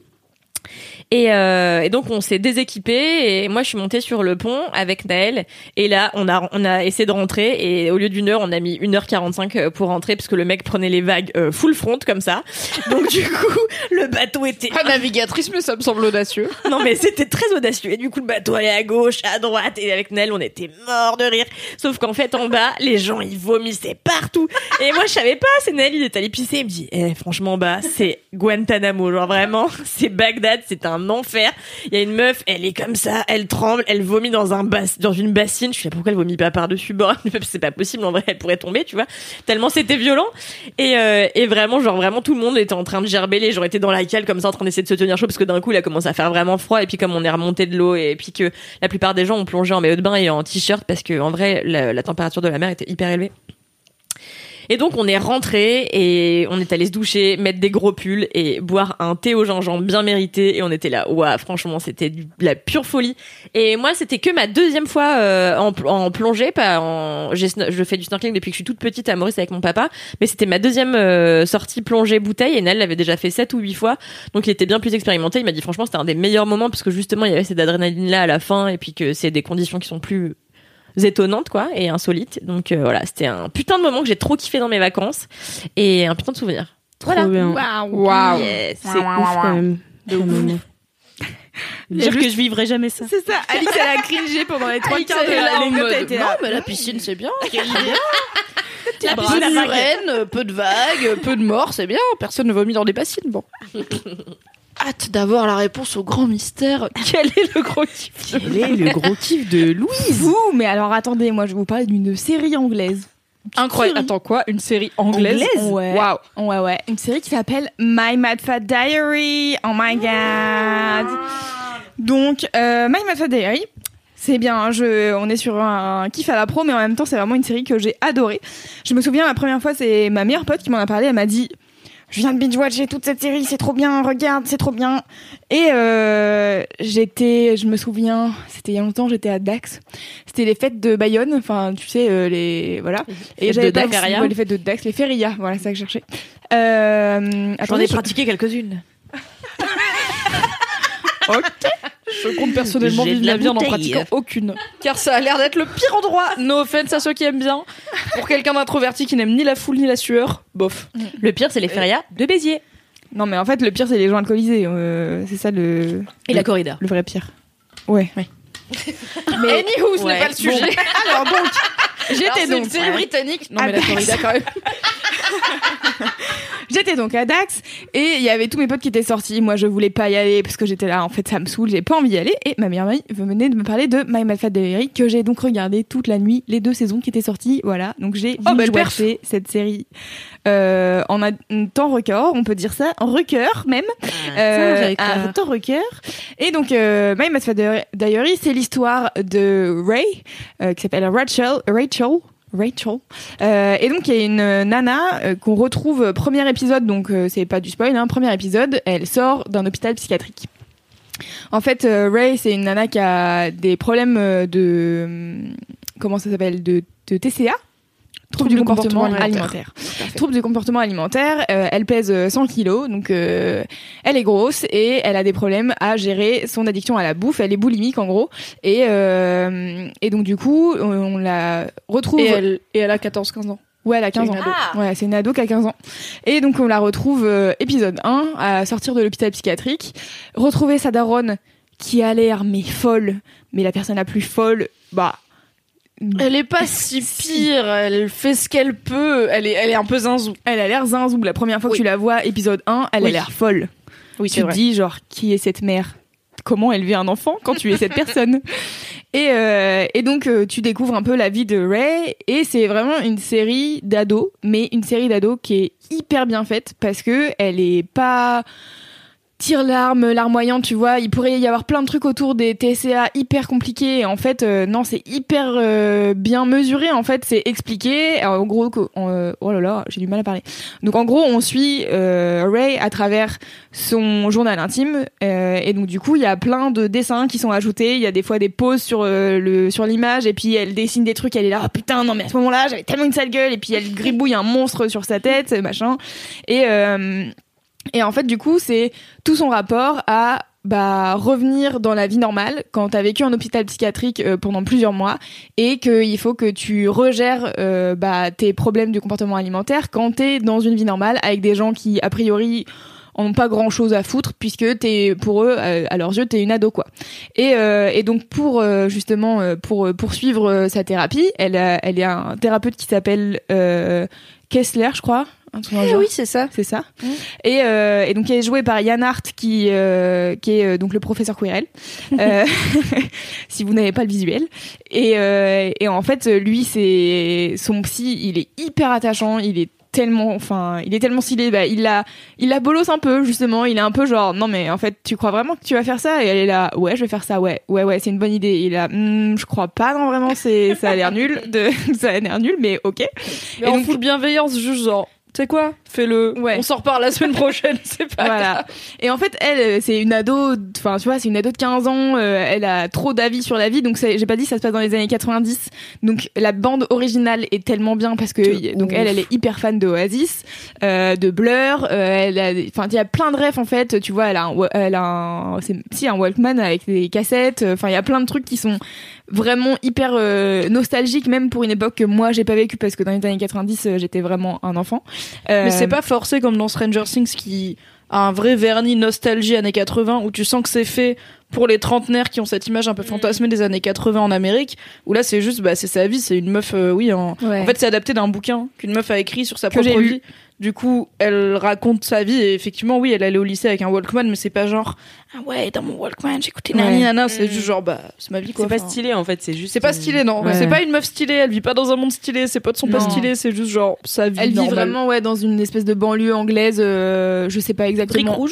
Et donc on s'est déséquipé et moi je suis montée sur le pont avec Naël et là on a essayé de rentrer et au lieu d'une heure on a mis 1h45 pour rentrer parce que le mec prenait les vagues full front comme ça. Donc du coup le bateau était pas navigatrice mais ça me semble audacieux. Non mais c'était très audacieux et du coup le bateau allait à gauche, à droite et avec Naël on était morts de rire. Sauf qu'en fait en bas les gens ils vomissaient partout et moi je savais pas, c'est Naël il est allé pisser, il me dit franchement bas c'est Guantanamo, genre vraiment c'est Bagdad, c'est un enfer. Il y a une meuf, elle est comme ça, elle tremble, elle vomit dans une bassine. Je suis là, pourquoi elle vomit pas par-dessus bord? C'est pas possible, en vrai, elle pourrait tomber, tu vois. Tellement c'était violent. Et vraiment, genre vraiment tout le monde était en train de gerber, les gens étaient dans la cale comme ça en train d'essayer de se tenir chaud parce que d'un coup il a commencé à faire vraiment froid et puis comme on est remonté de l'eau et puis que la plupart des gens ont plongé en maillot de bain et en t-shirt parce que en vrai la température de la mer était hyper élevée. Et donc on est rentré et on est allé se doucher, mettre des gros pulls et boire un thé au gingembre bien mérité et on était là, waouh, franchement c'était de la pure folie. Et moi c'était que ma deuxième fois en plongée, je fais du snorkeling depuis que je suis toute petite à Maurice avec mon papa, mais c'était ma deuxième sortie plongée bouteille et Nel l'avait déjà fait 7 ou 8 fois, donc il était bien plus expérimenté. Il m'a dit franchement c'était un des meilleurs moments parce que justement il y avait cette adrénaline là à la fin et puis que c'est des conditions qui sont plus étonnante quoi et insolite, donc voilà, c'était un putain de moment que j'ai trop kiffé dans mes vacances et un putain de souvenir. Voilà. Waouh. Yes. C'est ouf quand même de moment. Dire que je vivrai jamais ça. C'est ça. Alix elle a cringé pendant les 3 quarts de l'anecdote. Non mais la piscine c'est bien. La peu d'urène, peu de vagues, peu de morts, c'est bien. Personne ne vomit dans des bassines, bon. Hâte d'avoir la réponse au grand mystère. Quel est le gros kiff? Quel est le gros kiff de Louise? Mais alors attendez, moi je vais vous parler d'une série anglaise. Incroyable. Attends quoi? Une série anglaise? Ouais. Waouh. Ouais. Une série qui s'appelle My Mad Fat Diary. Oh my god. Donc My Mad Fat Diary, c'est bien. On est sur un kiff à la pro, mais en même temps c'est vraiment une série que j'ai adorée. Je me souviens la première fois, c'est ma meilleure pote qui m'en a parlé. Elle m'a dit je viens de binge-watcher toute cette série, c'est trop bien, regarde, c'est trop bien. Et je me souviens, c'était il y a longtemps, j'étais à Dax. C'était les fêtes de Bayonne, enfin, tu sais, voilà. Et j'avais pas les fêtes de Dax, les férias, voilà, c'est ça que je cherchais. J'en ai pratiqué quelques-unes. Ok. Je compte personnellement vivre la vie en pratiquant aucune. Car ça a l'air d'être le pire endroit. No offense à ceux qui aiment bien. Pour quelqu'un d'introverti qui n'aime ni la foule ni la sueur, bof. Le pire, c'est les férias de Béziers. Non, mais en fait, le pire, c'est les gens alcoolisés. C'est ça la corrida. Le vrai pire. Ouais. Mais anywho, ce n'est pas le sujet. Bon. Alors donc, j'étais donc... C'est une série britannique. Non, mais la corrida quand même. J'étais donc à Dax et il y avait tous mes potes qui étaient sortis. Moi, je voulais pas y aller parce que j'étais là. En fait, ça me saoule. J'ai pas envie d'y aller. Et ma meilleure amie venait de me parler de My Mad Fat Diary que j'ai donc regardé toute la nuit, les 2 saisons qui étaient sorties. Voilà. Donc j'ai binge-watché cette série en un temps record. On peut dire ça, en record même. Un temps record. Et donc My Mad Fat Diary, c'est l'histoire de Ray qui s'appelle Rachel. Et donc il y a une nana qu'on retrouve premier épisode, donc c'est pas du spoil, premier épisode, elle sort d'un hôpital psychiatrique. En fait, Ray, c'est une nana qui a des problèmes de comment ça s'appelle, de TCA. Trouble du comportement alimentaire. Trouble du comportement alimentaire. Elle pèse 100 kilos, donc elle est grosse et elle a des problèmes à gérer son addiction à la bouffe. Elle est boulimique en gros. Et donc du coup, on la retrouve. Et elle a 14-15 ans. Ouais, elle a 15 ans. Ouais, c'est une ado qui a 15 ans. Et donc on la retrouve épisode 1 à sortir de l'hôpital psychiatrique, retrouver sa daronne qui a l'air mais folle, mais la personne la plus folle, elle est pas si pire, elle fait ce qu'elle peut, elle est un peu zinzou. Elle a l'air zinzou. La première fois que tu la vois, épisode 1, elle a l'air folle. Oui, tu te dis, genre, qui est cette mère ? Comment élever un enfant quand tu es cette personne ? Et donc, tu découvres un peu la vie de Ray, et c'est vraiment une série d'ados, mais une série d'ados qui est hyper bien faite, parce que elle est pas... larmoyant, tu vois, il pourrait y avoir plein de trucs autour des TCA hyper compliqués, et en fait non, c'est hyper bien mesuré, en fait c'est expliqué. Alors, en gros oh là là, j'ai du mal à parler. Donc en gros on suit Ray à travers son journal intime, et donc du coup il y a plein de dessins qui sont ajoutés, il y a des fois des pauses sur l'image, et puis elle dessine des trucs, elle est là, oh, putain non mais à ce moment-là j'avais tellement une sale gueule, et puis elle gribouille un monstre sur sa tête, machin, et en fait, du coup, c'est tout son rapport à revenir dans la vie normale quand t'as vécu en hôpital psychiatrique pendant plusieurs mois, et qu'il faut que tu regères tes problèmes du comportement alimentaire quand t'es dans une vie normale avec des gens qui, a priori, en ont pas grand chose à foutre, puisque pour eux, à leurs yeux, t'es une ado, quoi. Et donc pour poursuivre sa thérapie, elle est un thérapeute qui s'appelle Kessler, je crois. Oui, c'est ça. C'est ça. Et donc, il est joué par Yann Hart, qui est donc le professeur Quirrell. Si vous n'avez pas le visuel. Et en fait, lui, c'est son psy, il est hyper attachant, il est tellement stylé, il la bolosse un peu, justement, il est un peu genre, non mais en fait tu crois vraiment que tu vas faire ça? Et elle est là, ouais je vais faire ça, ouais c'est une bonne idée. Et il est là, je crois pas, non vraiment, ça a l'air nul mais ok. Mais en full bienveillance, juste genre, tu sais quoi, fais-le, on s'en reparle la semaine prochaine, c'est pas grave. Et en fait, elle, c'est une ado, enfin, tu vois, c'est une ado de 15 ans, elle a trop d'avis sur la vie, donc j'ai pas dit, ça se passe dans les années 90, donc la bande originale est tellement bien, parce que, donc elle est hyper fan de Oasis, de Blur, il y a plein de refs, en fait, tu vois, elle a un Walkman avec des cassettes, il y a plein de trucs qui sont vraiment hyper nostalgiques, même pour une époque que moi j'ai pas vécu, parce que dans les années 90 j'étais vraiment un enfant. Mais c'est pas forcé comme dans Stranger Things, qui a un vrai vernis nostalgie années 80, où tu sens que c'est fait pour les trentenaires qui ont cette image un peu fantasmée des années 80 en Amérique, où là c'est juste, c'est sa vie, c'est une meuf, en fait c'est adapté d'un bouquin qu'une meuf a écrit sur sa propre vie. Du coup, elle raconte sa vie, et effectivement, oui, elle allait au lycée avec un Walkman, mais c'est pas genre, ah ouais, dans mon Walkman, j'écoutais nana, c'est juste genre, c'est ma vie, quoi. C'est pas stylé, en fait, c'est juste. C'est pas stylé, non. Ouais. C'est pas une meuf stylée, elle vit pas dans un monde stylé, ses potes sont pas stylés, c'est juste genre, sa vie. Elle vit vraiment, dans une espèce de banlieue anglaise, je sais pas exactement. Brique rouge?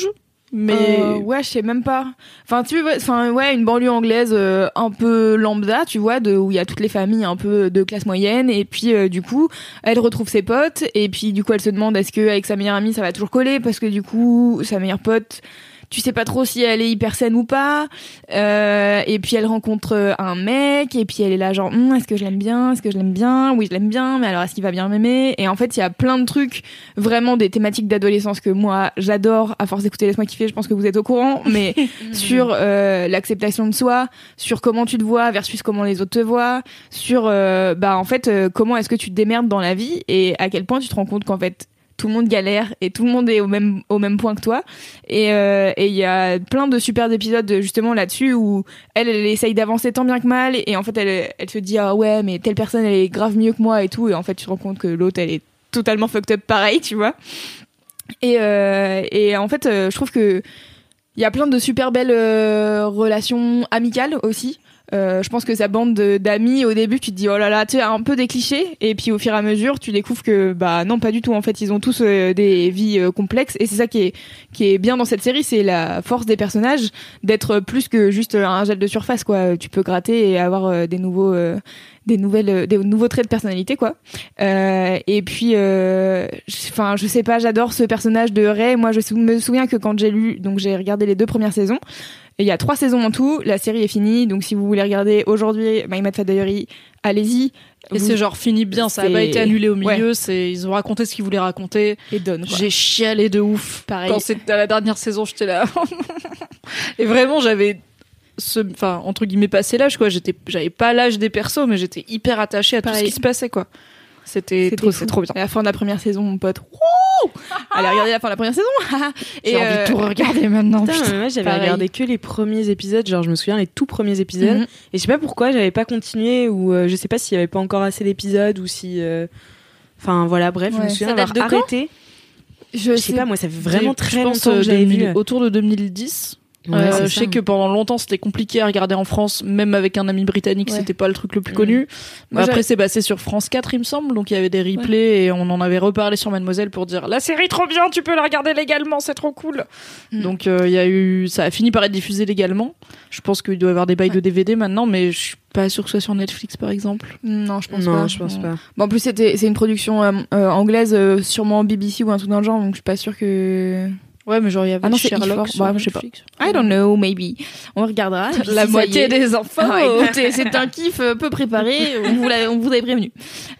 Mais ouais, je sais même pas. Enfin, tu vois, une banlieue anglaise un peu lambda, tu vois, où il y a toutes les familles un peu de classe moyenne, et puis du coup, elle retrouve ses potes, et puis du coup, elle se demande est-ce que avec sa meilleure amie ça va toujours coller, parce que du coup, sa meilleure pote, tu sais pas trop si elle est hyper saine ou pas, et puis elle rencontre un mec, et puis elle est là genre est-ce que je l'aime bien, oui je l'aime bien, mais alors est-ce qu'il va bien m'aimer, et en fait il y a plein de trucs, vraiment des thématiques d'adolescence que moi j'adore, à force d'écouter Laisse-moi kiffer, je pense que vous êtes au courant, mais sur l'acceptation de soi, sur comment tu te vois versus comment les autres te voient, sur en fait comment est-ce que tu te démerdes dans la vie, et à quel point tu te rends compte qu'en fait tout le monde galère et tout le monde est au même point que toi, et il y a plein de super épisodes justement là-dessus où elle essaye d'avancer tant bien que mal, et en fait elle se dit ah ouais mais telle personne elle est grave mieux que moi et tout, et en fait tu te rends compte que l'autre elle est totalement fucked up pareil, tu vois, et en fait je trouve que il y a plein de super belles relations amicales aussi. Je pense que sa bande d'amis, au début, tu te dis oh là là, tu sais, un peu des clichés, et puis au fur et à mesure, tu découvres que bah non, pas du tout. En fait, ils ont tous des vies complexes, et c'est ça qui est bien dans cette série, c'est la force des personnages d'être plus que juste un gel de surface, quoi. Tu peux gratter et avoir des nouveaux traits de personnalité, quoi. Et puis je sais pas, j'adore ce personnage de Ray. Moi je me souviens que quand j'ai regardé les 2 premières saisons, et il y a 3 saisons en tout, la série est finie, donc si vous voulez regarder aujourd'hui My Mad Fat Diary, allez-y. Et c'est genre fini bien, ça a pas été annulé au milieu, ils ont raconté ce qu'ils voulaient raconter. Et donne, quoi. J'ai chialé de ouf. Pareil. Quand c'était à la dernière saison, j'étais là. Et vraiment, j'avais entre guillemets passé l'âge, quoi. J'avais pas l'âge des persos, mais j'étais hyper attachée à tout ce qui se passait, quoi. C'est trop bien. À la fin de la première saison, mon pote. Allez, regardez la fin de la première saison. J'ai envie de tout regarder maintenant. Putain, moi, j'avais regardé que les premiers épisodes, genre je me souviens les tout premiers épisodes, et je sais pas pourquoi j'avais pas continué, ou je sais pas s'il y avait pas encore assez d'épisodes, ou si enfin voilà, bref, je me souviens d'avoir arrêté. Je sais pas, moi ça fait vraiment très longtemps que j'avais vu. Autour de 2010. Je sais que pendant longtemps c'était compliqué à regarder en France, même avec un ami britannique, c'était pas le truc le plus connu. Après c'est passé sur France 4 il me semble, donc il y avait des replays, et on en avait reparlé sur Mademoiselle pour dire la série trop bien, tu peux la regarder légalement, c'est trop cool. Donc ça a fini par être diffusé légalement. Je pense qu'il doit y avoir des bails de DVD maintenant, mais je suis pas sûre que ce soit sur Netflix par exemple. Non, je pense pas. Bon, en plus c'est une production anglaise, sûrement BBC ou un truc dans le genre, donc je suis pas sûre que... Ouais, mais genre il y avait Sherlock sur je sais pas. I don't know, maybe. On regardera. La moitié des enfants. Écoutez, c'est un kiff peu préparé. On vous avait prévenu.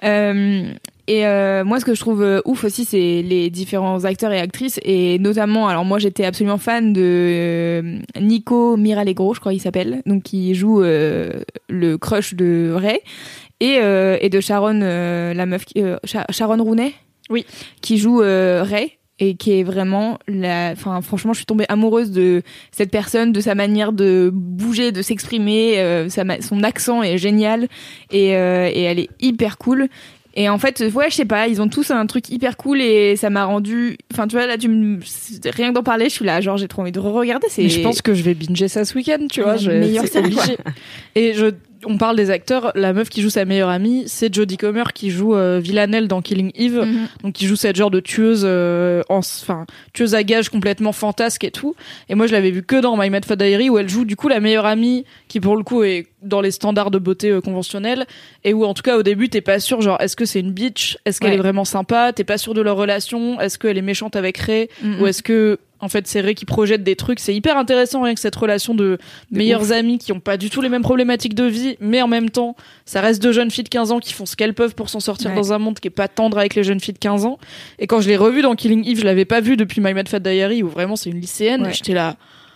Et moi, ce que je trouve ouf aussi, c'est les différents acteurs et actrices, et notamment, alors moi, j'étais absolument fan de Nico Miralegro, je crois qu'il s'appelle, donc qui joue le crush de Ray, et de Sharon, la meuf, Sharon Rooney, oui, qui joue Ray. Et qui est vraiment franchement, je suis tombée amoureuse de cette personne, de sa manière de bouger, de s'exprimer, son accent est génial, et elle est hyper cool. Et en fait, ouais, je sais pas, ils ont tous un truc hyper cool, et ça m'a rendu, enfin, tu vois, là, rien que d'en parler, je suis là, genre, j'ai trop envie de re-regarder. Mais je pense que je vais binger ça ce week-end, tu vois, c'est obligé. Et on parle des acteurs, la meuf qui joue sa meilleure amie, c'est Jodie Comer qui joue Villanelle dans Killing Eve, donc qui joue cette genre de tueuse, tueuse à gages complètement fantasque et tout. Et moi je l'avais vue que dans My Mad Fat Diary, où elle joue du coup la meilleure amie, qui pour le coup est dans les standards de beauté conventionnels, et où en tout cas au début t'es pas sûr, genre est-ce que c'est une bitch, est-ce qu'elle est vraiment sympa, t'es pas sûr de leur relation, est-ce qu'elle est méchante avec Ray, ou est-ce que en fait c'est Ray qui projette des trucs. C'est hyper intéressant rien que cette relation de meilleures amies qui ont pas du tout les mêmes problématiques de vie, mais en même temps ça reste 2 jeunes filles de 15 ans qui font ce qu'elles peuvent pour s'en sortir dans un monde qui est pas tendre avec les jeunes filles de 15 ans. Et quand je l'ai revue dans Killing Eve, je l'avais pas vue depuis My Mad Fat Diary, où vraiment c'est une lycéenne, j'étais là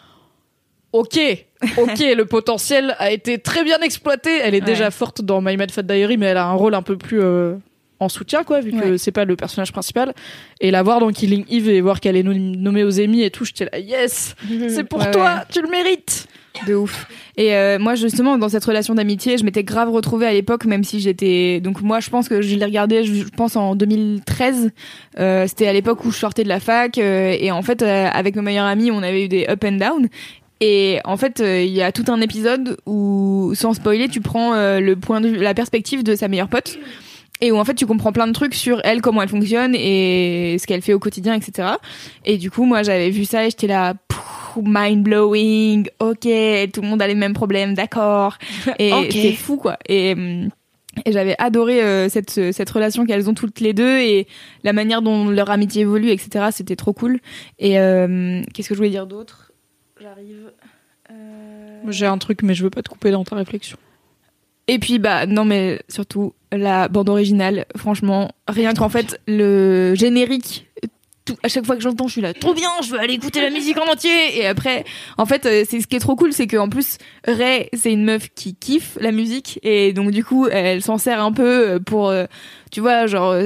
ok, le potentiel a été très bien exploité. Elle est déjà forte dans My Mad Fat Diary, mais elle a un rôle un peu plus en soutien, quoi, vu que c'est pas le personnage principal. Et la voir dans Killing Eve et voir qu'elle est nommée aux Emmy et tout, j'étais là, yes, c'est pour toi, tu le mérites. De ouf. Et moi justement dans cette relation d'amitié, je m'étais grave retrouvée à l'époque, même si j'étais, donc moi je pense que je l'ai regardé, je pense en 2013, c'était à l'époque où je sortais de la fac, et en fait avec mes meilleurs amis on avait eu des up and down. Et en fait, il y a tout un épisode où, sans spoiler, tu prends le point de vue, la perspective de sa meilleure pote. et où en fait tu comprends plein de trucs sur elle, comment elle fonctionne et ce qu'elle fait au quotidien, etc. Et du coup moi j'avais vu ça et j'étais là mind blowing, ok, tout le monde a les mêmes problèmes, d'accord. Et c'est fou quoi. Et j'avais adoré cette relation qu'elles ont toutes les deux et la manière dont leur amitié évolue, etc. C'était trop cool. Et qu'est-ce que je voulais dire d'autre? J'arrive. J'ai un truc, mais je veux pas te couper dans ta réflexion. Et puis non mais surtout la bande originale, franchement, rien qu'en fait le générique. À chaque fois que j'entends, je suis là, trop bien, je veux aller écouter la musique en entier. Et après, en fait, c'est ce qui est trop cool, c'est qu'en plus, Ray, c'est une meuf qui kiffe la musique. Et donc, du coup, elle s'en sert un peu pour, tu vois, genre,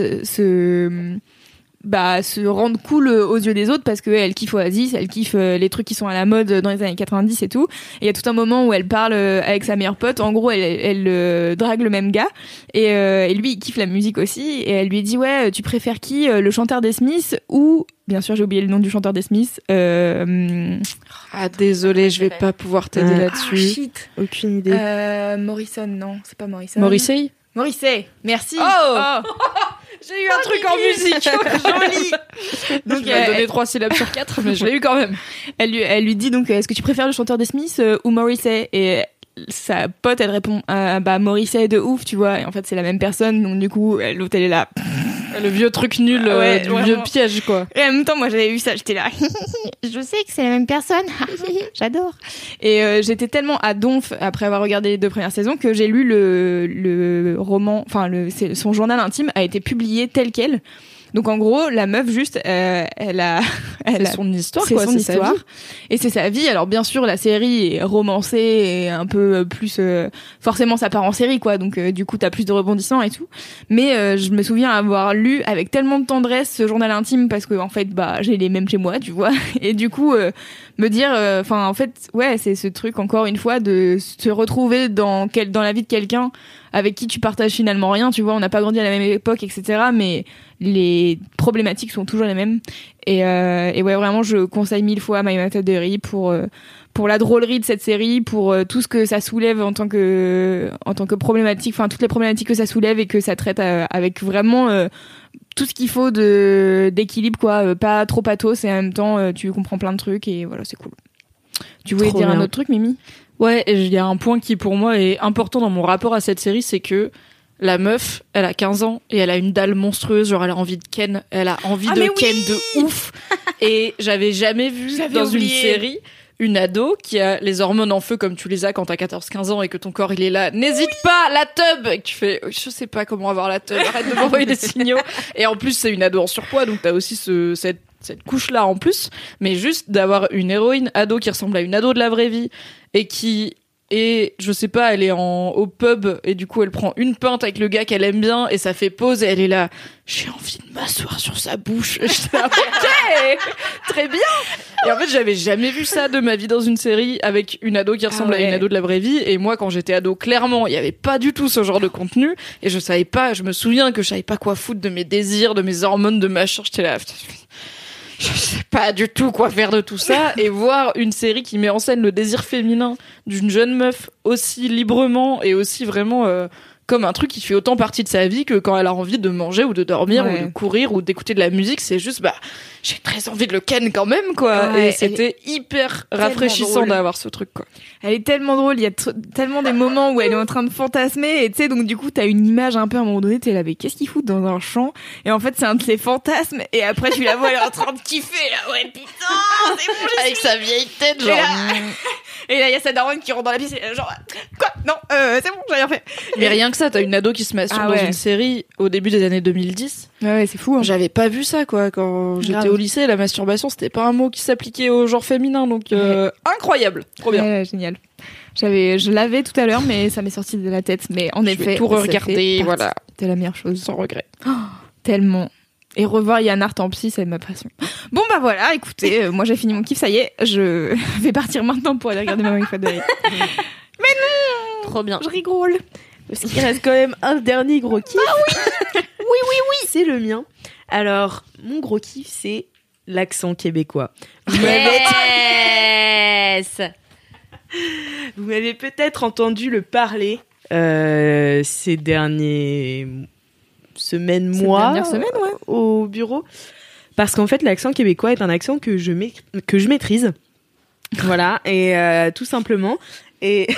se rendre cool aux yeux des autres parce qu'elle kiffe Oasis, elle kiffe les trucs qui sont à la mode dans les années 90 et tout. Et il y a tout un moment où elle parle avec sa meilleure pote. En gros, elle drague le même gars et lui il kiffe la musique aussi et elle lui dit ouais, tu préfères qui, le chanteur des Smiths ou bien sûr j'ai oublié le nom du chanteur des Smiths. Désolée, je vais pas pouvoir t'aider là-dessus. Shit. Aucune idée. Morrison, non, c'est pas Morrison. Morrissey, merci. Oh. J'ai eu un truc en musique. Joli. Donc elle donné 3 syllabes sur 4, mais je l'ai eu quand même. Elle lui dit donc est-ce que tu préfères le chanteur des Smiths ou Morrissey? Et sa pote elle répond Morrissey de ouf, tu vois. Et en fait c'est la même personne, donc du coup l'autre elle est là. Le vieux truc nul du vieux piège quoi. Et en même temps moi j'avais vu ça, j'étais là. Je sais que c'est la même personne. J'adore. Et j'étais tellement à donf après avoir regardé les 2 premières saisons que j'ai lu le roman, enfin son journal intime a été publié tel quel. Donc en gros, la meuf juste, c'est son histoire, c'est quoi, son histoire, et c'est sa vie. Alors bien sûr, la série est romancée et un peu plus, forcément, ça part en série, quoi. Donc du coup, t'as plus de rebondissements et tout. Mais je me souviens avoir lu avec tellement de tendresse ce journal intime parce que en fait, j'ai les mêmes chez moi, tu vois. Et du coup, me dire, en fait, ouais, c'est ce truc encore une fois de se retrouver dans la vie de quelqu'un avec qui tu partages finalement rien, tu vois. On n'a pas grandi à la même époque, etc. Mais les problématiques sont toujours les mêmes. Et ouais, vraiment, je conseille 1000 fois My Matadori pour la drôlerie de cette série, pour tout ce que ça soulève en tant que problématique, enfin toutes les problématiques que ça soulève et que ça traite avec vraiment tout ce qu'il faut d'équilibre, quoi. Pas trop pathos et en même temps tu comprends plein de trucs et voilà, c'est cool. Tu voulais dire un autre truc, Mimi? Ouais, il y a un point qui pour moi est important dans mon rapport à cette série, c'est que la meuf, elle a 15 ans et elle a une dalle monstrueuse, genre elle a envie de ken, elle a envie de ken de ouf. Et j'avais jamais vu une série une ado qui a les hormones en feu comme tu les as quand t'as 14-15 ans et que ton corps il est là. N'hésite pas, la tub! Et que tu fais, je sais pas comment avoir la tub, arrête de m'envoyer des signaux. Et en plus, c'est une ado en surpoids, donc t'as aussi cette couche-là en plus. Mais juste d'avoir une héroïne ado qui ressemble à une ado de la vraie vie et qui et je sais pas, elle est au pub et du coup elle prend une pinte avec le gars qu'elle aime bien et ça fait pause et elle est là, j'ai envie de m'asseoir sur sa bouche. J'étais là, ok, très bien. Et en fait j'avais jamais vu ça de ma vie dans une série avec une ado qui ressemble à une ado de la vraie vie. Et moi quand j'étais ado, clairement il y avait pas du tout ce genre de contenu et je me souviens que je savais pas quoi foutre de mes désirs, de mes hormones, de machin. J'étais là, je sais pas du tout quoi faire de tout ça. Et voir une série qui met en scène le désir féminin d'une jeune meuf aussi librement et aussi vraiment comme un truc qui fait autant partie de sa vie que quand elle a envie de manger ou de dormir ou de courir ou d'écouter de la musique, c'est juste j'ai très envie de le ken quand même quoi. Et c'était hyper rafraîchissant d'avoir ce truc quoi. Elle est tellement drôle, il y a tellement des moments où elle est en train de fantasmer et tu sais, donc du coup t'as une image un peu à un moment donné, t'es là mais qu'est-ce qu'il fout dans un champ, et en fait c'est un de ses fantasmes et après tu la vois elle est en train de kiffer là, ouais putain c'est bon, avec sa vieille tête genre et là il y a sa daronne qui rentre dans la pièce et genre quoi non c'est bon j'ai rien fait. Mais rien que ça, t'as une ado qui se masturbe dans une série au début des années 2010. Ouais, c'est fou. Hein. J'avais pas vu ça, quoi. Quand j'étais au lycée, la masturbation, c'était pas un mot qui s'appliquait au genre féminin, donc incroyable. Trop bien. Ouais, génial. Je l'avais tout à l'heure, mais ça m'est sorti de la tête. Mais en effet, vais tout re-regarder, voilà. C'était la meilleure chose. Sans regret. Oh, tellement. Et revoir Yann Art en psy, c'est ma passion. Bon bah voilà, écoutez, moi j'ai fini mon kiff, ça y est, je vais partir maintenant pour aller regarder Maman Matadori. Mais non, trop bien. Je rigole. Parce qu'il reste quand même un dernier gros kiff. Ah oui. Oui. C'est le mien. Alors, mon gros kiff, c'est l'accent québécois. Vous m'avez peut-être entendu le parler ces derniers semaine au bureau. Parce qu'en fait, l'accent québécois est un accent que je maîtrise. Voilà, et tout simplement. Et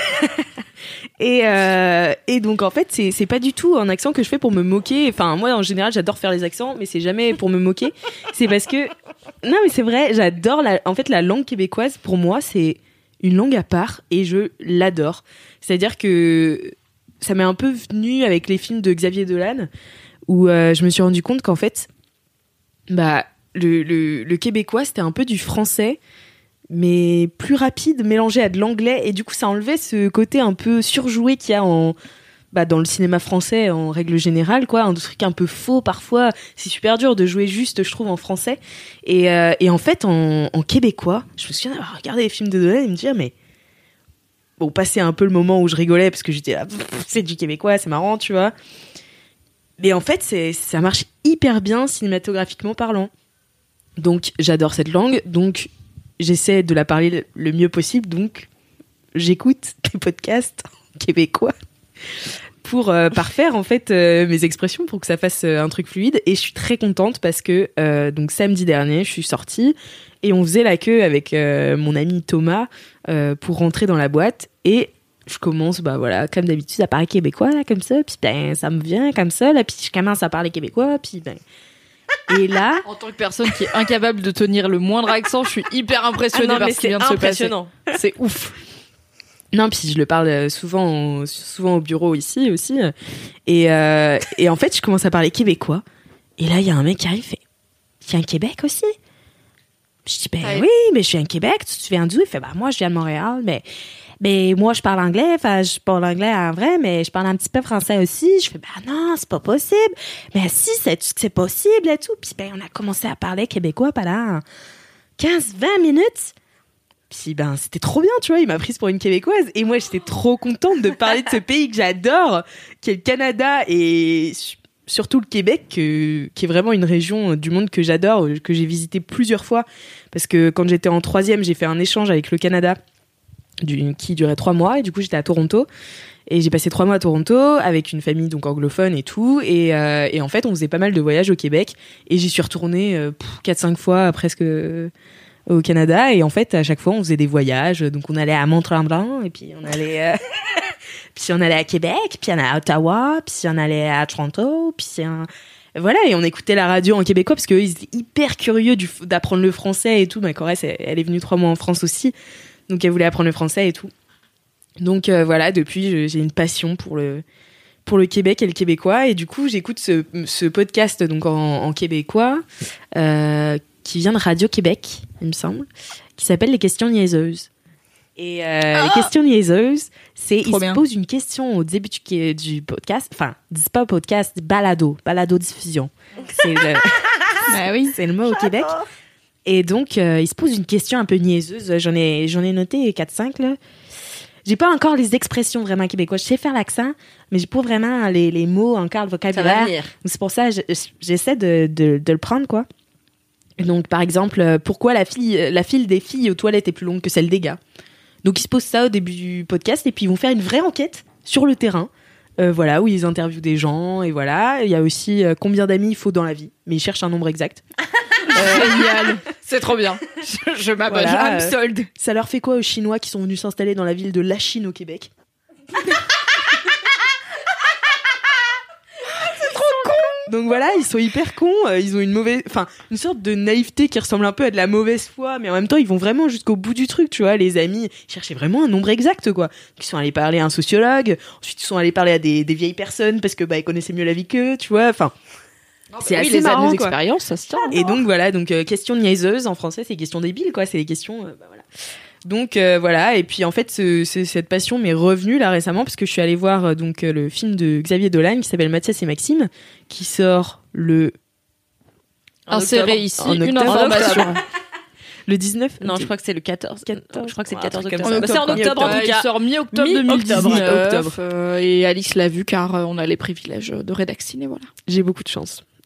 donc en fait c'est pas du tout un accent que je fais pour me moquer. Enfin moi en général j'adore faire les accents, mais c'est jamais pour me moquer. C'est parce que non mais c'est vrai, j'adore en fait la langue québécoise. Pour moi c'est une langue à part et je l'adore. C'est-à-dire que ça m'est un peu venu avec les films de Xavier Dolan où je me suis rendu compte qu'en fait le québécois c'était un peu du français mais plus rapide, mélangé à de l'anglais, et du coup ça enlevait ce côté un peu surjoué qu'il y a dans le cinéma français en règle générale, quoi, un truc un peu faux parfois. C'est super dur de jouer juste, je trouve, en français. Et en fait, en québécois, je me souviens d'avoir regardé les films de Dolan et me dire, mais bon, passer un peu le moment où je rigolais parce que j'étais là, c'est du québécois, c'est marrant, tu vois. Mais en fait, ça marche hyper bien cinématographiquement parlant. Donc j'adore cette langue, donc j'essaie de la parler le mieux possible, donc j'écoute des podcasts québécois pour parfaire en fait mes expressions pour que ça fasse un truc fluide. Et je suis très contente parce que donc samedi dernier, je suis sortie et on faisait la queue avec mon ami Thomas pour rentrer dans la boîte et je commence comme d'habitude à parler québécois là comme ça, puis ça me vient comme ça là, puis je commence à parler québécois, puis et là, en tant que personne qui est incapable de tenir le moindre accent, je suis hyper impressionnée par ce qui vient de se passer. C'est ouf. Non, puis je le parle souvent au bureau ici aussi. Et en fait, je commence à parler québécois. Et là, il y a un mec qui arrive et fait « Tu viens de Québec aussi ?» Je dis « Oui, mais je viens de Québec. Tu viens d'où ?» Il fait « Moi, je viens de Montréal, mais moi, je parle anglais. Enfin, je parle anglais en vrai, mais je parle un petit peu français aussi. » Je fais « Non, c'est pas possible. » Mais si, c'est possible et tout. Puis on a commencé à parler québécois pendant 15-20 minutes. Puis c'était trop bien, tu vois, il m'a prise pour une Québécoise. Et moi, j'étais trop contente de parler de ce pays que j'adore, qui est le Canada et surtout le Québec, qui est vraiment une région du monde que j'adore, que j'ai visité plusieurs fois. Parce que quand j'étais en 3e, j'ai fait un échange avec le Canada qui durait 3 mois. Et du coup, j'étais à Toronto. Et j'ai passé 3 mois à Toronto avec une famille donc anglophone et tout. Et en fait, on faisait pas mal de voyages au Québec. Et j'y suis retournée 4-5 fois presque au Canada. Et en fait, à chaque fois, on faisait des voyages. Donc, on allait à Mont-Tremblant. Et puis, on allait... puis, on allait à Québec. Puis, on allait à Ottawa. Puis, on allait à Toronto. Puis, voilà. Et on écoutait la radio en québécois parce qu'ils étaient hyper curieux d'apprendre le français et tout. Ma Corrèze, elle est venue 3 mois en France aussi. Donc, elle voulait apprendre le français et tout. Donc voilà, depuis j'ai une passion pour le Québec et le québécois et du coup j'écoute ce podcast donc en québécois qui vient de Radio-Québec, il me semble, qui s'appelle Les questions niaiseuses. Et les questions niaiseuses, c'est il se pose une question au début du podcast, enfin, dis pas podcast, balado diffusion. C'est c'est le mot au Québec. Et donc il se pose une question un peu niaiseuse, j'en ai noté 4-5 là. J'ai pas encore les expressions vraiment québécoises. Je sais faire l'accent, mais j'ai pas vraiment les mots encore, le vocabulaire. Ça va venir. C'est pour ça j'essaie de le prendre, quoi. Donc, par exemple, pourquoi la file des filles aux toilettes est plus longue que celle des gars. Donc, ils se posent ça au début du podcast et puis ils vont faire une vraie enquête sur le terrain. Voilà, où ils interviewent des gens et voilà. Il y a aussi combien d'amis il faut dans la vie. Mais ils cherchent un nombre exact. Génial. C'est trop bien. Je m'abonne. Voilà, I'm sold. Ça leur fait quoi aux Chinois qui sont venus s'installer dans la ville de Lachine au Québec? C'est trop con. Donc voilà, ils sont hyper cons. Ils ont une sorte de naïveté qui ressemble un peu à de la mauvaise foi, mais en même temps ils vont vraiment jusqu'au bout du truc, tu vois. Les amis ils cherchaient vraiment un nombre exact, quoi. Ils sont allés parler à un sociologue, ensuite ils sont allés parler à des vieilles personnes parce que ils connaissaient mieux la vie qu'eux, tu vois. Enfin. C'est assez les marrant, années quoi. d'expérience, ça se tient. Et donc voilà, questions niaiseuses en français, c'est questions débiles, quoi. C'est des questions, voilà. Donc voilà, et puis en fait, cette passion m'est revenue là récemment parce que je suis allée voir le film de Xavier Dolan qui s'appelle Mathias et Maxime, qui sort inséré ici une information. Le 19 Non, je crois que c'est le 14. Je crois que c'est le 14 octobre. Ça. C'est en octobre, en tout cas. Il sort mi-octobre 2019. Et Alix l'a vu car on a les privilèges de rédaxiner, voilà. J'ai beaucoup de chance.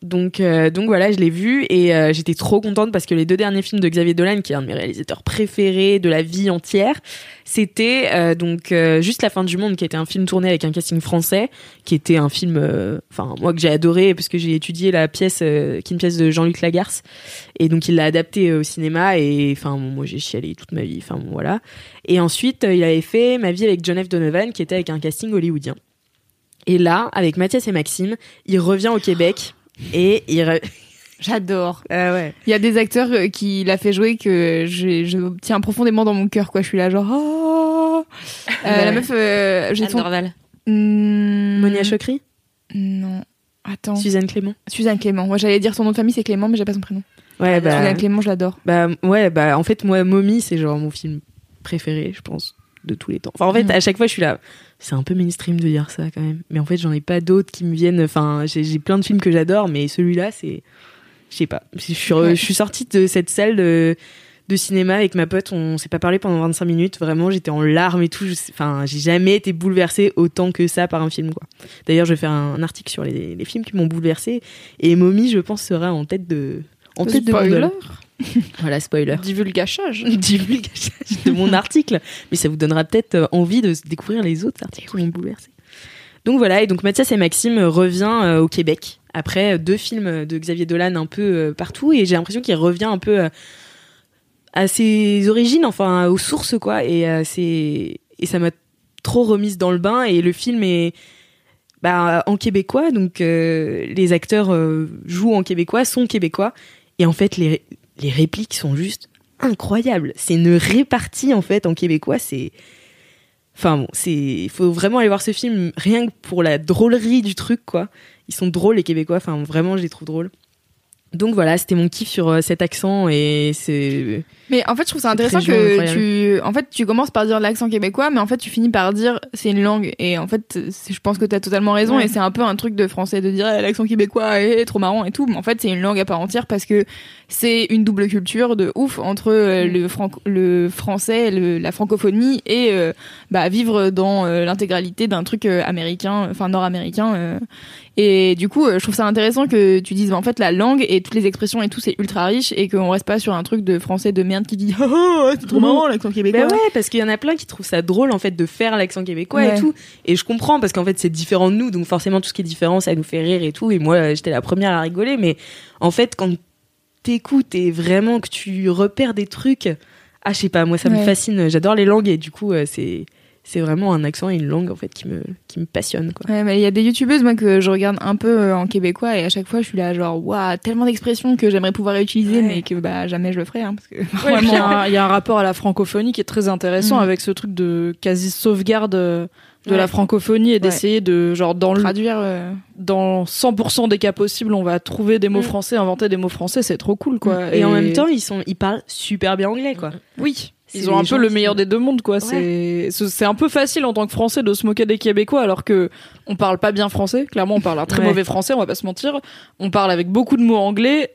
Donc voilà, je l'ai vu et j'étais trop contente parce que les 2 derniers films de Xavier Dolan, qui est un de mes réalisateurs préférés de la vie entière, c'était Juste la fin du monde, qui était un film tourné avec un casting français, qui était un film, moi que j'ai adoré parce que j'ai étudié la pièce, qui est une pièce de Jean-Luc Lagarce, et donc il l'a adapté au cinéma et moi j'ai chialé toute ma vie. Voilà. Et ensuite il avait fait Ma vie avec John F. Donovan, qui était avec un casting hollywoodien. Et là, avec Mathias et Maxime, il revient au Québec. Et j'adore. Ouais. Il y a des acteurs qui l'a fait jouer que je tiens profondément dans mon cœur, quoi. Je suis là genre la meuf j'ai son Monia Chokri. Non, attends. Suzanne Clément. Moi j'allais dire son nom de famille, c'est Clément, mais j'ai pas son prénom. Ouais, Suzanne Clément, je l'adore. En fait moi Mommy, c'est genre mon film préféré, je pense, de tous les temps. Enfin en fait, à chaque fois je suis là, c'est un peu mainstream de dire ça quand même, mais en fait j'en ai pas d'autres qui me viennent. J'ai plein de films que j'adore, mais celui-là, c'est, je sais pas, je suis sortie de cette salle de cinéma avec ma pote, on s'est pas parlé pendant 25 minutes, vraiment j'étais en larmes et tout. J'ai jamais été bouleversée autant que ça par un film, quoi. D'ailleurs je vais faire un article sur les films qui m'ont bouleversée, et Mommy, je pense, sera en tête de spoiler. Voilà, spoiler. Divulgachage de mon article. Mais ça vous donnera peut-être envie de découvrir les autres articles qui m'ont bouleversé. Donc voilà, et donc Mathias et Maxime revient au Québec après 2 films de Xavier Dolan un peu partout, et j'ai l'impression qu'il revient un peu à ses origines, aux sources, quoi. Et ça m'a trop remise dans le bain, et le film est en québécois, donc les acteurs jouent en québécois, sont québécois, et en fait les répliques sont juste incroyables. C'est une répartie en fait en québécois, il faut vraiment aller voir ce film rien que pour la drôlerie du truc, quoi. Ils sont drôles, les Québécois, vraiment je les trouve drôles. Donc voilà, c'était mon kiff sur cet accent, et c'est... Mais en fait, je trouve ça intéressant que tu commences par dire l'accent québécois, mais en fait, tu finis par dire c'est une langue. Et en fait, je pense que t'as totalement raison, et c'est un peu un truc de français de dire l'accent québécois est trop marrant et tout. Mais en fait, c'est une langue à part entière parce que c'est une double culture de ouf entre le français, la francophonie, et vivre dans l'intégralité d'un truc américain, nord-américain. Et du coup, je trouve ça intéressant que tu dises en fait la langue et toutes les expressions et tout, c'est ultra riche, et qu'on reste pas sur un truc de français de merde qui dit c'est trop marrant l'accent québécois. Ouais, parce qu'il y en a plein qui trouvent ça drôle en fait de faire l'accent québécois et tout, et je comprends parce qu'en fait c'est différent de nous, donc forcément tout ce qui est différent ça nous fait rire et tout, et moi j'étais la première à rigoler, mais en fait quand t'écoutes et vraiment que tu repères des trucs, je sais pas, moi ça me fascine, j'adore les langues, et du coup c'est vraiment un accent et une langue en fait qui me passionne, quoi. Ouais, mais il y a des youtubeuses moi que je regarde un peu en québécois, et à chaque fois je suis là genre waouh, tellement d'expressions que j'aimerais pouvoir réutiliser, mais que jamais je le ferai, parce que vraiment il y a un rapport à la francophonie qui est très intéressant avec ce truc de quasi sauvegarde de la francophonie, et d'essayer de genre traduire dans 100% des cas possibles, on va trouver des mots français, inventer des mots français, c'est trop cool, quoi. Et en même temps ils parlent super bien anglais, quoi. Oui. Ils ont un peu le meilleur des deux mondes, quoi. Ouais. C'est un peu facile en tant que Français de se moquer des Québécois, alors que on parle pas bien français. Clairement, on parle un très mauvais français, on va pas se mentir. On parle avec beaucoup de mots anglais,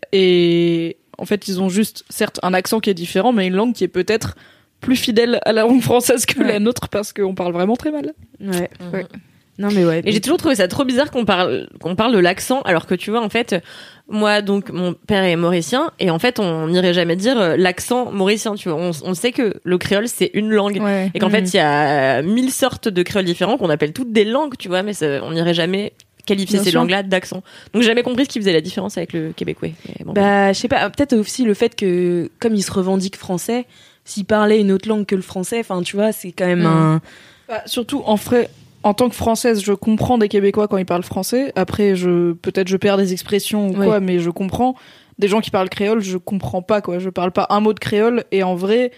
et en fait, ils ont juste, certes, un accent qui est différent, mais une langue qui est peut-être plus fidèle à la langue française que la nôtre, parce qu'on parle vraiment très mal. Ouais. Non mais ouais. Et j'ai toujours trouvé ça trop bizarre qu'on parle de l'accent, alors que tu vois, en fait, moi, donc, mon père est mauricien, et en fait, on n'irait jamais dire l'accent mauricien, tu vois. On sait que le créole, c'est une langue. Ouais. Et qu'en fait, il y a 1000 sortes de créoles différents qu'on appelle toutes des langues, tu vois, mais on n'irait jamais qualifier ces langues-là d'accent. Donc, j'ai jamais compris ce qui faisait la différence avec le québécois. Bon, je sais pas, peut-être aussi le fait que, comme ils se revendiquent français, s'ils parlaient une autre langue que le français, tu vois, c'est quand même surtout, en tant que Française, je comprends des Québécois quand ils parlent français. Après, peut-être je perds des expressions ou quoi, mais je comprends. Des gens qui parlent créole, je comprends pas, quoi. Je parle pas un mot de créole, et en vrai,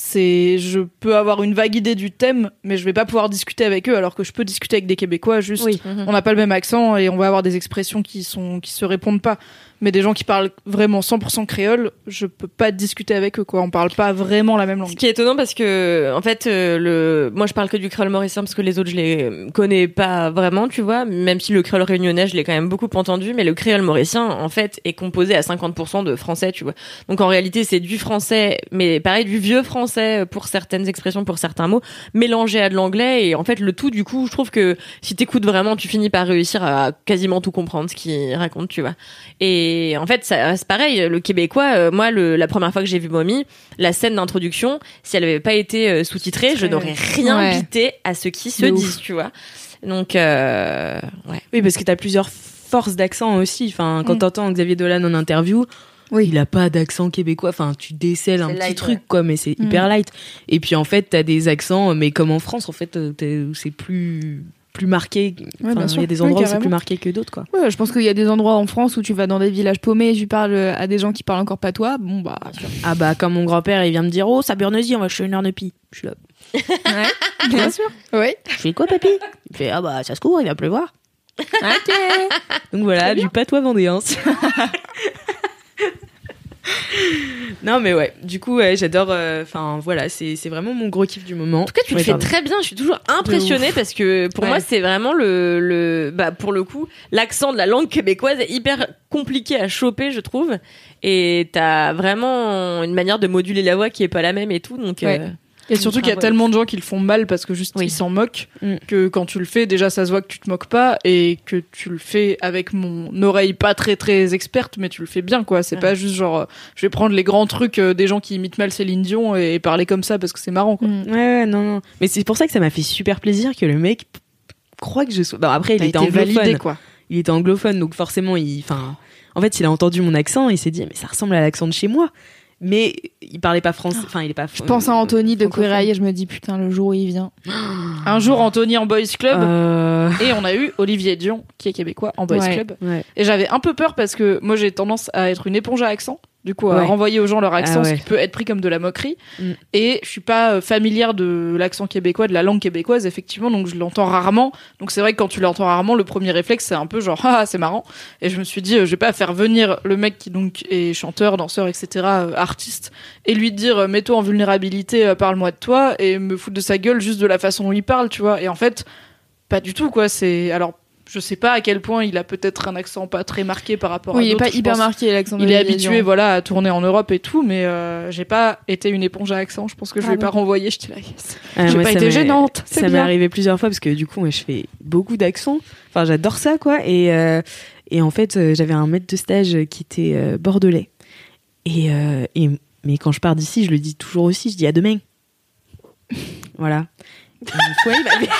je peux avoir une vague idée du thème, mais je vais pas pouvoir discuter avec eux, alors que je peux discuter avec des Québécois, juste, on n'a pas le même accent, et on va avoir des expressions qui se répondent pas. mais des gens qui parlent vraiment 100% créole, je peux pas discuter avec eux, quoi. On parle pas vraiment la même langue. Ce qui est étonnant parce que, en fait, moi, je parle que du créole mauricien parce que les autres, je les connais pas vraiment, tu vois. Même si le créole réunionnais, je l'ai quand même beaucoup entendu, mais le créole mauricien, en fait, est composé à 50% de français, tu vois. Donc, en réalité, c'est du français, mais pareil, du vieux français pour certaines expressions, pour certains mots, mélangé à de l'anglais. Et en fait, le tout, du coup, je trouve que si t'écoutes vraiment, tu finis par réussir à quasiment tout comprendre ce qu'il raconte, tu vois. Et en fait, c'est pareil, le québécois, moi, la première fois que j'ai vu Mommy, la scène d'introduction, si elle avait pas été sous-titrée, je n'aurais rien bité à ce qui se disent, tu vois. Donc, ouais. Oui, parce que t'as plusieurs forces d'accent aussi. Enfin, quand t'entends Xavier Dolan en interview, il a pas d'accent québécois. Enfin, tu décèles un petit truc, quoi, mais c'est hyper light. Et puis, en fait, t'as des accents, mais comme en France, en fait, c'est plus marqué. Enfin, il y a des endroits où c'est plus marqué que d'autres, quoi. Ouais, je pense qu'il y a des endroits en France où tu vas dans des villages paumés et tu parles à des gens qui parlent encore patois. Bon, bah. Ah, bah, comme mon grand-père, il vient me dire, oh, ça Burnezy, on va chez une heure de pie. Je suis là. Ouais, bien sûr. Oui. Je fais quoi, papy? Il fait, ah, bah, ça se court, il va pleuvoir. Ok. Donc voilà, du patois vendéen. Non mais ouais, du coup j'adore. Enfin voilà, c'est vraiment mon gros kiff du moment. En tout cas, tu le fais très bien. Je suis toujours impressionnée parce que pour moi c'est vraiment bah pour le coup l'accent de la langue québécoise est hyper compliqué à choper, je trouve. Et t'as vraiment une manière de moduler la voix qui est pas la même et tout. Donc et surtout qu'il y a tellement de gens qui le font mal parce que juste ils s'en moquent que quand tu le fais, déjà ça se voit que tu te moques pas et que tu le fais avec mon oreille pas très très experte, mais tu le fais bien, quoi. C'est pas juste genre je vais prendre les grands trucs des gens qui imitent mal Céline Dion et parler comme ça parce que c'est marrant, quoi. Ouais, non. Mais c'est pour ça que ça m'a fait super plaisir que le mec croit que je sois. Bon, après il était anglophone, validé, quoi. Il était anglophone, donc forcément en fait il a entendu mon accent et il s'est dit mais ça ressemble à l'accent de chez moi. Mais il parlait pas français. Enfin, il est pas. Je pense à Anthony de Queer Eye et je me dis putain le jour où il vient. Un jour Anthony en Boys Club et on a eu Olivier Dion qui est québécois en Boys Club. Ouais. Et j'avais un peu peur parce que moi j'ai tendance à être une éponge à accent. Du coup, à renvoyer aux gens leur accent, ce qui peut être pris comme de la moquerie. Et je suis pas familière de l'accent québécois, de la langue québécoise, effectivement, donc je l'entends rarement. Donc c'est vrai que quand tu l'entends rarement, le premier réflexe, c'est un peu genre, ah, c'est marrant. Et je me suis dit, je vais pas faire venir le mec qui donc est chanteur, danseur, etc., artiste, et lui dire, mets-toi en vulnérabilité, parle-moi de toi, et me foutre de sa gueule juste de la façon dont il parle, tu vois. Et en fait, pas du tout, quoi. Alors, je sais pas à quel point il a peut-être un accent pas très marqué par rapport à d'autres. Oui, il est pas hyper marqué l'accent. Il est habitué, voilà, à tourner en Europe et tout, mais j'ai pas été une éponge à accent. Je pense que je vais pas renvoyer. J'étais là, j'ai pas été gênante. Ça m'est arrivé plusieurs fois parce que du coup, moi, je fais beaucoup d'accents. Enfin, j'adore ça, quoi. Et en fait, j'avais un maître de stage qui était bordelais. Mais quand je pars d'ici, je le dis toujours aussi. Je dis à demain. Voilà. Une fois, il m'avait.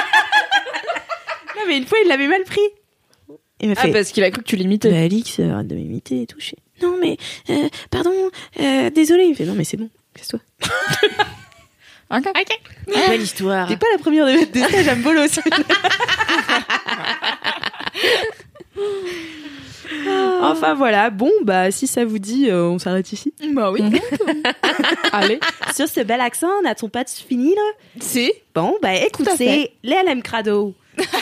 Mais une fois, il l'avait mal pris. Il m'a fait, parce qu'il a cru que tu l'imitais. Bah, Alix, arrête de m'imiter et tout. Non, mais, pardon, désolé. Il fait, non, mais c'est bon, casse-toi. Ok. Belle histoire. T'es pas la première de mettre des stages à me bolo aussi. Enfin, voilà. Bon, bah, si ça vous dit, on s'arrête ici. Bah oui. Allez. Sur ce bel accent, n'a-t-on pas fini, là? Si. Bon, bah, écoute, c'est les LM Crado.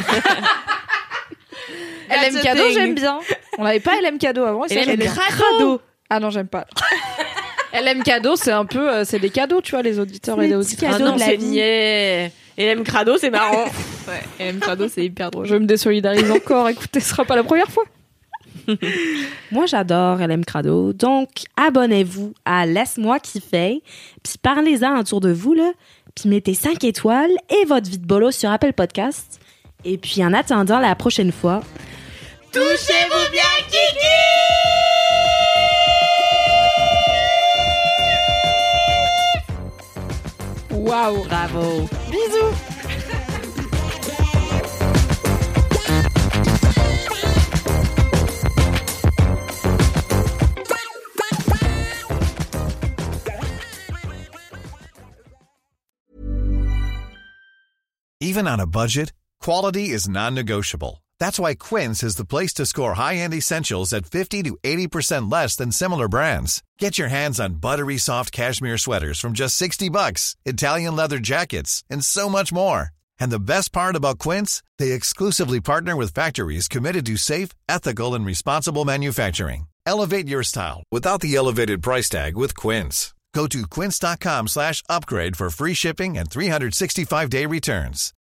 LM Cadeau, j'aime bien. On n'avait pas LM Cadeau avant. LM Crado. Ah non, j'aime pas. LM Cadeau, c'est un peu, c'est des cadeaux, tu vois, les auditeurs et les auditrices. Ah non, c'est niais. LM Crado, c'est marrant. Ouais, LM Crado, c'est hyper drôle. Je me désolidarise encore. Écoutez, ce sera pas la première fois. Moi, j'adore LM Crado. Donc, abonnez-vous à Laisse-moi kiffer. Puis parlez-en autour de vous, là. Puis mettez 5 étoiles et votre vie de bolo sur Apple Podcast. Et puis, en attendant la prochaine fois, touchez-vous bien, Kiki! Waouh! Bravo! Bisous! Even on a budget, quality is non-negotiable. That's why Quince is the place to score high-end essentials at 50 to 80% less than similar brands. Get your hands on buttery soft cashmere sweaters from just $60, Italian leather jackets, and so much more. And the best part about Quince, they exclusively partner with factories committed to safe, ethical, and responsible manufacturing. Elevate your style without the elevated price tag with Quince. Go to quince.com/upgrade for free shipping and 365-day returns.